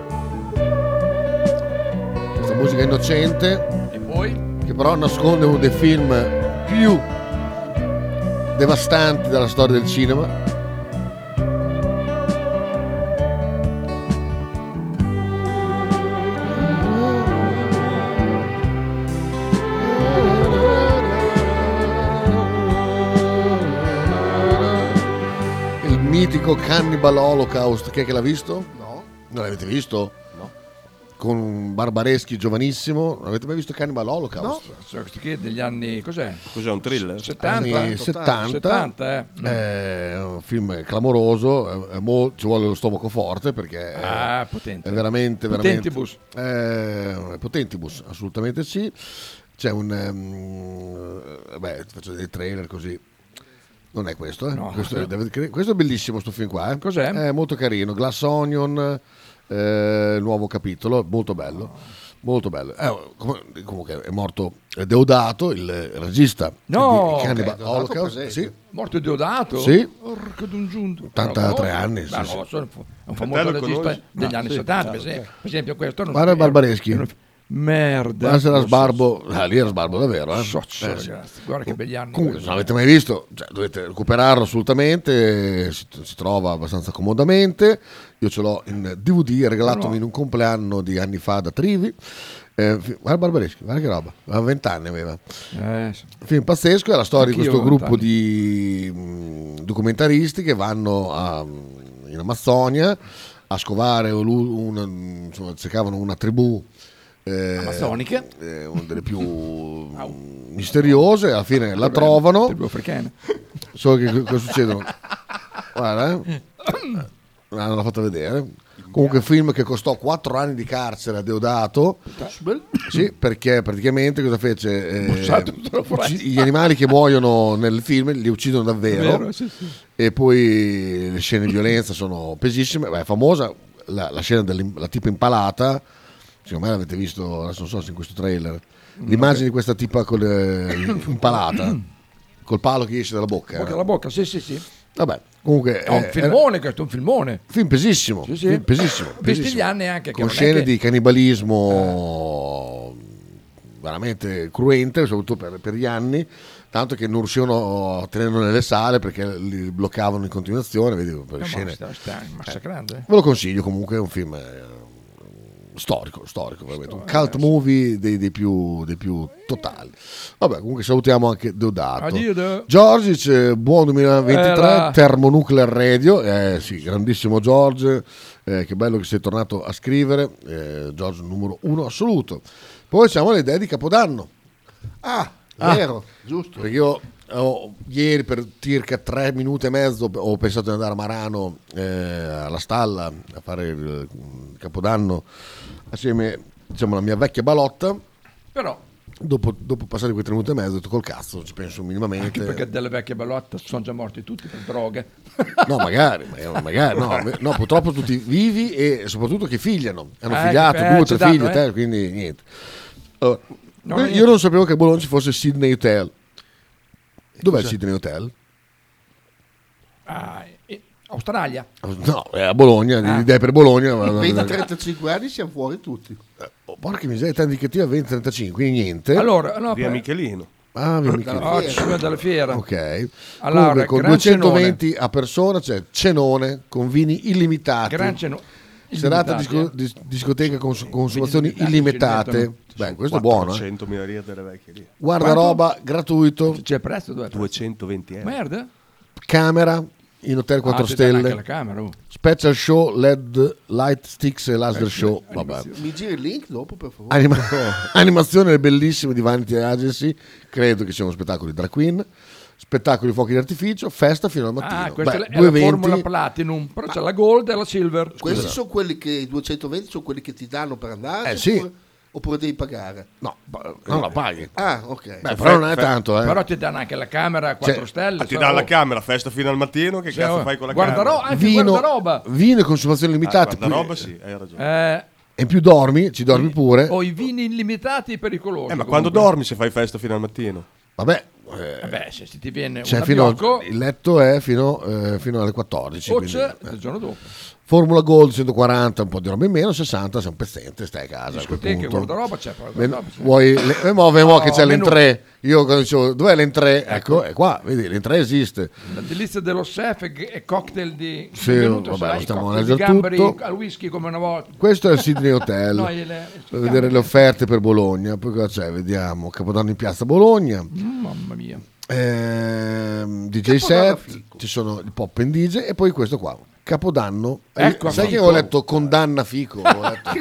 Speaker 3: Questa musica innocente.
Speaker 4: E poi?
Speaker 3: Che però nasconde uno dei film più devastanti della storia del cinema. Il mitico Cannibal Holocaust. Chi è che l'ha visto?
Speaker 8: No.
Speaker 3: Non l'avete visto?
Speaker 8: No.
Speaker 3: con Barbareschi giovanissimo. Non avete mai visto Cannibal Holocaust?
Speaker 4: No. Che degli anni, cos'è?
Speaker 5: Cos'è, un thriller?
Speaker 4: settanta,
Speaker 3: Anni settanta,
Speaker 4: settanta, eh.
Speaker 3: È un film clamoroso, è mo- ci vuole lo stomaco forte perché
Speaker 4: Ah,
Speaker 3: è,
Speaker 4: potente.
Speaker 3: è veramente, veramente
Speaker 4: Potentibus.
Speaker 3: È, potentibus, assolutamente sì. C'è un um, beh, faccio dei trailer così. Non è questo, eh?
Speaker 4: No,
Speaker 3: questo,
Speaker 4: no.
Speaker 3: è, deve- questo è bellissimo sto film qua, eh?
Speaker 4: Cos'è?
Speaker 3: È molto carino, Glass Onion, eh, nuovo capitolo, molto bello, molto bello. Eh, com- comunque è morto Deodato, il regista
Speaker 4: No,
Speaker 3: di Cannibal
Speaker 4: ok,
Speaker 3: Holocaust,
Speaker 4: Deodato
Speaker 3: sì.
Speaker 4: Morto Deodato?
Speaker 3: Sì.
Speaker 4: Porca d'un giunto.
Speaker 3: ottantatré
Speaker 4: No,
Speaker 3: anni,
Speaker 4: beh,
Speaker 3: sì,
Speaker 4: no,
Speaker 3: sì.
Speaker 4: sono- è un famoso
Speaker 3: Fratello
Speaker 4: regista
Speaker 3: conosci?
Speaker 4: degli
Speaker 3: Ah,
Speaker 4: anni
Speaker 3: sì,
Speaker 4: settanta, per
Speaker 3: certo,
Speaker 4: esempio. Per esempio questo non
Speaker 3: Guarda Barbareschi.
Speaker 4: non- Merda.
Speaker 3: Guarda se era
Speaker 4: Non so-
Speaker 3: sbarbo, ah, lì era sbarbo davvero, eh?
Speaker 4: Sozzo,
Speaker 3: Eh, sì.
Speaker 4: ragazzi, guarda che begli anni.
Speaker 3: Comunque, se non l'avete mai visto, cioè, dovete recuperarlo assolutamente. Si, si trova abbastanza comodamente. Io ce l'ho in D V D, regalatomi
Speaker 4: No, no.
Speaker 3: in un compleanno di anni fa da Trivi. Eh, fi- guarda Barbareschi, guarda che roba, aveva vent'anni aveva.
Speaker 4: Eh, sì.
Speaker 3: Film pazzesco, è la storia di
Speaker 4: Anch'io
Speaker 3: questo
Speaker 4: avevo
Speaker 3: gruppo di mh, documentaristi che vanno a- in Amazzonia a scovare un, un- insomma, cercavano una tribù eh,
Speaker 4: Amazzoniche.
Speaker 3: eh, una delle più mh, misteriose, alla fine la trovano.
Speaker 4: Tribù africane.
Speaker 3: Solo che cosa succede? Guarda, eh. Ah, non l'ho fatto vedere. Comunque film che costò quattro anni di carcere a Deodato. Sì, perché praticamente cosa fece? Eh,
Speaker 4: Bussato tutto fuori.
Speaker 3: ucci- gli animali che muoiono nel film li uccidono davvero.
Speaker 4: Vero, sì, sì.
Speaker 3: E poi le scene di violenza sono pesissime. Beh, è famosa la, la scena della tipa impalata. Secondo me l'avete visto, adesso non so se in questo trailer. L'immagine di questa tipa con le- impalata col palo che esce dalla bocca.
Speaker 4: Bocca
Speaker 3: eh.
Speaker 4: alla bocca, sì, sì, sì.
Speaker 3: Vabbè, comunque
Speaker 4: È un
Speaker 3: eh,
Speaker 4: filmone, questo è un filmone.
Speaker 3: film pesissimo,
Speaker 4: Sì, sì.
Speaker 3: film pesissimo,
Speaker 4: Visti
Speaker 3: pesissimo.
Speaker 4: gli anni anche, che
Speaker 3: con
Speaker 4: non è
Speaker 3: scene
Speaker 4: che-
Speaker 3: di cannibalismo veramente cruente, soprattutto per, per gli anni, tanto che non riuscivano a tenerlo nelle sale perché li bloccavano in continuazione. Vedi, per
Speaker 4: No,
Speaker 3: scene.
Speaker 4: ma sta, sta massacrando. eh.
Speaker 3: Ve lo consiglio comunque, è un film eh, storico, storico, veramente, un cult movie dei, dei più, dei più totali. Vabbè, comunque salutiamo anche Deodato.
Speaker 4: Addio, De-
Speaker 3: Giorgic, eh, buon duemilaventitré,
Speaker 4: Eh, là.
Speaker 3: Termonuclear Radio, eh, sì, grandissimo George, eh, che bello che sei tornato a scrivere, eh, George numero uno assoluto. Poi siamo alle idee di Capodanno.
Speaker 8: Ah,
Speaker 3: Ah.
Speaker 8: vero, giusto.
Speaker 3: Perché io ho- ieri per circa tre minuti e mezzo ho pensato di andare a Marano eh, alla stalla a fare il Capodanno assieme, diciamo, alla mia vecchia balotta.
Speaker 4: Però,
Speaker 3: Dopo, dopo passare quei tre minuti e mezzo ho detto col cazzo, ci penso minimamente.
Speaker 4: anche perché delle vecchie ballotte sono già morti tutti per droghe.
Speaker 3: No, magari, ma- magari no, no, purtroppo tutti vivi e soprattutto che figliano. Hanno
Speaker 4: Eh,
Speaker 3: figliato,
Speaker 4: che-
Speaker 3: due o
Speaker 4: eh,
Speaker 3: tre
Speaker 4: ci danno,
Speaker 3: figlie,
Speaker 4: eh.
Speaker 3: te, quindi niente. Allora,
Speaker 4: No,
Speaker 3: io
Speaker 4: niente.
Speaker 3: non sapevo che a Bologna ci fosse Sydney Hotel. Dov'è il
Speaker 8: Cos'è?
Speaker 3: Sydney Hotel?
Speaker 4: Ah, e- Australia.
Speaker 3: No, è a Bologna,
Speaker 4: Ah.
Speaker 3: l'idea per Bologna. ma-
Speaker 8: venti trentacinque anni siamo fuori tutti.
Speaker 3: Oh, porca miseria, età indicativa venti trentacinque, quindi niente.
Speaker 4: Allora, no,
Speaker 5: Via
Speaker 4: poi-
Speaker 5: Michelino.
Speaker 3: Ah, via Michelino.
Speaker 4: Oh, ci sono delle fiere.
Speaker 3: Ok.
Speaker 4: Allora,
Speaker 3: Comunque, con
Speaker 4: gran
Speaker 3: duecentoventi a persona c'è cenone con vini illimitati.
Speaker 4: Gran cenone.
Speaker 3: Serata
Speaker 4: Illimitati,
Speaker 3: disco- dis- discoteca con su- consumazioni
Speaker 4: illimitati,
Speaker 3: illimitate.
Speaker 4: ci mettono-
Speaker 3: Beh, questo è buono. Eh?
Speaker 5: quattrocentomila lire delle vecchie lì.
Speaker 3: Guardaroba gratuito,
Speaker 4: C'è prezzo? Dov'è?
Speaker 5: duecentoventi euro.
Speaker 4: Merda.
Speaker 3: camera in hotel quattro
Speaker 4: Ah, ci danno
Speaker 3: stelle.
Speaker 4: anche la camera, oh.
Speaker 3: Special show L E D, light sticks e laser
Speaker 4: Eh, sì,
Speaker 3: show. Vabbè.
Speaker 4: animazione.
Speaker 8: Mi giri il link dopo, per favore.
Speaker 3: Anima- animazione bellissima di Vanity Agency. Credo che sia uno spettacolo di drag queen. Spettacoli di fuochi d'artificio, festa fino al mattino.
Speaker 4: Ah, questa
Speaker 3: Beh,
Speaker 4: è la
Speaker 3: due eventi.
Speaker 4: formula platinum, però c'è la gold e la silver.
Speaker 8: Questi
Speaker 4: Scusa.
Speaker 8: sono quelli che i duecentoventi sono quelli che ti danno per andare?
Speaker 3: Eh, sì.
Speaker 8: Oppure, oppure devi pagare?
Speaker 3: No, non la paghi.
Speaker 8: Ah, ok.
Speaker 3: Beh, però non è tanto, eh.
Speaker 4: Però ti danno anche la camera a quattro
Speaker 3: Cioè,
Speaker 4: stelle.
Speaker 5: Ah, ti
Speaker 4: so-
Speaker 5: dà la camera, festa fino al mattino, che
Speaker 4: Sì,
Speaker 5: cazzo
Speaker 4: oh.
Speaker 5: fai con la
Speaker 4: Guardarò-
Speaker 5: camera?
Speaker 4: anche
Speaker 3: Vino,
Speaker 4: guardaroba.
Speaker 3: vino e consumazioni limitate.
Speaker 5: Ah, guardaroba sì, hai ragione.
Speaker 4: Eh,
Speaker 3: E in più dormi, ci dormi pure.
Speaker 4: o i vini illimitati pericolosi.
Speaker 5: Eh, ma quando
Speaker 4: comunque.
Speaker 5: dormi se fai festa fino al mattino?
Speaker 3: Vabbè, eh,
Speaker 4: Vabbè, se ti viene
Speaker 3: cioè
Speaker 4: un
Speaker 3: fino
Speaker 4: abbiocco,
Speaker 3: il letto è fino, eh, fino alle quattordici.
Speaker 4: o
Speaker 3: quindi,
Speaker 4: c'è
Speaker 3: eh.
Speaker 4: il giorno dopo.
Speaker 3: Formula Gold centoquaranta, un po' di roba in meno, sessanta sei un pezzente, stai a casa. a quel
Speaker 4: Discoteche,
Speaker 3: punto.
Speaker 4: guardaroba c'è. poi
Speaker 3: Ven-
Speaker 4: guardaroba c'è.
Speaker 3: vuoi le, eh, mo, mo
Speaker 4: No,
Speaker 3: che c'è
Speaker 4: menù.
Speaker 3: l'entrée. Io quando dicevo dov'è l'entrée? Ecco, è qua, vedi, l'entrée esiste.
Speaker 4: La delizia dello chef e, e cocktail di
Speaker 3: Sì,
Speaker 4: benvenuto,
Speaker 3: vabbè,
Speaker 4: sarà
Speaker 3: lo
Speaker 4: i
Speaker 3: stiamo a
Speaker 4: cocktail
Speaker 3: leggere
Speaker 4: di gamberi
Speaker 3: tutto.
Speaker 4: al whisky come una volta.
Speaker 3: Questo è il Sydney Hotel.
Speaker 4: No, il- il-
Speaker 3: per vedere le offerte per Bologna. Poi cosa c'è? Vediamo. Capodanno in piazza Bologna.
Speaker 4: Mm, mamma mia.
Speaker 3: Ehm, D J
Speaker 8: Capodanno
Speaker 3: set,
Speaker 8: fico.
Speaker 3: ci sono il pop and D J e poi questo qua. Capodanno. Eh,
Speaker 4: Ecco,
Speaker 3: sai che
Speaker 4: fico.
Speaker 3: ho letto condanna fico? Ho letto.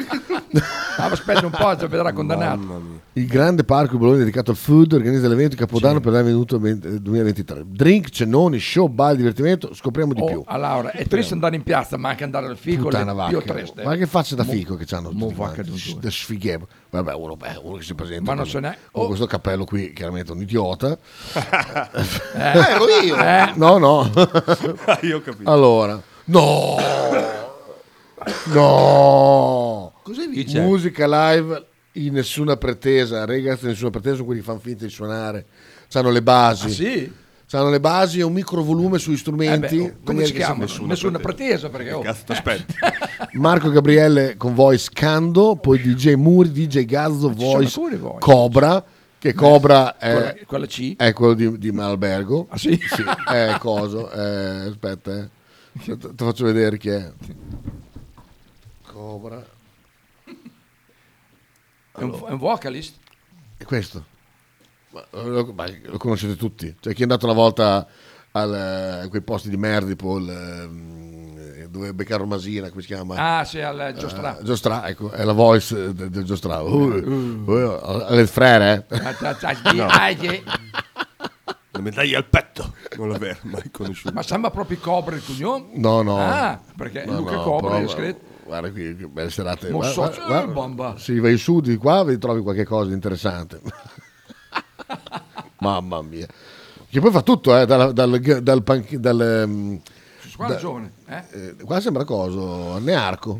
Speaker 4: Ah, aspetta un po', già vedrà condannato.
Speaker 3: Il grande parco di Bologna dedicato al food organizza l'evento di Capodanno
Speaker 4: Sì.
Speaker 3: per l'anno venuto duemilaventitré. Drink, cenoni, show, bal, divertimento, scopriamo di
Speaker 4: Oh,
Speaker 3: più.
Speaker 4: a Laura, è triste andare in piazza, ma anche andare al fico
Speaker 3: Puttana
Speaker 4: è più
Speaker 3: vacca.
Speaker 4: triste.
Speaker 3: Ma che faccia da
Speaker 4: Mo-
Speaker 3: fico che c'hanno
Speaker 4: mo
Speaker 3: tutti
Speaker 4: vacca
Speaker 3: quanti,
Speaker 4: d'odore.
Speaker 3: da sfighe. Vabbè, uno, beh, uno che si presenta
Speaker 4: Ma non
Speaker 3: con,
Speaker 4: se n'è-
Speaker 3: con
Speaker 4: oh.
Speaker 3: questo cappello qui, chiaramente un idiota.
Speaker 8: Eh, ero io.
Speaker 4: Eh.
Speaker 3: No, no.
Speaker 5: Io ho capito.
Speaker 3: Allora, no, no.
Speaker 8: Cos'hai
Speaker 5: Chi
Speaker 8: visto?
Speaker 5: c'è?
Speaker 3: Musica live in nessuna pretesa, ragazzi, nessuna pretesa, sono quelli che fanno finta di suonare. C'hanno le basi.
Speaker 4: Ah, sì?
Speaker 3: C'hanno le basi e un microvolume sugli strumenti.
Speaker 4: Eh beh, come
Speaker 3: maniera
Speaker 4: si
Speaker 3: che
Speaker 4: chiama?
Speaker 3: nessuna
Speaker 4: Nessuna pretesa, perché oh.
Speaker 5: Cazzo, aspetta.
Speaker 3: Marco Gabriele con Voice Cando, poi D J Muri, D J Gazzo,
Speaker 4: ci sono
Speaker 3: Voice
Speaker 4: pure Voice.
Speaker 3: Cobra, che Cobra è,
Speaker 4: Quella, quella C?
Speaker 3: è quello di, di Malbergo.
Speaker 4: Ah, sì?
Speaker 3: Sì, è coso, eh, aspetta, eh. Te, te faccio vedere chi è. Cobra.
Speaker 4: È un, è un vocalist?
Speaker 3: È questo. Ma, lo, ma lo conoscete tutti. Cioè, chi è andato una volta al, eh, a quei posti di Merdipol, eh, dove beccare Masina, come si chiama?
Speaker 4: Ah, sì, al Giostra.
Speaker 3: Eh, Giostra, ecco, è la voice del, del Giostra. Uh, uh, uh, del frere, eh?
Speaker 5: No.
Speaker 4: Ah, sì.
Speaker 5: La medaglia al petto. Non l'avevo mai conosciuto.
Speaker 4: Ma sembra proprio Cobra il cognome?
Speaker 3: No, no.
Speaker 4: Ah, perché
Speaker 3: No,
Speaker 4: Luca
Speaker 3: no,
Speaker 4: Cobra
Speaker 3: però-
Speaker 4: è scritto.
Speaker 3: Guarda qui, che belle serate.
Speaker 4: Mo
Speaker 3: Guarda,
Speaker 4: so-
Speaker 3: guarda, guarda.
Speaker 4: bomba.
Speaker 3: Sì, vai su di qua e trovi qualche cosa di interessante. Mamma mia. Che poi fa tutto, eh, dal, dal, dal, panch- dal, ehm,
Speaker 4: Guarda
Speaker 3: da-
Speaker 4: giovane, eh?
Speaker 3: eh, qua sembra coso, nearco.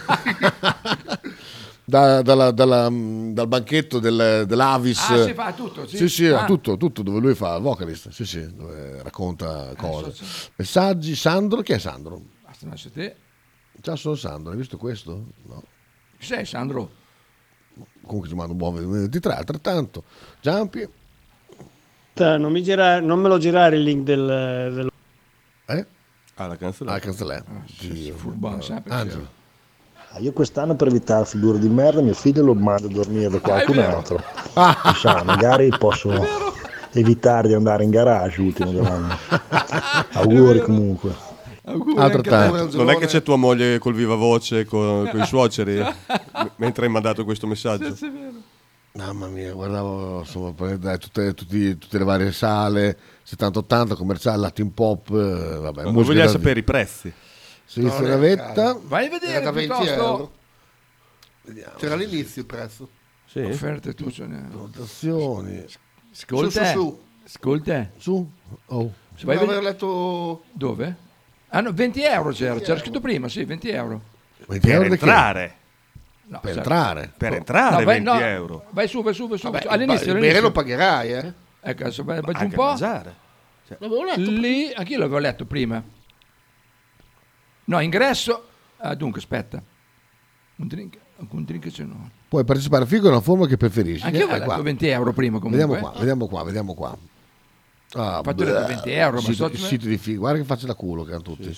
Speaker 3: Da- dalla- dalla, mm, dal banchetto del, dell'Avis.
Speaker 4: Ah, si fa tutto, sì?
Speaker 3: Sì, sì,
Speaker 4: Ah.
Speaker 3: ha tutto, tutto, dove lui fa il vocalist, sì, sì, dove racconta cose.
Speaker 4: so- so.
Speaker 3: Messaggi, Sandro, chi è Sandro?
Speaker 4: Basta nascere te.
Speaker 3: Ciao, sono Sandro, hai visto questo? No.
Speaker 4: Chi sei, Sandro?
Speaker 3: Comunque ci mando un buon ventitré, altrettanto. Giampi,
Speaker 10: Te, Non, mi gira- non me lo girare il link del... del...
Speaker 3: eh?
Speaker 5: Ah, la canzone.
Speaker 3: Ah, cancellare.
Speaker 4: Sì, furban, sempre.
Speaker 3: Angelo.
Speaker 9: Ah, Io quest'anno per evitare figure di merda mio figlio lo mando a dormire da qualcun
Speaker 4: vero.
Speaker 9: altro. Chissà, magari posso evitare di andare in garage l'ultimo dell'anno. Auguri comunque.
Speaker 4: Auguri
Speaker 3: Altrettanto.
Speaker 4: anche a te.
Speaker 5: Non è che c'è tua moglie col viva voce, con, con i suoceri, m- mentre hai mandato questo messaggio.
Speaker 4: Sì, è vero.
Speaker 3: Mamma mia, guardavo insomma, poi, dai, tutte, tutti- tutte le varie sale, settanta ottanta, commerciale, Latin Pop, eh, vabbè,
Speaker 5: Non
Speaker 3: musica
Speaker 5: vogliamo
Speaker 3: da-
Speaker 5: sapere i prezzi.
Speaker 3: Silvio
Speaker 8: No,
Speaker 3: Navetta,
Speaker 4: Vai a
Speaker 8: Era
Speaker 4: vedere
Speaker 8: da venti
Speaker 4: piuttosto.
Speaker 8: euro. C'era all'inizio il prezzo.
Speaker 5: Sì.
Speaker 4: Offerte tu ce n'è.
Speaker 3: votazioni,
Speaker 4: Ascolta.
Speaker 8: Su, su, su.
Speaker 4: Ascolta.
Speaker 3: su, oh,
Speaker 4: Se vai a
Speaker 8: Dovevo
Speaker 4: vedere-
Speaker 8: aver letto
Speaker 4: Dove? Ah no, venti euro c'era, c'era scritto prima, sì, venti euro.
Speaker 3: venti
Speaker 5: Per
Speaker 3: euro di che?
Speaker 5: entrare.
Speaker 4: No,
Speaker 3: Per
Speaker 4: sai-
Speaker 3: entrare.
Speaker 5: Per entrare
Speaker 4: No, vai,
Speaker 5: venti
Speaker 4: no,
Speaker 5: euro.
Speaker 4: Vai su, vai su, vai su.
Speaker 8: Vabbè,
Speaker 4: all'inizio,
Speaker 8: il bere
Speaker 4: all'inizio.
Speaker 8: lo pagherai, eh?
Speaker 4: Ecco, adesso vai, vai giù un
Speaker 5: Anche
Speaker 4: po'.
Speaker 5: mangiare.
Speaker 8: L'avevo letto.
Speaker 4: Lì, anch'io l'avevo letto prima. No, ingresso. Ah, dunque, aspetta. Un drink, un drink c'è no.
Speaker 3: Puoi partecipare a Figo è una forma che preferisci.
Speaker 4: Anche io
Speaker 3: Eh,
Speaker 4: avevo
Speaker 3: qua.
Speaker 4: letto venti euro prima comunque.
Speaker 3: Vediamo qua, vediamo qua, vediamo qua. Ah,
Speaker 4: Infatti ho detto
Speaker 3: beh,
Speaker 4: venti euro, ma
Speaker 3: sito,
Speaker 4: so-
Speaker 3: il sito di Figo, guarda che faccia da culo che hanno tutti.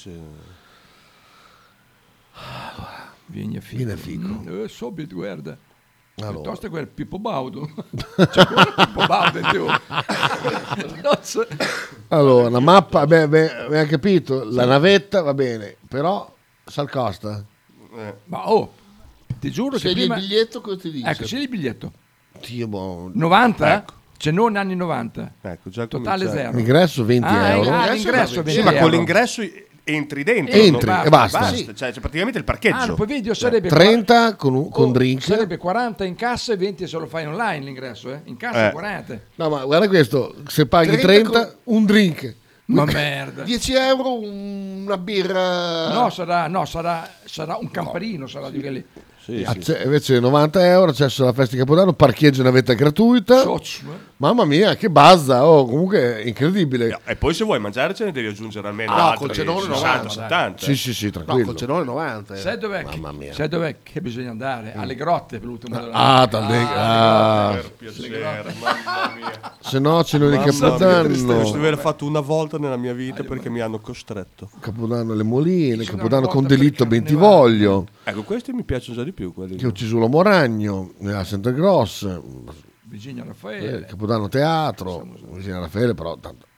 Speaker 4: Vieni a figo.
Speaker 3: Vieni a Figo.
Speaker 4: Mm, eh, subito, guarda.
Speaker 3: Allora.
Speaker 4: Piuttosto quel Pippo Baudo. C'è quello Pippo Baudo in più. Non so-
Speaker 3: Allora, una mappa, beh, beh, abbiamo capito, la navetta va bene, però sal costa.
Speaker 4: Ma oh, ti giuro che
Speaker 8: Scegli
Speaker 4: prima...
Speaker 8: il biglietto, cosa ti dice?
Speaker 4: Ecco, scegli il biglietto.
Speaker 3: Dio, boh.
Speaker 4: novanta?
Speaker 5: Ecco.
Speaker 4: C'è non anni novanta.
Speaker 5: Ecco, già
Speaker 4: Totale
Speaker 5: cominciato.
Speaker 4: zero.
Speaker 3: L'ingresso venti
Speaker 4: Ah,
Speaker 3: euro.
Speaker 4: ah, l'ingresso venti
Speaker 5: Sì, ma
Speaker 4: euro.
Speaker 5: con l'ingresso entri dentro.
Speaker 3: Entri
Speaker 5: no?
Speaker 3: e basta.
Speaker 5: Cioè, c'è praticamente il parcheggio.
Speaker 4: Ah, poi vedi, sarebbe
Speaker 3: trenta con, un- con
Speaker 4: oh,
Speaker 3: drink.
Speaker 4: Sarebbe quaranta in cassa e venti se lo fai online l'ingresso, eh? In cassa
Speaker 3: Eh.
Speaker 4: quaranta.
Speaker 3: No, ma guarda questo, se paghi
Speaker 8: trenta
Speaker 3: trenta, un drink.
Speaker 4: Ma merda.
Speaker 8: dieci euro una birra.
Speaker 4: No, sarà, no, sarà, sarà un camperino, sarà di quelli.
Speaker 5: Sì,
Speaker 3: Ah,
Speaker 5: sì.
Speaker 3: c'è- invece novanta euro, accesso alla festa di Capodanno, parcheggio e navetta gratuita.
Speaker 4: Soc, eh.
Speaker 3: Mamma mia, che bazza, oh, comunque è incredibile.
Speaker 5: E poi se vuoi mangiare ce ne devi aggiungere almeno
Speaker 8: No,
Speaker 5: altri
Speaker 8: col cenone
Speaker 5: sessanta
Speaker 8: novanta.
Speaker 5: settanta.
Speaker 3: Sì, sì, sì,
Speaker 8: No,
Speaker 3: tranquillo.
Speaker 8: col cenone novanta. eh.
Speaker 4: Sai dov'è,
Speaker 3: Mamma
Speaker 4: che,
Speaker 3: mia.
Speaker 4: sai dov'è che bisogna andare? Alle grotte per l'ultimo dell'anno.
Speaker 3: Ah, dalle- ah.
Speaker 5: Per piacere, mamma mia.
Speaker 3: Se no ce ne di
Speaker 5: Mamma mia, che tristezza. Devo
Speaker 3: Capodanno.
Speaker 5: aver fatto una volta nella mia vita perché mi hanno costretto.
Speaker 3: Capodanno alle Moline,
Speaker 4: Sono
Speaker 3: Capodanno
Speaker 4: una
Speaker 3: con
Speaker 4: volta
Speaker 3: delitto
Speaker 4: per
Speaker 3: Bentivoglio,
Speaker 5: Ecco, questi mi piacciono già di più. Quelli.
Speaker 3: che ha ucciso l'uomo ragno, a Santa Gross,
Speaker 4: Virginia
Speaker 3: eh,
Speaker 4: Raffaele.
Speaker 3: Capodanno Teatro, vicino a Raffaele, però tanto,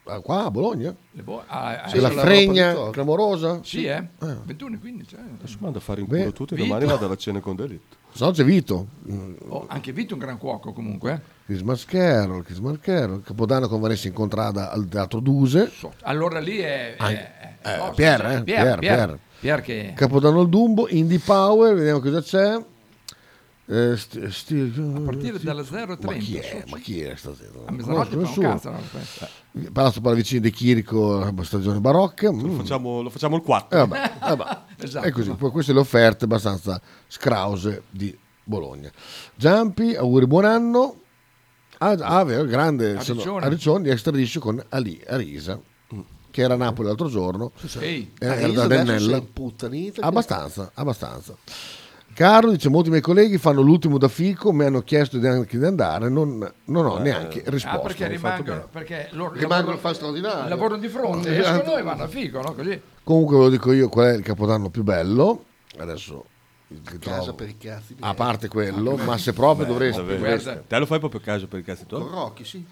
Speaker 3: Ah, qua a Bologna?
Speaker 4: Le bo- ah,
Speaker 3: Sì,
Speaker 4: eh,
Speaker 3: la
Speaker 4: sì,
Speaker 3: fregna
Speaker 4: l'Europa di
Speaker 3: clamorosa?
Speaker 4: Sì, eh? ventuno e quindici. Eh.
Speaker 5: Adesso mando a fare in
Speaker 3: Beh,
Speaker 5: culo tutti,
Speaker 4: Vito.
Speaker 5: domani vado alla cena con Delitto.
Speaker 3: Se no c'è Vito.
Speaker 4: Oh, anche Vito è un gran cuoco comunque. Eh.
Speaker 3: Christmas Carol, Christmas Carol. Capodanno con Vanessa in contrada al Teatro Duse.
Speaker 4: Allora lì è... è,
Speaker 3: Anche-
Speaker 4: è
Speaker 3: eh,
Speaker 4: nostro,
Speaker 3: Pier,
Speaker 4: cioè,
Speaker 3: eh,
Speaker 4: Pier,
Speaker 3: Pier,
Speaker 4: Pier,
Speaker 3: Pier.
Speaker 4: Pier che...
Speaker 3: Capodanno al Dumbo, Indie Power, vediamo cosa c'è. Eh, sti- sti-
Speaker 4: A partire dalle zero e
Speaker 3: Ma
Speaker 4: trenta.
Speaker 3: chi è? Ma chi è stasera?
Speaker 4: A
Speaker 3: Non
Speaker 4: mezzanotte
Speaker 3: conosco
Speaker 4: fa un
Speaker 3: nessuno.
Speaker 4: cazzo. No, questo.
Speaker 3: Palazzo Pallavicini di Chirico, stagione barocca.
Speaker 5: Lo
Speaker 3: Mm.
Speaker 5: facciamo, lo facciamo il quattro.
Speaker 3: Eh, vabbè, vabbè.
Speaker 4: Esatto.
Speaker 3: È così, poi queste le offerte abbastanza scrause di Bologna. Giampi, auguri buon anno. Ah, ah vero, grande
Speaker 4: A
Speaker 3: sono-
Speaker 4: Riccione.
Speaker 3: a Riccione di Extradition con Ali Arisa, che era a Napoli l'altro giorno.
Speaker 4: Ehi,
Speaker 3: Era, era
Speaker 8: Arisa
Speaker 3: da
Speaker 8: adesso si è
Speaker 3: Dennella.
Speaker 8: imputtanita.
Speaker 3: Abbastanza, abbastanza. Carlo dice: molti miei colleghi fanno l'ultimo da fico, mi hanno chiesto di anche di andare, non, non ho neanche risposto.
Speaker 4: Ah, perché
Speaker 3: Hai fatto
Speaker 4: rimangono,
Speaker 3: bene.
Speaker 4: perché loro
Speaker 8: Rimangono
Speaker 4: lavorano-
Speaker 8: a fare straordinario.
Speaker 4: lavorano di fronte,
Speaker 8: Esatto.
Speaker 4: escono e vanno a figo, no? Così.
Speaker 3: Comunque ve lo dico io qual è il capodanno più bello. Adesso che
Speaker 8: Casa
Speaker 3: trovo-
Speaker 8: per i cazzi.
Speaker 3: a parte quello, ma se proprio
Speaker 5: Beh,
Speaker 3: dovresti,
Speaker 5: davvero.
Speaker 3: dovresti-
Speaker 5: Te lo fai proprio caso per i cazzi tuoi?
Speaker 8: Con Rocchi, sì.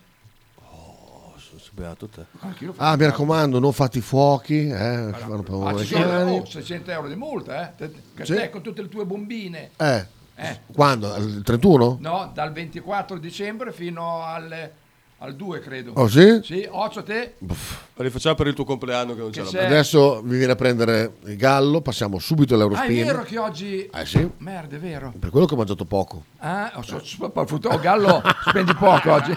Speaker 5: Sono beato te.
Speaker 4: Anch'io
Speaker 3: Ah, mi raccomando, non fate i fuochi, eh, che fanno paura
Speaker 4: Ah,
Speaker 3: ai
Speaker 4: ci sono
Speaker 3: cani.
Speaker 4: oh, seicento euro di multa, eh? Te- Che
Speaker 3: Sì.
Speaker 4: te con tutte le tue bombine.
Speaker 3: Eh,
Speaker 4: Eh.
Speaker 3: quando? Il trentuno?
Speaker 4: No, dal ventiquattro dicembre fino al, al due, credo.
Speaker 3: Oh, sì?
Speaker 4: Sì, occhio te.
Speaker 5: Ma li facciamo per il tuo compleanno che non
Speaker 4: Che
Speaker 5: c'è la
Speaker 4: c'è?
Speaker 3: Adesso mi viene a prendere il gallo, passiamo subito
Speaker 4: Ah, è
Speaker 3: all'Eurospin.
Speaker 4: vero che oggi...
Speaker 3: Eh sì,
Speaker 4: Merda, è vero.
Speaker 3: per quello che ho mangiato poco.
Speaker 4: Ah, ho so, so, frutto- oh, Gallo, spendi poco oggi.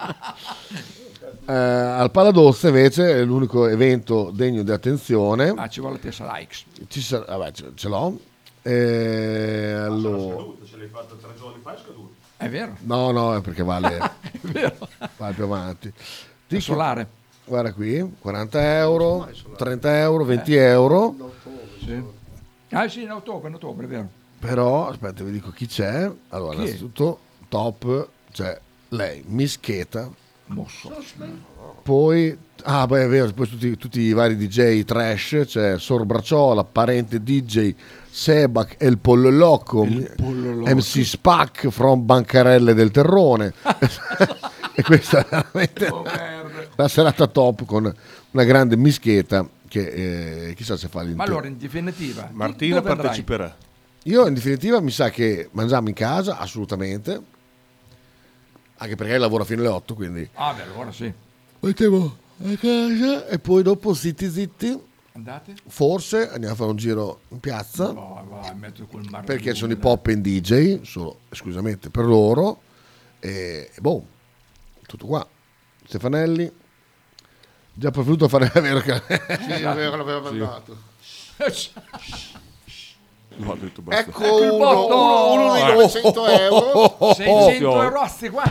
Speaker 3: Eh, al Paladozza invece è l'unico evento degno di attenzione.
Speaker 4: Ah, ci vuole la testa likes.
Speaker 3: Ci sarà, vabbè, ce, ce l'ho. Eh, allora,
Speaker 5: Ce l'hai fatto tre giorni fa, è scaduto.
Speaker 4: È vero.
Speaker 3: no, no, è perché vale,
Speaker 4: È vero.
Speaker 3: vale più avanti.
Speaker 4: È solare.
Speaker 3: Guarda qui, quaranta euro, trenta euro, venti euro.
Speaker 4: Sì. Ah sì, in ottobre, in ottobre, è vero.
Speaker 3: Però, aspetta, vi dico chi c'è. Allora,
Speaker 4: Chi è?
Speaker 3: innanzitutto, top, c'è lei, Miss Cheta.
Speaker 4: Mosso.
Speaker 3: Poi, ah beh è vero, poi tutti, tutti i vari D J trash, c'è Sor Bracciola, parente D J Sebac e il Pollo Loco, M C Spac from Bancarelle del Terrone. E questa è veramente
Speaker 4: Oh, merda.
Speaker 3: la serata top con una grande mischeta che eh, chissà se fa
Speaker 4: Ma
Speaker 3: l'intero.
Speaker 4: allora, in definitiva, tu
Speaker 5: Martina
Speaker 4: dove andrai?
Speaker 5: parteciperà.
Speaker 3: Io in definitiva mi sa che mangiamo in casa, assolutamente, anche perché lei lavora fino alle otto, quindi
Speaker 4: Ah, beh, allora sì.
Speaker 3: mettiamo a casa e poi dopo zitti zitti,
Speaker 4: Andate?
Speaker 3: forse andiamo a fare un giro in piazza,
Speaker 4: Vai, vai, metto quel marmellone.
Speaker 3: perché sono i pop and D J, solo esclusivamente per loro, e, e boh, tutto qua. Stefanelli, già preferito fare, è vero che...
Speaker 8: Sì, è vero, l'aveva mandato.
Speaker 5: No, ho detto basta.
Speaker 8: Ecco
Speaker 4: Ecco il
Speaker 8: uno,
Speaker 4: botto!
Speaker 8: uno, uno dei novecento euro.
Speaker 4: seicento euro sti qua.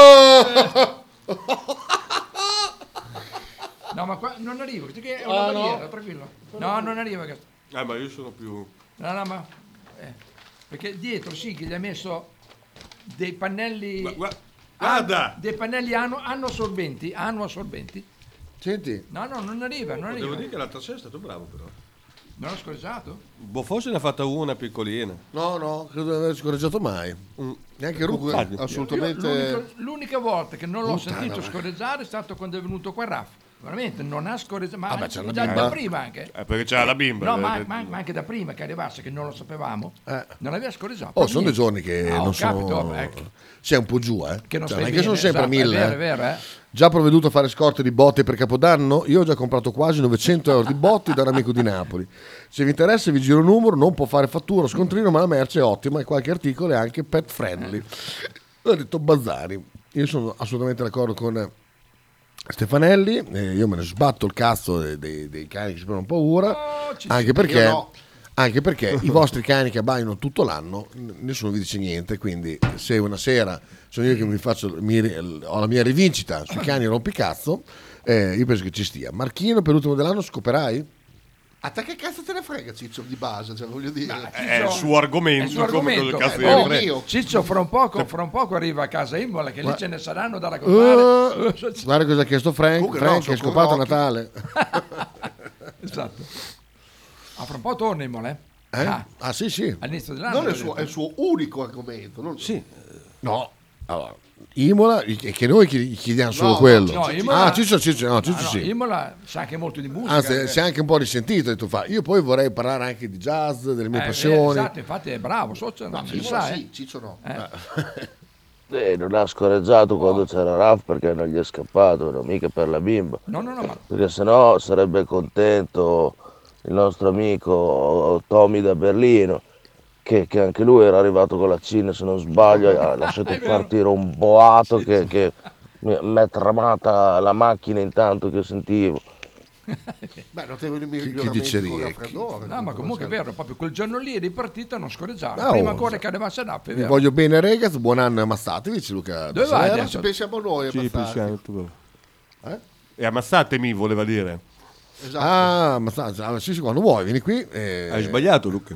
Speaker 4: No, ma qua non arriva, perché è una
Speaker 8: Ah, no?
Speaker 4: barriera, tranquillo. No, non arriva questo.
Speaker 5: Eh, ma io sono più...
Speaker 4: No, no, ma... eh, perché dietro sì che gli ha messo dei pannelli...
Speaker 5: Ma gua-
Speaker 4: Ah,
Speaker 5: guarda!
Speaker 4: dei pannelli anno, anno assorbenti, anno assorbenti.
Speaker 3: Senti,
Speaker 4: No, no, non arriva, non arriva.
Speaker 5: Devo dire che l'altra sera è stato bravo però.
Speaker 4: Non l'ho scoraggiato?
Speaker 5: Boh, forse ne ha fatta una piccolina.
Speaker 3: no, no, credo di aver scorreggiato mai. Neanche Rucca.
Speaker 5: Ah,
Speaker 8: Assolutamente.
Speaker 4: L'unica, l'unica volta che non l'ho
Speaker 3: Puttana,
Speaker 4: sentito
Speaker 3: ma-
Speaker 4: scorreggiare è stato quando è venuto qua Raff. Veramente, non ha scorreggiato, ma
Speaker 3: Vabbè, c'è la
Speaker 4: già
Speaker 3: bimba.
Speaker 4: da prima anche.
Speaker 5: Eh, perché c'era la bimba.
Speaker 4: No,
Speaker 5: eh,
Speaker 4: ma,
Speaker 5: eh,
Speaker 4: ma- ma anche da prima che arrivasse, che non lo sapevamo,
Speaker 3: Eh.
Speaker 4: non aveva scorreggiato.
Speaker 3: Oh,
Speaker 4: per
Speaker 3: sono dei
Speaker 4: niente.
Speaker 3: giorni che
Speaker 4: Ah, ho
Speaker 3: non
Speaker 4: capito,
Speaker 3: sono...
Speaker 4: ecco.
Speaker 3: Sei un po' giù, eh.
Speaker 4: Che non
Speaker 3: Cioè,
Speaker 4: stai
Speaker 3: non è che sono
Speaker 4: bene,
Speaker 3: sempre a
Speaker 4: esatto,
Speaker 3: mille.
Speaker 4: è vero,
Speaker 3: eh.
Speaker 4: è vero, eh.
Speaker 3: Già provveduto a fare scorte di botti per Capodanno? Io ho già comprato quasi novecento euro di botti da un amico di Napoli. Se vi interessa vi giro il numero, non può fare fattura o scontrino, ma la merce è ottima e qualche articolo è anche pet friendly. Ho detto Bazzari. Io sono assolutamente d'accordo con Stefanelli, eh, io me ne sbatto il cazzo dei, dei- dei cani che si prendono paura,
Speaker 4: Oh, ci-
Speaker 3: anche
Speaker 4: io
Speaker 3: perché...
Speaker 4: no.
Speaker 3: Anche perché i vostri cani che abbaiano tutto l'anno, n- nessuno vi dice niente, quindi se una sera sono io che mi faccio, mi, ho la mia rivincita sui cani rompicazzo, eh, io penso che ci stia. Marchino, per l'ultimo dell'anno scoperai?
Speaker 8: A te che cazzo te ne frega, Ciccio, di base? Cioè, voglio dire.
Speaker 5: È il suo argomento.
Speaker 4: È il suo
Speaker 5: come
Speaker 4: argomento.
Speaker 5: cosa cazzo
Speaker 4: Eh,
Speaker 5: ne
Speaker 4: oh,
Speaker 5: frega.
Speaker 4: Ciccio, fra un, poco, fra un poco arriva a casa Imola, che lì
Speaker 3: Ma-
Speaker 4: ce ne saranno da raccontare.
Speaker 3: Uh, guarda cosa ha chiesto Frank,
Speaker 8: Comunque no,
Speaker 3: Frank
Speaker 8: sono
Speaker 3: è scopato a
Speaker 8: con Rocky.
Speaker 3: Natale.
Speaker 4: Esatto. Ah, fra un po' torna Imola, eh?
Speaker 3: Eh?
Speaker 4: Ah,
Speaker 3: Ah sì sì.
Speaker 4: all'inizio dell'anno.
Speaker 8: Non è il
Speaker 4: l'ho
Speaker 8: suo,
Speaker 4: detto.
Speaker 8: è il suo unico argomento. Non...
Speaker 5: Sì.
Speaker 3: No, Allora, Imola, e che noi gli chiediamo solo
Speaker 4: No,
Speaker 3: quello.
Speaker 4: no, Imola-
Speaker 3: ah, Ciccio, Ciccio, no, Ciccio
Speaker 4: Ah, no,
Speaker 3: sì.
Speaker 4: Imola sa anche molto di musica.
Speaker 3: Anzi,
Speaker 4: eh.
Speaker 3: si è anche un po' risentito e tu fa. Io poi vorrei parlare anche di jazz, delle mie
Speaker 4: Eh,
Speaker 3: passioni.
Speaker 4: esatto, infatti è bravo, socio, non si
Speaker 8: Imola
Speaker 4: sa, eh.
Speaker 8: sì, Ciccio no.
Speaker 17: Eh, non ha scorreggiato quando c'era Raf perché non gli è scappato, non mica per la bimba.
Speaker 4: No, no, no, ma
Speaker 17: Perché sennò sarebbe contento il nostro amico Tommy da Berlino, che, che anche lui era arrivato con la Cina, se non sbaglio, e ha lasciato partire un boato che, che mi mi è tremata la macchina intanto che sentivo.
Speaker 8: Beh, notevoli
Speaker 3: chi
Speaker 8: miglioramenti
Speaker 3: dice
Speaker 8: con il
Speaker 3: Riecchi?
Speaker 8: raffreddore.
Speaker 4: No, ma comunque è vero, proprio quel giorno lì di partita non scorreggiava.
Speaker 3: No,
Speaker 4: Prima ancora
Speaker 3: sa-
Speaker 4: che arrivasse a Nappi, è
Speaker 3: Vi
Speaker 4: vero?
Speaker 3: voglio bene, ragazzi. Buon anno e ammazzatevi, dice Luca.
Speaker 4: Dove vai
Speaker 3: Passera.
Speaker 4: adesso?
Speaker 8: Ci pensiamo noi,
Speaker 5: Sì,
Speaker 8: abbastanza.
Speaker 5: pensiamo tu.
Speaker 3: Eh?
Speaker 5: E ammazzatemi, voleva dire.
Speaker 8: Esatto.
Speaker 3: Ah, ammazzatevi. Ah, sì, sì, quando vuoi, vieni qui. E...
Speaker 5: Hai sbagliato, Luca.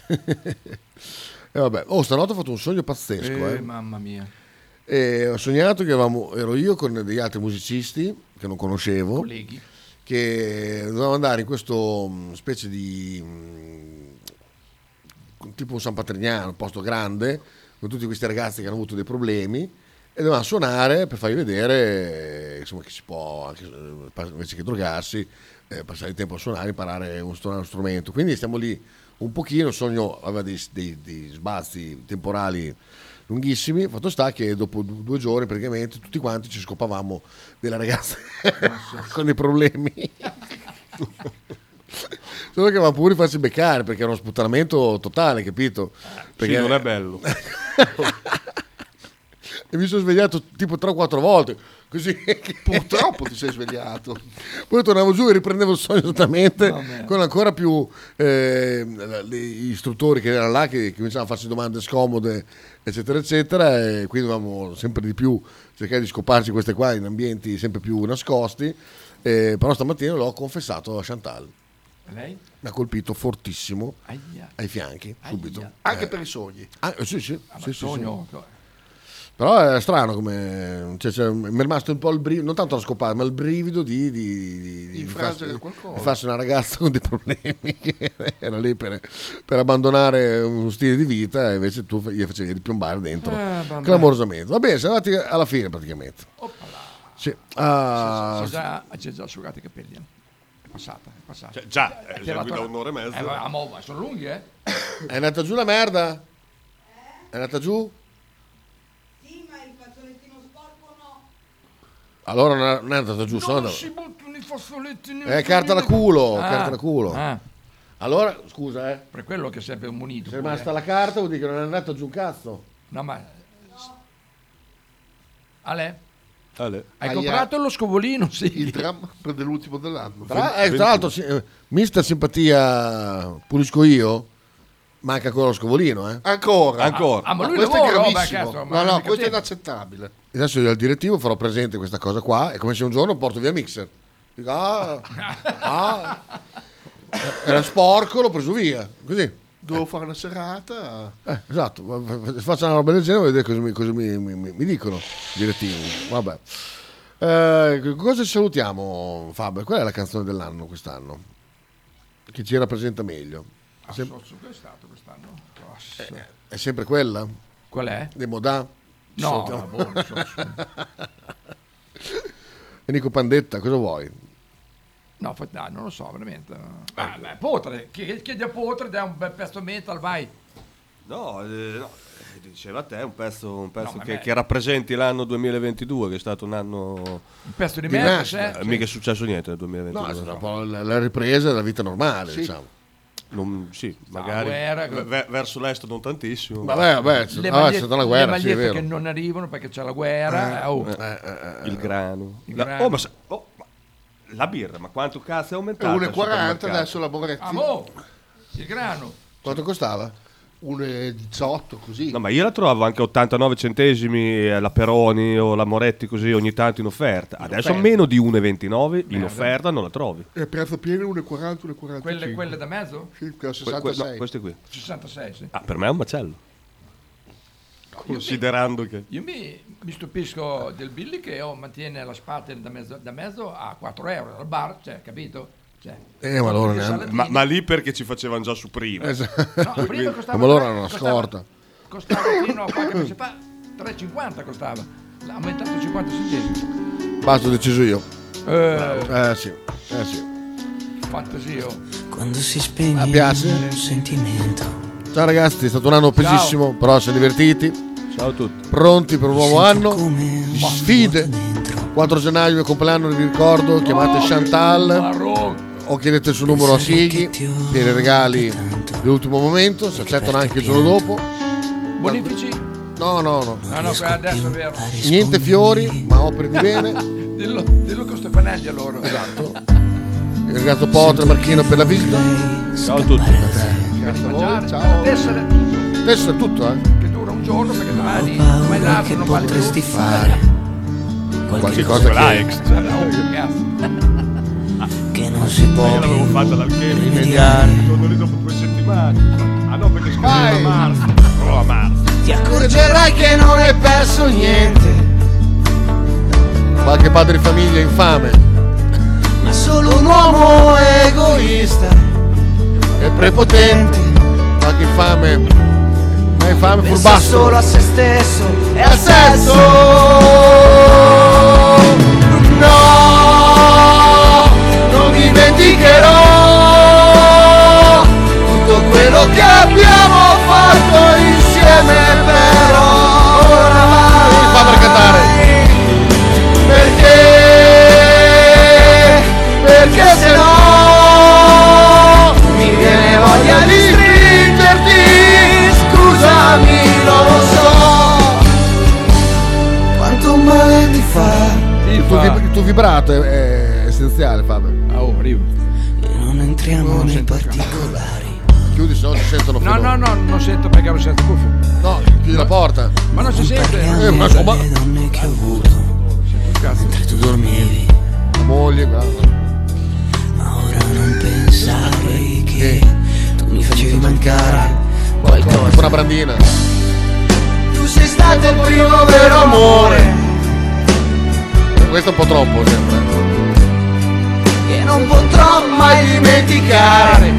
Speaker 3: E vabbè. Oh, stanotte ho fatto un sogno pazzesco.
Speaker 4: Eh,
Speaker 3: Eh,
Speaker 4: mamma mia.
Speaker 3: E ho sognato che eravamo, ero io con degli altri musicisti che non conoscevo.
Speaker 4: Colleghi.
Speaker 3: Che dovevamo andare in questo mh, specie di mh, tipo un San Patrignano, un posto grande, con tutti questi ragazzi che hanno avuto dei problemi e dovevamo suonare per fargli vedere eh, insomma, che si può, anche, eh, invece che drogarsi, eh, passare il tempo a suonare, imparare a suonare uno strumento. Quindi stiamo lì un pochino, il sogno aveva dei, dei, dei sbalzi temporali lunghissimi. Fatto sta che dopo du- due giorni praticamente tutti quanti ci scopavamo delle ragazze con dei problemi. Solo che avevamo pure di farsi beccare perché era uno sputtanamento totale, capito? Perché
Speaker 5: Sì, non è bello.
Speaker 3: E mi sono svegliato tipo tre o quattro volte così.
Speaker 8: Purtroppo ti sei svegliato.
Speaker 3: Poi tornavo giù e riprendevo il sogno esattamente
Speaker 8: Vabbè.
Speaker 3: con ancora più eh, gli istruttori che erano là che, che cominciavano a farsi domande scomode eccetera eccetera, e quindi dovevamo sempre di più cercare di scoparci queste qua in ambienti sempre più nascosti, eh, però stamattina l'ho confessato a Chantal.
Speaker 4: Lei?
Speaker 3: Mi ha colpito fortissimo
Speaker 4: Aia.
Speaker 3: ai fianchi subito.
Speaker 8: Anche
Speaker 3: Eh,
Speaker 8: per i sogni.
Speaker 3: ah, eh, sì, sì,
Speaker 4: Ah, ma
Speaker 3: sì,
Speaker 4: il
Speaker 3: sì,
Speaker 4: sogno-
Speaker 3: sì. Però è strano come cioè, cioè, mi è rimasto un po' il brivido, non tanto la scopata, ma il brivido di, di, di, di,
Speaker 8: Infrangere
Speaker 3: farsi,
Speaker 8: qualcosa.
Speaker 3: di farsi una ragazza con dei problemi che era lì per, per abbandonare uno stile di vita e invece tu gli facevi ripiombare dentro
Speaker 4: Eh, vabbè.
Speaker 3: clamorosamente. Va bene, siamo arrivati alla fine praticamente. Sì. Ah,
Speaker 4: Si è già, si è già asciugati i capelli. eh. È passata, è passata.
Speaker 5: Cioè, già,
Speaker 4: È
Speaker 5: eh,
Speaker 4: tirato-
Speaker 5: segui da un'ora e mezza.
Speaker 4: Eh, ma, ma- ma sono lunghi, eh?
Speaker 3: è andata giù la merda? È andata giù? Allora non è, non è andata giù, sono
Speaker 4: Non
Speaker 3: andata-
Speaker 4: si buttano i fazzoletti nei
Speaker 3: Eh, carta da culo,
Speaker 4: Ah,
Speaker 3: carta da culo.
Speaker 4: ah.
Speaker 3: Allora, scusa, eh.
Speaker 4: Per quello che serve un munito.
Speaker 3: Se è
Speaker 4: pure,
Speaker 3: rimasta
Speaker 4: eh.
Speaker 3: la carta vuol dire che non è andata giù un cazzo.
Speaker 4: No, ma... Ale?
Speaker 5: Ale.
Speaker 4: Hai
Speaker 8: Aia.
Speaker 4: comprato lo scovolino? Sì.
Speaker 8: Il dramma per dell'ultimo dell'anno.
Speaker 3: Tra, eh, tra l'altro, sì, eh, mister Simpatia pulisco io, manca ancora lo scovolino, eh.
Speaker 8: Ancora.
Speaker 5: Ancora.
Speaker 4: Ah, ma lui
Speaker 8: questo è
Speaker 4: lavora, oh,
Speaker 8: gravissimo.
Speaker 4: beh, cazzo, ma
Speaker 8: no, no,
Speaker 4: mica
Speaker 8: questo è
Speaker 4: te.
Speaker 8: inaccettabile.
Speaker 3: Adesso io al direttivo farò presente questa cosa qua e come se un giorno porto via Mixer. Dico, ah, ah, era sporco, l'ho preso via, così.
Speaker 8: Devo fare una serata.
Speaker 3: Eh, esatto, fa- fa- faccio una roba del genere e vedete cosa, mi, cosa mi, mi- mi- mi dicono i direttivi. Vabbè. Eh, cosa ci salutiamo, Fabio? Qual è la canzone dell'anno quest'anno? Che ci rappresenta meglio?
Speaker 4: Ah,
Speaker 3: Sem-
Speaker 4: so- so che è stato quest'anno? Cazzo.
Speaker 3: è sempre quella?
Speaker 4: Qual è?
Speaker 3: Dei Modà?
Speaker 4: No,
Speaker 3: Salutiamo.
Speaker 4: ma buono, so- so.
Speaker 3: E Nico Pandetta, cosa vuoi?
Speaker 4: No, fa- dai, non lo so, veramente. Ah, beh, Potre, chi- chiedi a Potre, dai un bel pezzo metal, vai.
Speaker 5: No, eh, no, eh, diceva a te un pezzo, un pezzo
Speaker 4: No, ma
Speaker 5: che,
Speaker 4: beh.
Speaker 5: che rappresenti l'anno duemilaventidue, che è stato un anno...
Speaker 4: Un pezzo di
Speaker 3: Di
Speaker 4: merda,
Speaker 3: nascita.
Speaker 4: c'è?
Speaker 5: Eh, mica è successo niente nel
Speaker 3: No,
Speaker 5: duemilaventidue.
Speaker 3: è stata un po' la, la ripresa della vita normale,
Speaker 8: Sì.
Speaker 3: diciamo.
Speaker 5: Non- sì, magari
Speaker 4: guerra,
Speaker 5: ve- ve- verso l'est non tantissimo.
Speaker 3: Vabbè, vabbè, c'è,
Speaker 4: Le
Speaker 3: ah, c'è
Speaker 4: magliette,
Speaker 3: stata la guerra,
Speaker 4: le
Speaker 3: sì, è
Speaker 4: magliette
Speaker 3: vero.
Speaker 4: che non arrivano perché c'è la guerra. eh, oh.
Speaker 3: Eh, eh, eh,
Speaker 5: Il grano.
Speaker 4: Il
Speaker 5: La,
Speaker 4: grano.
Speaker 5: oh, ma, sa- oh, ma la birra, ma quanto cazzo è
Speaker 8: È
Speaker 5: aumentato?
Speaker 8: uno e
Speaker 5: al
Speaker 8: quaranta
Speaker 5: supermercato?
Speaker 8: adesso la Moretti.
Speaker 4: Ah, mo, il grano.
Speaker 3: Quanto costava?
Speaker 8: uno e diciotto così.
Speaker 5: No, ma io la trovo anche a ottantanove centesimi eh, la Peroni o la Moretti così ogni tanto in offerta. Adesso
Speaker 8: offerta.
Speaker 5: meno di uno e ventinove in
Speaker 4: Merda.
Speaker 5: offerta non la trovi.
Speaker 8: E prezzo pieno uno e quaranta, uno e quarantacinque.
Speaker 4: Quelle, quelle da mezzo?
Speaker 8: Sì, quella
Speaker 5: Que- que-
Speaker 8: sessantasei.
Speaker 5: no, queste qui.
Speaker 4: sessantasei, sì.
Speaker 5: Ah, per me è un macello. Considerando che...
Speaker 4: Io mi, mi stupisco del Billy che oh, mantiene la spatel da mezzo, da mezzo a quattro euro al bar, cioè, capito? Cioè,
Speaker 3: Eh, ma loro
Speaker 4: tutti i
Speaker 3: ne hanno-
Speaker 4: salatini.
Speaker 5: Ma, ma lì perché ci facevano già su prima.
Speaker 3: Esatto.
Speaker 4: No, prima costava
Speaker 3: Ma loro
Speaker 4: tre-
Speaker 3: hanno una
Speaker 4: costava-
Speaker 3: scorta.
Speaker 4: Costava fino a qualche mese fa tre e cinquanta costava, l'ha aumentato cinquanta centesimi.
Speaker 3: Basta, ho deciso io.
Speaker 4: Eh,
Speaker 3: Eh sì, eh sì.
Speaker 4: fantasio.
Speaker 14: Quando si spegne
Speaker 3: Mi piace.
Speaker 14: un sentimento.
Speaker 3: Ciao ragazzi, è stato un anno pesissimo, però siamo divertiti.
Speaker 5: Ciao a tutti.
Speaker 3: Pronti per un nuovo anno di sfide. quattro gennaio, mio compleanno, vi ricordo, chiamate Chantal o chiedete il suo numero a Sighi per i regali dell'ultimo momento, si accettano anche il giorno dopo.
Speaker 4: Bonifici?
Speaker 3: No, no, no.
Speaker 4: No, no, adesso è vero.
Speaker 3: Niente fiori, ma opere di bene.
Speaker 4: dillo, dillo con Stefanelli a loro.
Speaker 3: Esatto. Ringrazio Potre e Marchino per la visita.
Speaker 5: Ciao a tutti.
Speaker 3: Grazie a voi, ciao.
Speaker 4: Tessere tutto,
Speaker 3: Adesso è tutto, eh.
Speaker 4: che dura un giorno perché domani come l'altro non vale più.
Speaker 14: fare
Speaker 3: Qualche cosa che...
Speaker 14: che non si può
Speaker 5: Io l'avevo fatta dall'Alchemy.
Speaker 14: rimediare.
Speaker 5: Torno lì dopo due settimane. Ah no, perché scusa a marzo. Oh, a marzo.
Speaker 14: Ti accorgerai che non hai perso niente,
Speaker 3: Qualche padre di famiglia infame
Speaker 14: ma solo un uomo egoista
Speaker 3: e prepotente. Qualche infame, ma infame
Speaker 14: pensa
Speaker 3: furbasso.
Speaker 14: solo a se stesso e al sesso. No, non dimenticherò tutto quello che abbiamo fatto insieme, però ora vai.
Speaker 3: Fa per cantare.
Speaker 14: Perché? Perché se no mi viene voglia di stringerti. Scusami, non lo so quanto male ti fa.
Speaker 3: Il tuo, vib- il tuo vibrato è, è essenziale, Fabio.
Speaker 4: Ah, oh, arrivo.
Speaker 14: E non entriamo nei particolari.
Speaker 3: Chiudi, se no si sentono
Speaker 4: No,
Speaker 3: fino-
Speaker 4: no, no, non sento perché ero senza cuffie.
Speaker 3: No, chiudi la porta.
Speaker 4: Ma non si sente.
Speaker 3: Eh, ma insomma,
Speaker 14: Le donne che ho avuto
Speaker 4: Cazzo.
Speaker 14: mentre tu dormivi,
Speaker 3: la moglie, guarda.
Speaker 14: ma ora non pensare che tu mi facevi mancare qualcosa.
Speaker 3: Tipo una brandina.
Speaker 14: Tu sei stato il primo vero amore
Speaker 3: Questo è un po' troppo sempre.
Speaker 14: che non potrò mai dimenticare.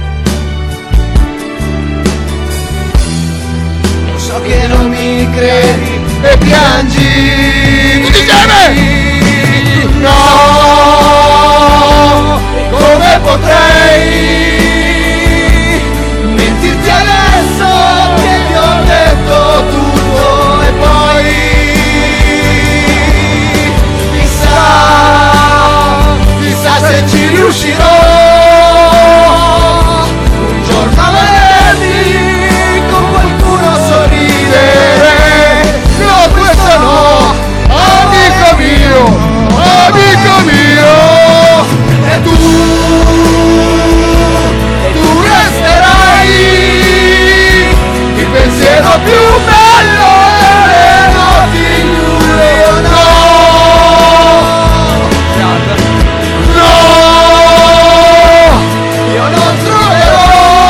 Speaker 14: Lo so che non mi credi e piangi.
Speaker 3: Tutti insieme!
Speaker 14: No, come potrei mentirti adesso che ti ho detto tutto e poi chissà, chissà se ci riuscirò un giorno a vederti con qualcuno sorridere. No, questo no, amico mio, amico mio. E tu, e tu resterai il pensiero più bello delle notti chiuse. Io no, no, io non troverò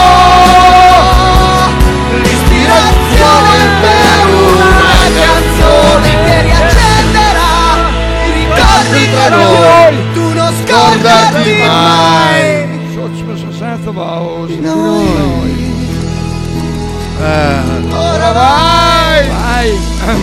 Speaker 14: l'ispirazione per una canzone che riaccenderà i ricordi tra noi. Tu non scordarti mai
Speaker 4: Senza voce.
Speaker 14: noi.
Speaker 3: Eh,
Speaker 14: Ora vai,
Speaker 4: Vai.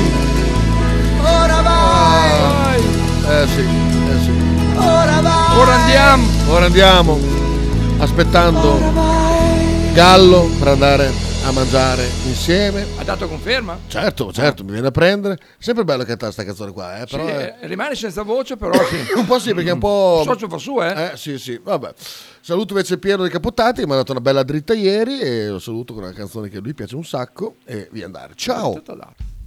Speaker 14: ora vai,
Speaker 3: eh sì, eh sì.
Speaker 14: ora vai.
Speaker 4: Ora andiamo.
Speaker 3: Ora andiamo, aspettando Gallo per andare a mangiare insieme.
Speaker 4: Ha dato conferma?
Speaker 3: Certo, certo, mi viene a prendere. Sempre bello cantare sta canzone qua, eh, però
Speaker 4: Sì,
Speaker 3: è-
Speaker 4: eh, rimane senza voce, però sì.
Speaker 3: un po' sì, perché è un po'...
Speaker 4: Il socio fa su, eh.
Speaker 3: Eh sì, sì, vabbè. Saluto invece Piero di Capottati, mi ha dato una bella dritta ieri e lo saluto con una canzone che a lui piace un sacco e via andare. Ciao!
Speaker 4: Tutto dato.